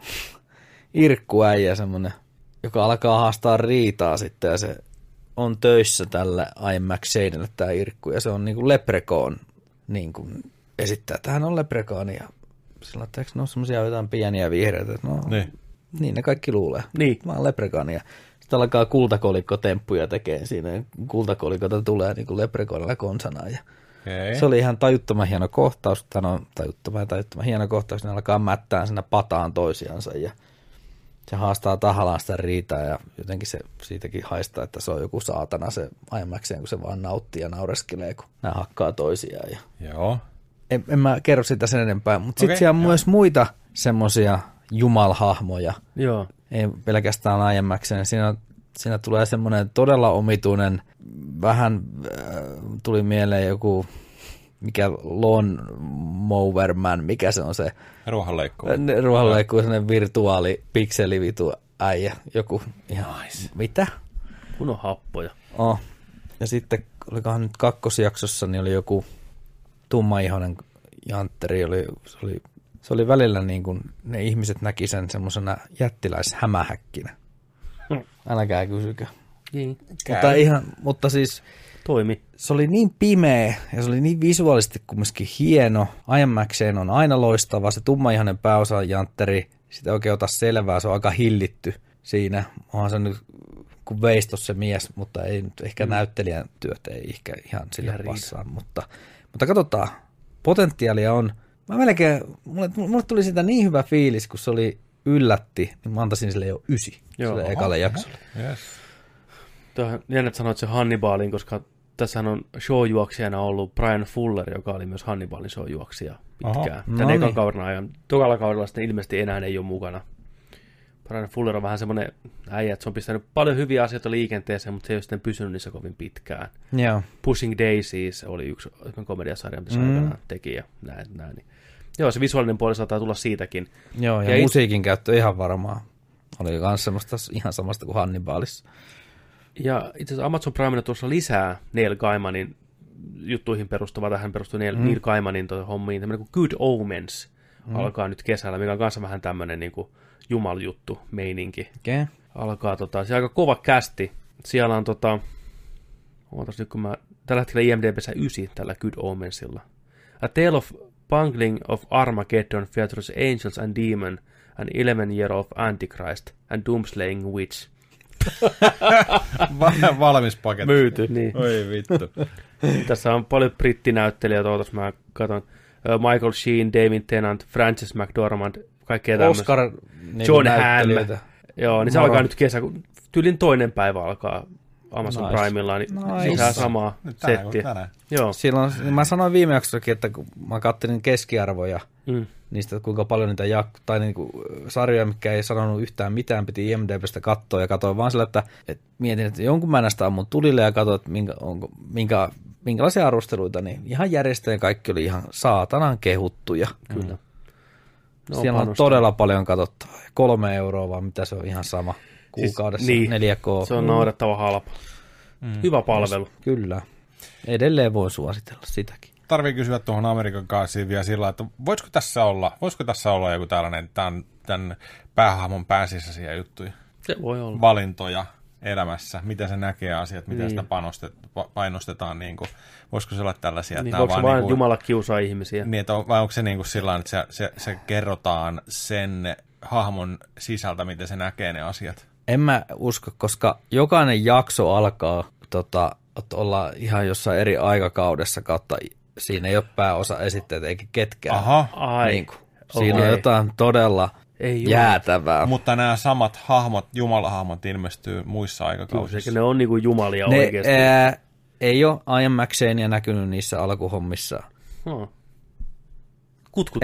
irkkuäijä, semmoinen, joka alkaa haastaa riitaa sitten, ja se on töissä tälle Ian McShanelle tämä irkku, ja se on niinku Leprechaun niinku esittää, että hän on Leprechaun, ja sillä että eikö ne ole semmoisia jotain pieniä vihreitä, että no, niin ne kaikki luulee. Niin. Mä oon Leprechaun, ja sitten alkaa kultakolikko-temppuja tekee siinä, ja kultakolikota tulee niinku Leprechaunilla konsana, ja se oli ihan tajuttoman hieno kohtaus, tajuttoman hieno kohtaus, ne alkaa mättää sinne pataan toisiansa, ja se haastaa tahallaan sitä riitaa ja jotenkin se siitäkin haistaa, että se on joku saatana se Ian McShane, kun se vaan nauttii ja naureskelee, kun nämä hakkaa toisiaan. Joo. En mä kerro sitä sen enempää, mutta sitten siellä on myös muita semmoisia jumalhahmoja. Joo. Ei pelkästään Ian McShane. Siinä tulee semmoinen todella omituinen, vähän tuli mieleen joku, mikä Lawn Mower Man, mikä se on se? Ruohonleikkuu, sellainen virtuaali pikselivitu äijä, joku ihan, mitä? Kun on happoja. Ja sitten, olikohan nyt kakkosjaksossa, niin oli joku tummaihoinen jantteri, se oli välillä niin kuin ne ihmiset näki sen semmoisena jättiläishämähäkkinä. Älkää kysykö. Mutta siis toimi. Se oli niin pimeä ja se oli niin visuaalisesti kumminkin hieno. Ian McShane on aina loistava, se tummaihoinen pääosajantteri, sitä oikein ota selvää, se on aika hillitty siinä. Onhan se nyt kuin veistos se mies, mutta ei nyt ehkä näyttelijän työt ei ehkä ihan sille passaa. Mutta katsotaan, potentiaalia on. Mä melkein, mulle tuli sitä niin hyvä fiilis, kun se oli yllätti, niin mä antaisin sille jo 9 sille ekalle jaksolle. Yes. Jännät sanoit se Hannibalin, koska Tässähän on showjuoksijana ollut Brian Fuller, joka oli myös Hannibalin showjuoksija pitkään. Tän ekan kauden ajan. Tokalla kaudella sitten ilmeisesti enää ei ole mukana. Brian Fuller on vähän semmoinen äijä, että se on pistänyt paljon hyviä asioita liikenteeseen, mutta se ei ole sitten pysynyt niissä kovin pitkään. Joo. Pushing Daisies oli yksi komediasarja, mitä se aikanaan teki ja näin. Niin. Joo, se visuaalinen puoli saattaa tulla siitäkin. Joo, ja musiikin käyttö ihan varmaan. Oli myös semmoista ihan samasta kuin Hannibalissa. Ja itse asiassa Amazon Primella tuossa lisää Neil Gaimanin juttuihin perustuvaa, tähän perustuu Neil Gaimanin hommiin, tämmöinen kuin Good Omens alkaa nyt kesällä, mikä on kanssa vähän tämmöinen niin kuin jumaljuttu meininki. Okay. Alkaa se aika kova kästi. Siellä on ootas nyt kun tällä hetkellä IMDb:ssä 9 tällä Good Omensilla. A Tale of Bungling of Armageddon features Angels and Demon, an 11-year-old Antichrist and Doomslaying Witch. Valmis paketti. Myyty. Niin. Oi vittu. Tässä on paljon brittinäyttelijöitä, mä katson. Michael Sheen, David Tennant, Frances McDormand, kaikkea tämmöistä. Oscar John Hamm. Joo, niin se alkaa nyt kesä, kun tyylin toinen päivä alkaa Amazon Primella, niin sisään samaa settiä. Joo. Silloin, mä sanoin viime jaksossakin, että kun mä katselin keskiarvoja niistä, kuinka paljon niitä niinku sarjoja, mikä ei sanonut yhtään mitään, piti IMDb:stä katsoa ja katsoin vaan sillä, että mietin, että jonkun mä näistä ammun tulille ja katsoin, että minkälaisia arvosteluita, niin ihan järjestäjä kaikki oli ihan saatanan kehuttuja. Kyllä. Siellä on todella paljon katsottavaa. 3 euroa, vaan mitä se on ihan sama kuukaudessa, siis, 4K. Se on naurettava halpa. Hyvä palvelu. Kyllä. Edelleen voi suositella sitäkin. Tarvii kysyä tuohon Amerikan kanssa vielä sillä, että voisiko tässä olla joku tällainen tämän päähahmon pääsisäisiä juttuja? Se voi olla. Valintoja elämässä, miten se näkee asiat, miten sitä painostetaan, niin kuin, voisiko se olla tällaisia? Niin, voiko se vain Jumala kiusaa ihmisiä? Niin, vai onko se niin kuin sillä että se kerrotaan sen hahmon sisältä, miten se näkee ne asiat? En mä usko, koska jokainen jakso alkaa olla ihan jossain eri aikakaudessa kautta. Siinä ei ole pääosa esitteet eikä ketkään. Aha. Niin siinä on jotain todella jäätävää. Mutta nämä samat hahmot, jumalahahmot ilmestyy muissa aikakausissa. Ne on niinku jumalia oikeasti. Ei ole Ian McShanea näkynyt niissä alkuhommissa. Kutkuttaa.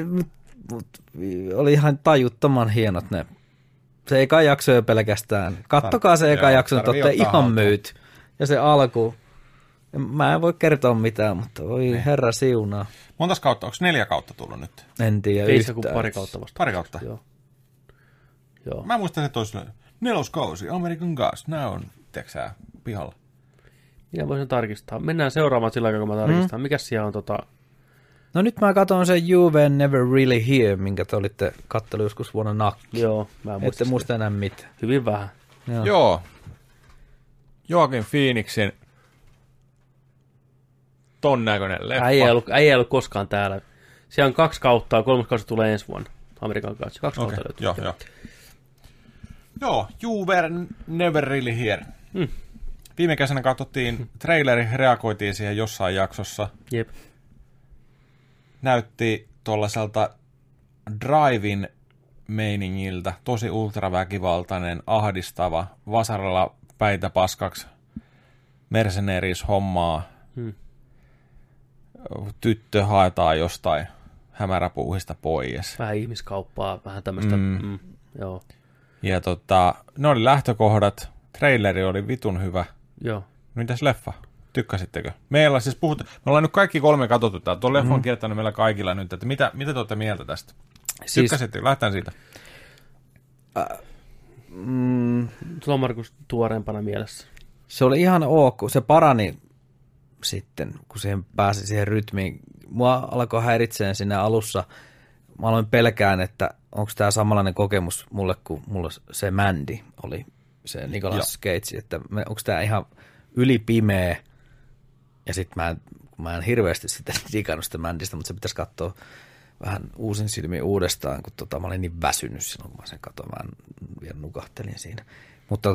Oli ihan tajuttoman hienot ne. Se eka jakso jo pelkästään. Kattokaa se eka jakso, että olette ihan myyt. Ja se alku. Mä en voi kertoa mitään, mutta voi herra siunaa. Montas kautta? Onko 4 kautta tullut nyt? En tiedä ei yhtään. Ei se kuin pari kautta vasta. Pari kautta? Joo. Mä muistan, että olisi 4. kausi, American Gods. Nämä on, tiedätkö pihalla. Minä voisin tarkistaa. Mennään seuraamaan sillä aikaa, kun mä tarkistan. Mikäs siellä on No nyt mä katson sen You Were Never Really Here, minkä te olitte kattelu joskus vuonna nakki. Joo, mä muistan. Ette muista enää mitään. Hyvin vähän. Joo. Joaquin Phoenixin ton näköinen leffa. Ei ollut koskaan täällä. Siellä on 2 kautta, 3. kausi tulee ensi vuonna. Amerikan kanssa. 2 kautta löytyy. Joo, You Were Never Really Here. Viime kesänä katsottiin traileri, reagoitiin siihen jossain jaksossa. Jep. Näytti tuollaiselta drive-in meiningiltä, tosi ultraväkivaltainen, ahdistava, vasaralla päitä paskaksi, mercenaries-hommaa. Tyttö haetaan jostain hämäräpuuhista pois. Vähän ihmiskauppaa, vähän tämmöistä. Joo. Ja ne oli lähtökohdat. Traileri oli vitun hyvä. Joo. Mitäs leffa? Tykkäsittekö? Meillä siis me ollaan nyt kaikki 3 katsottu täällä. Tuo leffa on kirjoittanut meillä kaikilla nyt, että mitä te olette mieltä tästä? Tykkäsittekö? Lähdetään siitä. Sulla on Markus tuoreempana mielessä. Se oli ihan ok. Se parani sitten, kun siihen pääsi siihen rytmiin. Mua alkoi häiritseen siinä alussa. Mä aloin pelkään, että onko tämä samanlainen kokemus mulle kuin mulle se Mandy oli, se Nicolas Cage, että onko tämä ihan ylipimeä. Ja sitten mä en hirveästi sitten digannut sitä Mandystä, mutta se pitäisi katsoa vähän uusin silmiin uudestaan, kun mä olin niin väsynyt silloin, kun mä sen katsoin. Mä vielä nukahtelin siinä. Mutta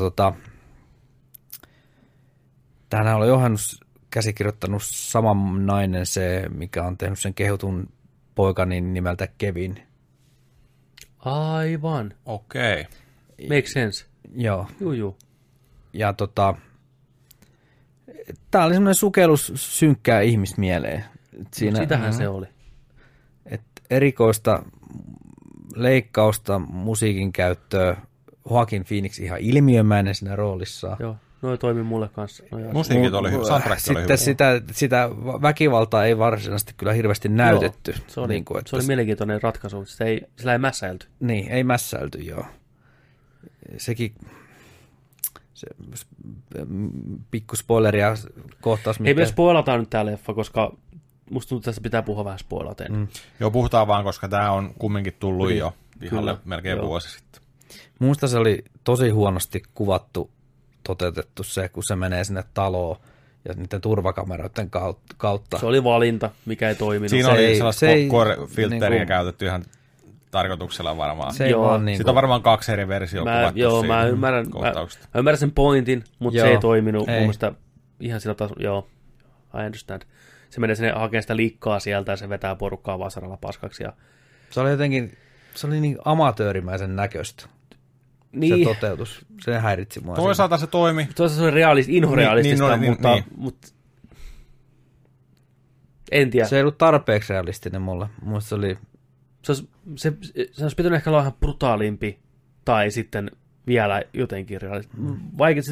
tämähän oli johannus käsikirjoittanut sama nainen se, mikä on tehnyt sen kehutun poikani nimeltä Kevin. Aivan. Okei. Make sense. Joo. Juu. Ja Tämä oli semmoinen sukellus synkkää ihmismieleen. Sitähän se oli. Erikoista leikkausta, musiikin käyttöä, Joaquin Phoenix ihan ilmiömäinen siinä roolissaan. Joo, noi toimi mulle kanssa. Musiikit oli hyvä, soundtrack oli hyvä. Sitten sitä väkivaltaa ei varsinaisesti kyllä hirveästi näytetty. Joo, se oli mielenkiintoinen ratkaisu, sillä ei mässäilty. Niin, ei mässäilty, joo. Sekin pikku spoileria kohtaus. Ei me spoilataan nyt tää leffa, koska musta tuntuu, että tässä pitää puhua vähän spoilaten. Joo, puhutaan vaan, koska tää on kumminkin tullut jo pihalle melkein vuosi sitten. Minusta se oli tosi huonosti toteutettu se, kun se menee sinne taloon ja niiden turvakameroiden kautta. Se oli valinta, mikä ei toiminut. Siinä oli sellaista core-filteriä niin käytetty ihan tarkoituksella varmaan. Siitä on varmaan 2 eri versiota kuvattu mä ymmärrän sen pointin, mutta se ei toiminut mun mielestä ihan sillä tasolla. Joo, I understand. Se menee sinne hakemaan sitä likkaa sieltä ja se vetää porukkaa vasaralla paskaksi. Ja... Se oli niin amatöörimäisen näköistä. Niin. Se toteutus, se häiritsi mua. Toisaalta se toimi. Toisaalta se oli inhorealistista, mutta en tiedä. Se ei ollut tarpeeksi realistinen mulle. Musta se oli... Se olisi pitänyt ehkä olla vähän brutaalimpi tai sitten vielä jotenkin realistinen. Vaikka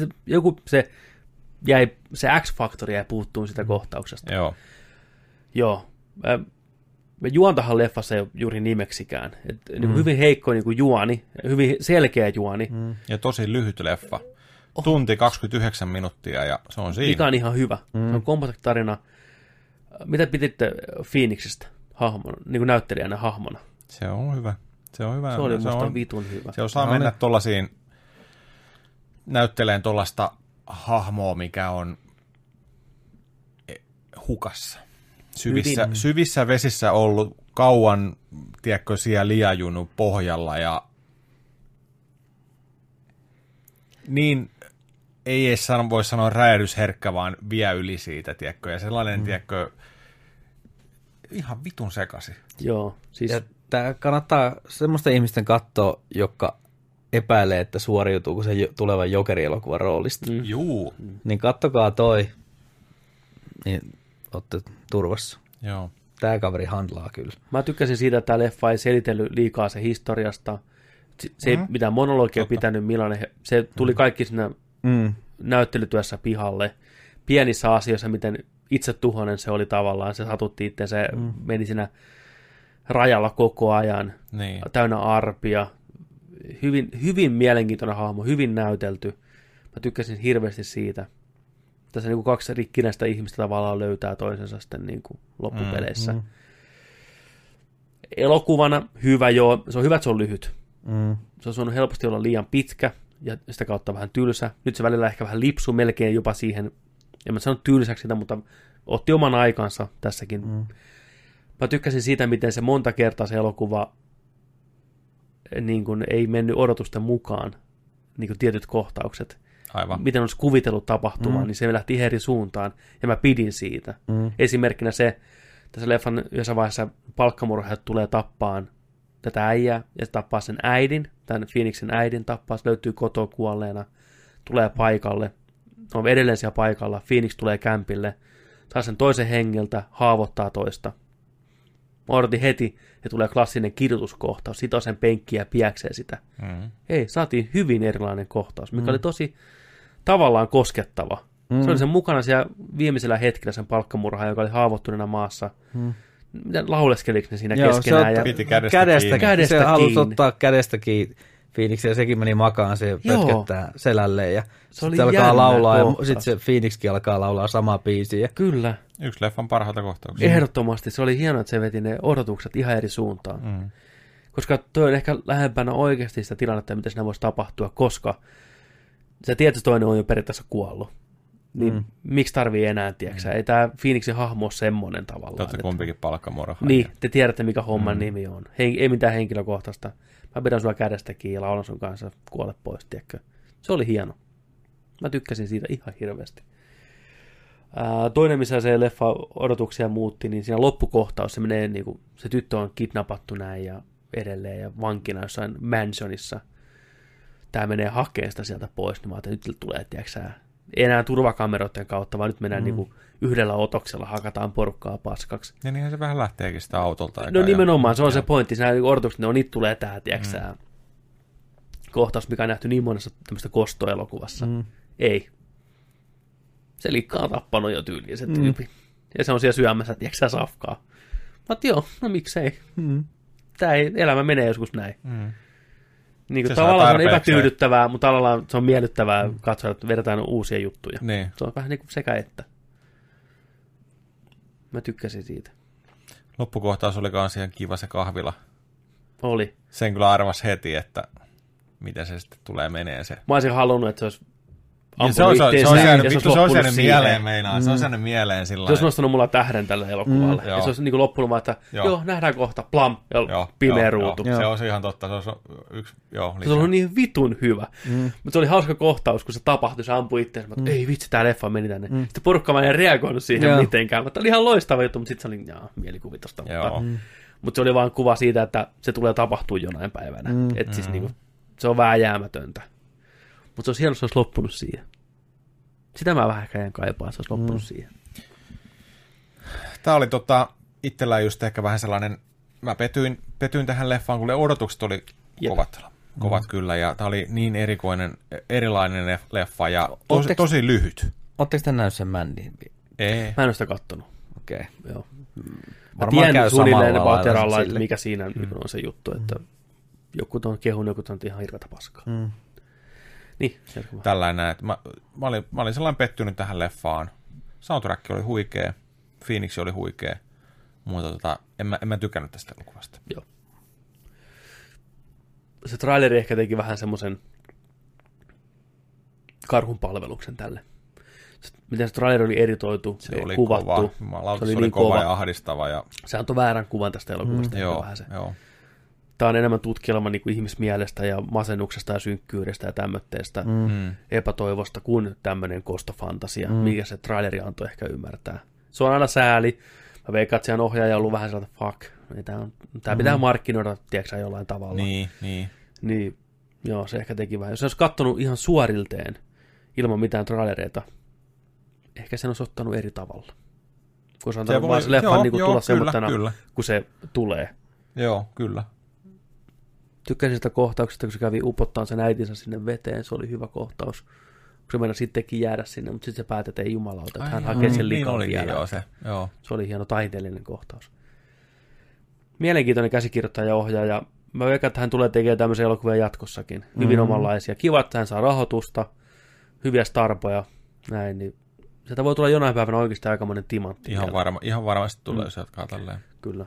se X-faktori jäi puuttuun sitä kohtauksesta. Joo. Juontahan leffassa ei ole juuri nimeksikään. Niin hyvin heikko niin kuin juoni, hyvin selkeä juoni. Ja tosi lyhyt leffa. Tunti 29 minuuttia ja se on siinä. Mikä on ihan hyvä. Se on kompakti tarina. Mitä pititte Phoenixistä hahmona, niin kuin näyttelijänä hahmona? Se on hyvä. Se oli musta vitun hyvä. Se osaa mennä tuollaisiin näytteleen tuollaista hahmoa, mikä on hukassa. Syvissä vesissä ollut kauan, tiedätkö, siellä liajunut pohjalla ja niin ei edes voi sanoa räjähdysherkkä, vaan vie yli siitä, tiedätkö, ja sellainen, tiedätkö, ihan vitun sekasi. Joo, siis... Ja tämä kannattaa semmoista ihmisten katsoa, jotka epäilee, että suoriutuuko se tulevan Jokeri-elokuvan roolista. Juu. Niin kattokaa toi, niin olette turvassa. Joo. Tämä kaveri handlaa kyllä. Mä tykkäsin siitä, että tämä leffa ei selitellyt liikaa se historiasta. Se ei mitään monologia pitänyt, millainen se tuli kaikki siinä näyttelytyössä pihalle. Pienissä asioissa, miten itsetuhoinen se oli tavallaan. Se satutti itse, se meni siinä rajalla koko ajan. Niin. Täynnä arpia. Hyvin mielenkiintoinen hahmo, hyvin näytelty. Mä tykkäsin hirveästi siitä. Tässä niin kuin 2 rikkinäistä ihmistä tavallaan löytää toisensa sitten niin kuin loppupeleissä. Elokuvana hyvä, joo. Se on hyvä, että se on lyhyt. Se on saanut helposti olla liian pitkä ja sitä kautta vähän tylsä. Nyt se välillä ehkä vähän lipsuu melkein jopa siihen, en mä sano tylsäksi sitä, mutta otti oman aikansa tässäkin. Mä tykkäsin siitä, miten se monta kertaa se elokuva niin kuin ei mennyt odotusten mukaan, niin kuin tietyt kohtaukset. Aivan. Miten olisi kuvitellut tapahtumaan, niin se lähti eri suuntaan, ja mä pidin siitä. Esimerkkinä se, tässä leffan yhdessä vaiheessa palkkamurhaajat tulee tappaan tätä äijää, ja se tappaa sen äidin, tämän Phoenixin äidin tappaa, se löytyy kotoa kuolleena, tulee paikalle, on edelleen siellä paikalla, Phoenix tulee kämpille, saa sen toisen hengeltä, haavoittaa toista. Mä odotin heti, että tulee klassinen kirjoituskohtaus, sitoo sen penkkiä ja piäksee sitä. Ei, saatiin hyvin erilainen kohtaus, mikä oli tosi tavallaan koskettava. Se oli sen mukana siellä viimeisellä hetkellä sen palkkamurhaaja, joka oli haavoittuneena maassa. Lauleskeliko ne siinä keskenään? Se piti kädestä kiinni. Se halusi ottaa kädestä kiinni Phoenix, ja sekin meni makaan, se pötköttää selälleen, ja sitten alkaa laulaa, ja sitten se Phoenixkin alkaa laulaa samaa biisiä. Kyllä. Yksi leffan parhaita kohtauksia. Ehdottomasti. Se oli hienoa, että se veti ne odotukset ihan eri suuntaan. Koska toi on ehkä lähempänä oikeasti sitä tilannetta, mitä siinä voisi tapahtua, koska se tietysti toinen on jo periaatteessa kuollut. Niin miksi tarvii enää, tiedäksä? Ei tämä Phoenixin hahmo ole semmoinen tavallaan. Te olette kumpikin palkkamurhaaja. Niin, te tiedätte, mikä homman nimi on. Ei mitään henkilökohtaista. Mä pidän sua kädestä kiinni ja laulan sun kanssa, kuole pois, tiedätkö? Se oli hieno. Mä tykkäsin siitä ihan hirveästi. Toinen, missä se leffa odotuksia muutti, niin siinä loppukohtaus, se menee niin kuin, se tyttö on kidnappattu näin ja edelleen ja vankina jossain mansionissa. Tää menee hakemaan sitä sieltä pois, niin mä ajattelin, että nyt tulee, tiedätkö Ei enää turvakameroiden kautta, vaan nyt mennään niinku yhdellä otoksella, hakataan porukkaa paskaksi. Ja niinhän se vähän lähteekin sitä autolta. No nimenomaan, se on se pointti. Nämä odotukset, nyt tulee tää, tiiäksä, kohtaus, mikä on nähty niin monessa tämmöistä kostoelokuvassa. Ei. Se liikkaa on tappanut jo tyyliin se tyyppi. Ja se on siellä syömässä, tiiäksä, safkaa. Mutta joo, no miksei. Elämä menee joskus näin. Niin kuin tavallaan se on epätyydyttävää, mutta tavallaan se on miellyttävää katsoa, että vedetään uusia juttuja. Niin. Se on vähän niin kuin sekä että. Mä tykkäsin siitä. Loppukohtaus oli kans ihan kiva se kahvila. Oli. Sen kyllä arvasi heti, että miten se sitten tulee menee se. Mä olisin halunnut, että se olisi ampunut itseensä. Se olisi jäänyt mieleen meinaan. Se olisi jäänyt mieleen sillä lailla. Se olisi nostanut mulla tähden tälle elokuvalle. Ja se olisi niin kuin loppunut vaan, että joo, nähdään kohta, plam, ja pimeä ruutu. Se olisi ihan totta. Se olisi yksi, se oli niin vitun hyvä. Mutta se oli hauska kohtaus, kun se tapahtui, se ampui itseensä. Mutta ei vitsi, tää leffa meni tänne. Sitten porukka vaan ei reagoinut siihen mitenkään. Mutta oli ihan loistava juttu, mutta sitten se oli mielikuvitusta. Mutta se oli vaan kuva siitä, että se tulee tapahtua jonain päivänä. Että siis niinku, se on vääjäämätöntä. Mutta se olisi hieno, se olisi loppunut siihen. Sitä mä vähän käyn kaipaan, se olisi loppunut siihen. Tää oli itsellään just ehkä vähän sellainen, mä petyin tähän leffaan, kun ne odotukset oli kovat kyllä, ja tää oli niin erilainen leffa, ja tosi lyhyt. Ootteko te näy sen Mandin? Ei. Mä en ole sitä kattonut. Okei. Joo. Varmaan käy samalla lailla, että mikä siinä on se juttu, että joku on kehun, joku on ihan hirveätä paskaa. Niin, tällainen, että mä olin sellainen pettynyt tähän leffaan. Soundtrack oli huikea, Phoenix oli huikea, mutta en mä tykännyt tästä elokuvasta. Joo. Se traileri ehkä teki vähän semmoisen karhun palveluksen tälle. Miten se traileri oli editoitu, se oli kuvattu. Kova. Se oli niin kova ja ahdistava. Ja se antoi väärän kuvan tästä elokuvasta. Joo. Tämä on enemmän tutkielma niin kuin ihmismielestä ja masennuksesta ja synkkyydestä ja tämmöitteestä epätoivosta kuin tämmöinen kostofantasia, mikä se traileri antoi ehkä ymmärtää. Se on aina sääli. Mä veikkaan, että siellä ohjaaja on ollut vähän sellainen, fuck, tämä pitää markkinoida, tiedätkö jollain tavalla. Niin, joo, se ehkä teki vähän. Jos se olisi katsonut ihan suorilteen, ilman mitään trailereita, ehkä sen olisi ottanut eri tavalla. Kun se on antanut vaan se leffan niin tulla semmoittena, kun se tulee. Joo, kyllä. Tykkäsin sitä kohtauksesta, kun se kävi upottaan sen äitinsä sinne veteen. Se oli hyvä kohtaus. Kun se mennä sittenkin jäädä sinne, mutta sitten se päätät, että ei jumalauta, että hän hakee sen likan vielä. Se oli hieno taiteellinen kohtaus. Mielenkiintoinen käsikirjoittaja ja ohjaaja. Mä veikkaan, että hän tulee tekemään tämmöisiä elokuvia jatkossakin. Hyvin omanlaisia. Kiva, että hän saa rahoitusta, hyviä starpoja, näin. Niin sieltä voi tulla jonain päivänä oikeasti aikamoinen timantti. Ihan varmasti tulee, jos jatkaa tälleen. Kyllä.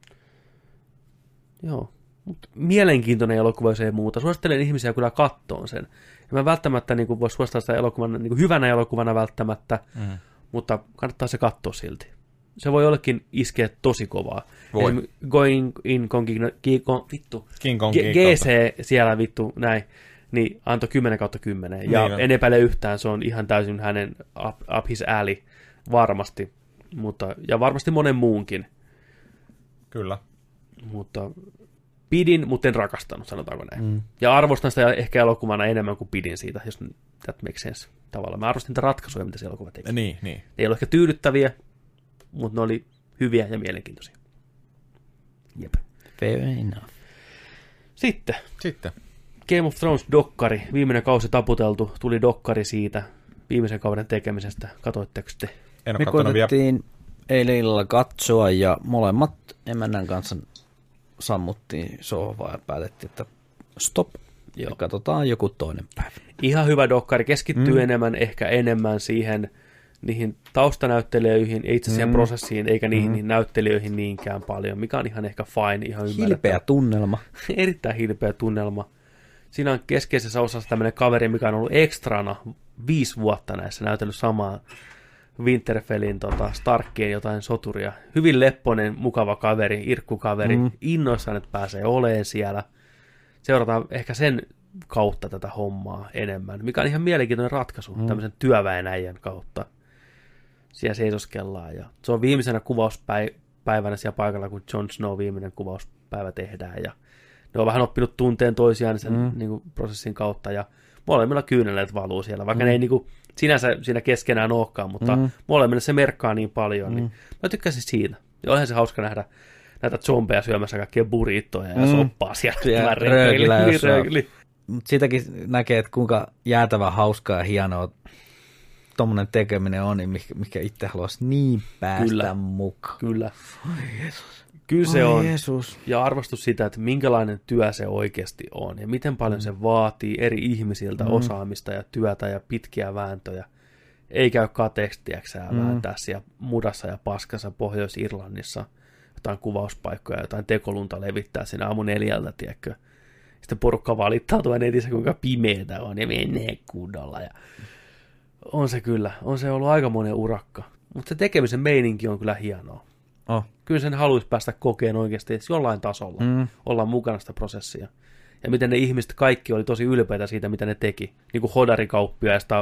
Joo. Mutta mielenkiintoinen elokuva, jos ei muuta. Suosittelen ihmisiä kyllä kattoon sen. Ja mä välttämättä niin voi suosittaa sitä elokuvana, niin hyvänä elokuvana välttämättä, mutta kannattaa se katsoa silti. Se voi jollekin iskeä tosi kovaa. Going in King Kong GC siellä vittu näin, niin antoi 10/10. Ja en epäile yhtään, se on ihan täysin hänen up his alley varmasti. Ja varmasti monen muunkin. Kyllä. Mutta pidin, mutta en rakastanut, sanotaanko näin. Ja arvostan sitä ehkä elokuvana enemmän kuin pidin siitä, jos that makes sense tavallaan. Mä arvostin niitä ratkaisuja, mitä se elokuva teki. Niin. Ne ei ole ehkä tyydyttäviä, mutta ne oli hyviä ja mielenkiintoisia. Jep. Fair enough. Sitten. Game of Thrones-dokkari. Viimeinen kausi taputeltu. Tuli dokkari siitä viimeisen kauden tekemisestä. Katoitteko te? En ole me koitettiin eilen illalla katsoa ja molemmat emännän kanssa sammuttiin sohvaa ja päätettiin, että stop. Ja katsotaan joku toinen päivä. Ihan hyvä dokkari. Keskittyy ehkä enemmän niihin taustanäyttelijöihin, ei itse siihen prosessiin, eikä niihin näyttelijöihin niinkään paljon, mikä on ihan ehkä fine, ihan ymmärrettävä. Hilpeä tunnelma. Erittäin hilpeä tunnelma. Siinä on keskeisessä osassa tämmöinen kaveri, mikä on ollut ekstrana 5 vuotta näissä, näytellyt samaa Winterfellin Starkkien jotain soturia. Hyvin lepponen, mukava kaveri, irkkukaveri, innoissaan, että pääsee oleen siellä. Seurataan ehkä sen kautta tätä hommaa enemmän, mikä on ihan mielenkiintoinen ratkaisu tämmöisen työväenäijän kautta. Siellä seisoskellaan ja se on viimeisenä kuvauspäivänä siellä paikalla, kun Jon Snow viimeinen kuvauspäivä tehdään ja ne on vähän oppinut tunteen toisiaan sen niin kuin prosessin kautta, molemmilla kyyneleet valuu siellä, vaikka ne ei niinku sinänsä siinä keskenään olekaan, mutta molemmilla se merkkaa niin paljon, niin mä tykkäsin siitä. Ja olihan se hauska nähdä näitä zombeja syömässä kaikkia burritoja ja soppaa siellä. Röökili. Mutta siitäkin näkee, että kuinka jäätävän hauskaa ja hienoa tommonen tekeminen on, niin mikä itse haluaisi niin päästä mukaan. Kyllä. Oi Jeesus. Kyllä se on. Jeesus. Ja arvostus sitä, että minkälainen työ se oikeasti on ja miten paljon se vaatii eri ihmisiltä osaamista ja työtä ja pitkiä vääntöjä. Ei käy kateeksi, vääntää siellä mudassa ja paskassa Pohjois-Irlannissa jotain kuvauspaikkoja, jotain tekolunta levittää siinä aamu 4, tiedätkö. Sitten porukka valittaa tuolla netissä, kuinka pimeätä on ja menee kunnolla. Ja on se kyllä. On se ollut aikamoinen urakka. Mutta se tekemisen meininki on kyllä hienoa. Oh. Kyllä sen haluaisi päästä kokeen oikeasti jollain tasolla. Olla mukana sitä prosessia. Ja miten ne ihmiset kaikki oli tosi ylpeitä siitä, mitä ne teki. Niin kuin hodarikauppiaista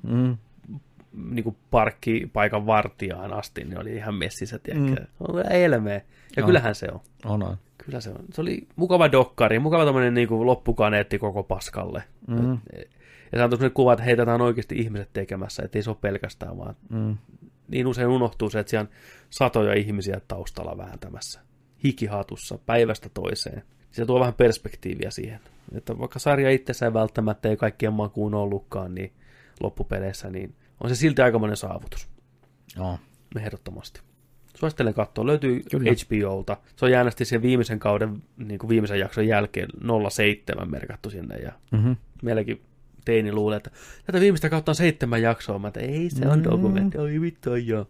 niin kuin parkkipaikan vartijaan asti, niin oli ihan messissä, tiedätkö. On elmeä. Ja kyllähän se on. On. Kyllä se on. Se oli mukava dokkari, mukava tämmöinen niin kuin loppukaneetti koko paskalle. Ja se on tämmöinen kuva, että heitä on oikeasti ihmiset tekemässä, ettei se ole pelkästään vaan. Niin usein unohtuu se, että siellä on satoja ihmisiä taustalla vääntämässä. Hikihatussa, päivästä toiseen. Se tuo vähän perspektiiviä siihen. Että vaikka sarja itsessään välttämättä ei kaikkien makuun ollutkaan, niin loppupeleissä, niin on se silti aikamoinen saavutus. Ehdottomasti. Suosittelen katsoa. Löytyy HBOlta. Se on jäänästi sen viimeisen kauden, niin kuin viimeisen jakson jälkeen 07 merkattu sinne. Ja meilläkin teini luulee, että tätä viimeistä kautta on 7 jaksoa. Mä ei se on dokumentti. Oi vittu, joo.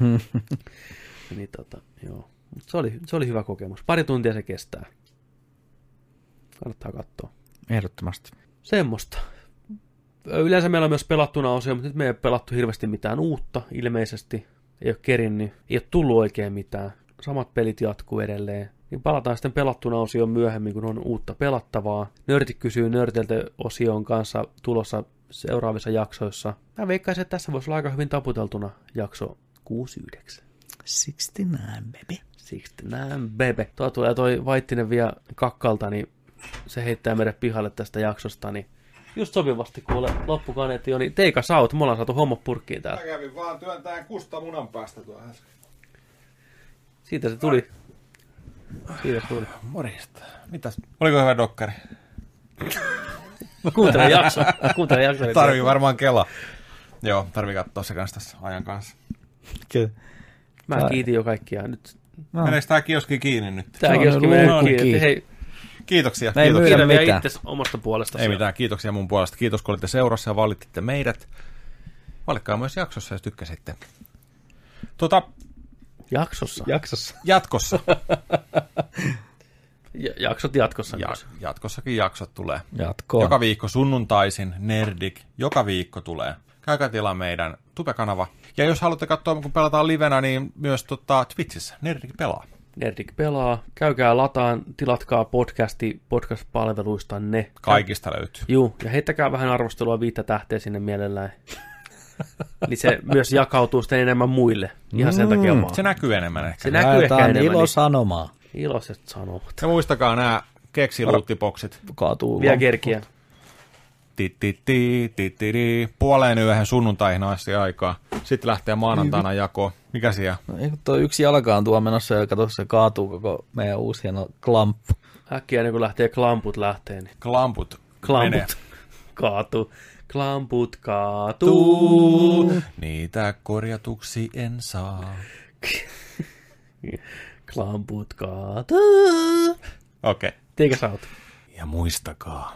Niin joo. Mut se oli hyvä kokemus. 2 tuntia se kestää. Kannattaa katsoa. Ehdottomasti. Semmosta. Yleensä meillä on myös pelattuna osia, mutta nyt me ei ole pelattu hirveästi mitään uutta ilmeisesti. Ei ole kerinnyt, ei ole tullut oikein mitään. Samat pelit jatkuu edelleen. Niin palataan sitten pelattuna osioon myöhemmin, kun on uutta pelattavaa. Nörtit kysyy nörtiltä osion kanssa tulossa seuraavissa jaksoissa. Mä veikkaisin, että tässä voisi olla aika hyvin taputeltuna jakso 69. 69, baby. 69, baby. Tuo tulee toi Vaittinen vielä kakkalta, niin se heittää meidät pihalle tästä jaksosta, niin just sopivasti kuule loppukaneetti on, niin teikä saut, me ollaan saatu homma purkkiin täällä. Mä kävin vaan työntään Kusta munan päästä tuohon äsken. Siitä se tuli. Morjesta. Mitäs? Oliko hyvä dokkari? Kuuntele jakso. Tarvii varmaan kela. Joo, tarvii katsoa se kanssa tässä ajan kanssa. Kyllä. Mä kiitin jo kaikkia nyt. Meneekö tää kioski kiinni nyt? Tää kioski menee kiinni. Hei. Kiitoksia. Ei myydä mitään. Itse omasta puolesta. Ei mitään, kiitoksia mun puolesta. Kiitos, kun olitte seurassa ja valittitte meidät. Valitkaa myös jaksossa, jos tykkäsitte. Jaksossa. Jatkossa. Jaksot jatkossa. Jatkossakin jaksot tulee. Jatkoon. Joka viikko sunnuntaisin, Nerdik, joka viikko tulee. Käykää tilaa meidän Tube-kanava. Ja jos haluatte katsoa, kun pelataan livenä, niin myös Twitchissä. Nerdik pelaa. Nerdik pelaa. Käykää lataan, tilatkaa podcast-palveluistanne. Kaikista löytyy. Juu, ja heittäkää vähän arvostelua 5 tähteä sinne mielellään. Niin se myös jakautuu sitten enemmän muille. Ihan sen takia vaan. Se näkyy enemmän ehkä. Se näkyy ehkä enemmän. Ilosanomaa. Iloiset sanomat. Ja muistakaa nämä keksiluuttiboksit. Kaatuu. Vielä kerkiä. 00:30 sunnuntaihin asti aikaa. Sitten lähtee maanantaina jakoon. Mikä siellä? No, tuo yksi jalkaan tuo menossa ja kato, se kaatuu koko meidän uusi hieno klamppu. Äkkiä niin kun lähtee klamput lähtee. Niin. Klamput menee. Kaatuu. Klamput kaatuu. Niitä korjatuksi en saa. Klamput kaatuu. Okei. Teikä sä oot. Ja muistakaa,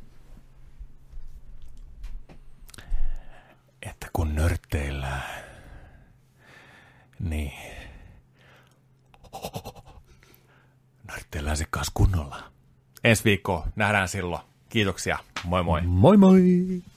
että kun nörtteillään, niin nörtteillään se kanssa kunnolla. Ensi viikkoa nähdään silloin. Kiitoksia. Moi moi. Moi moi.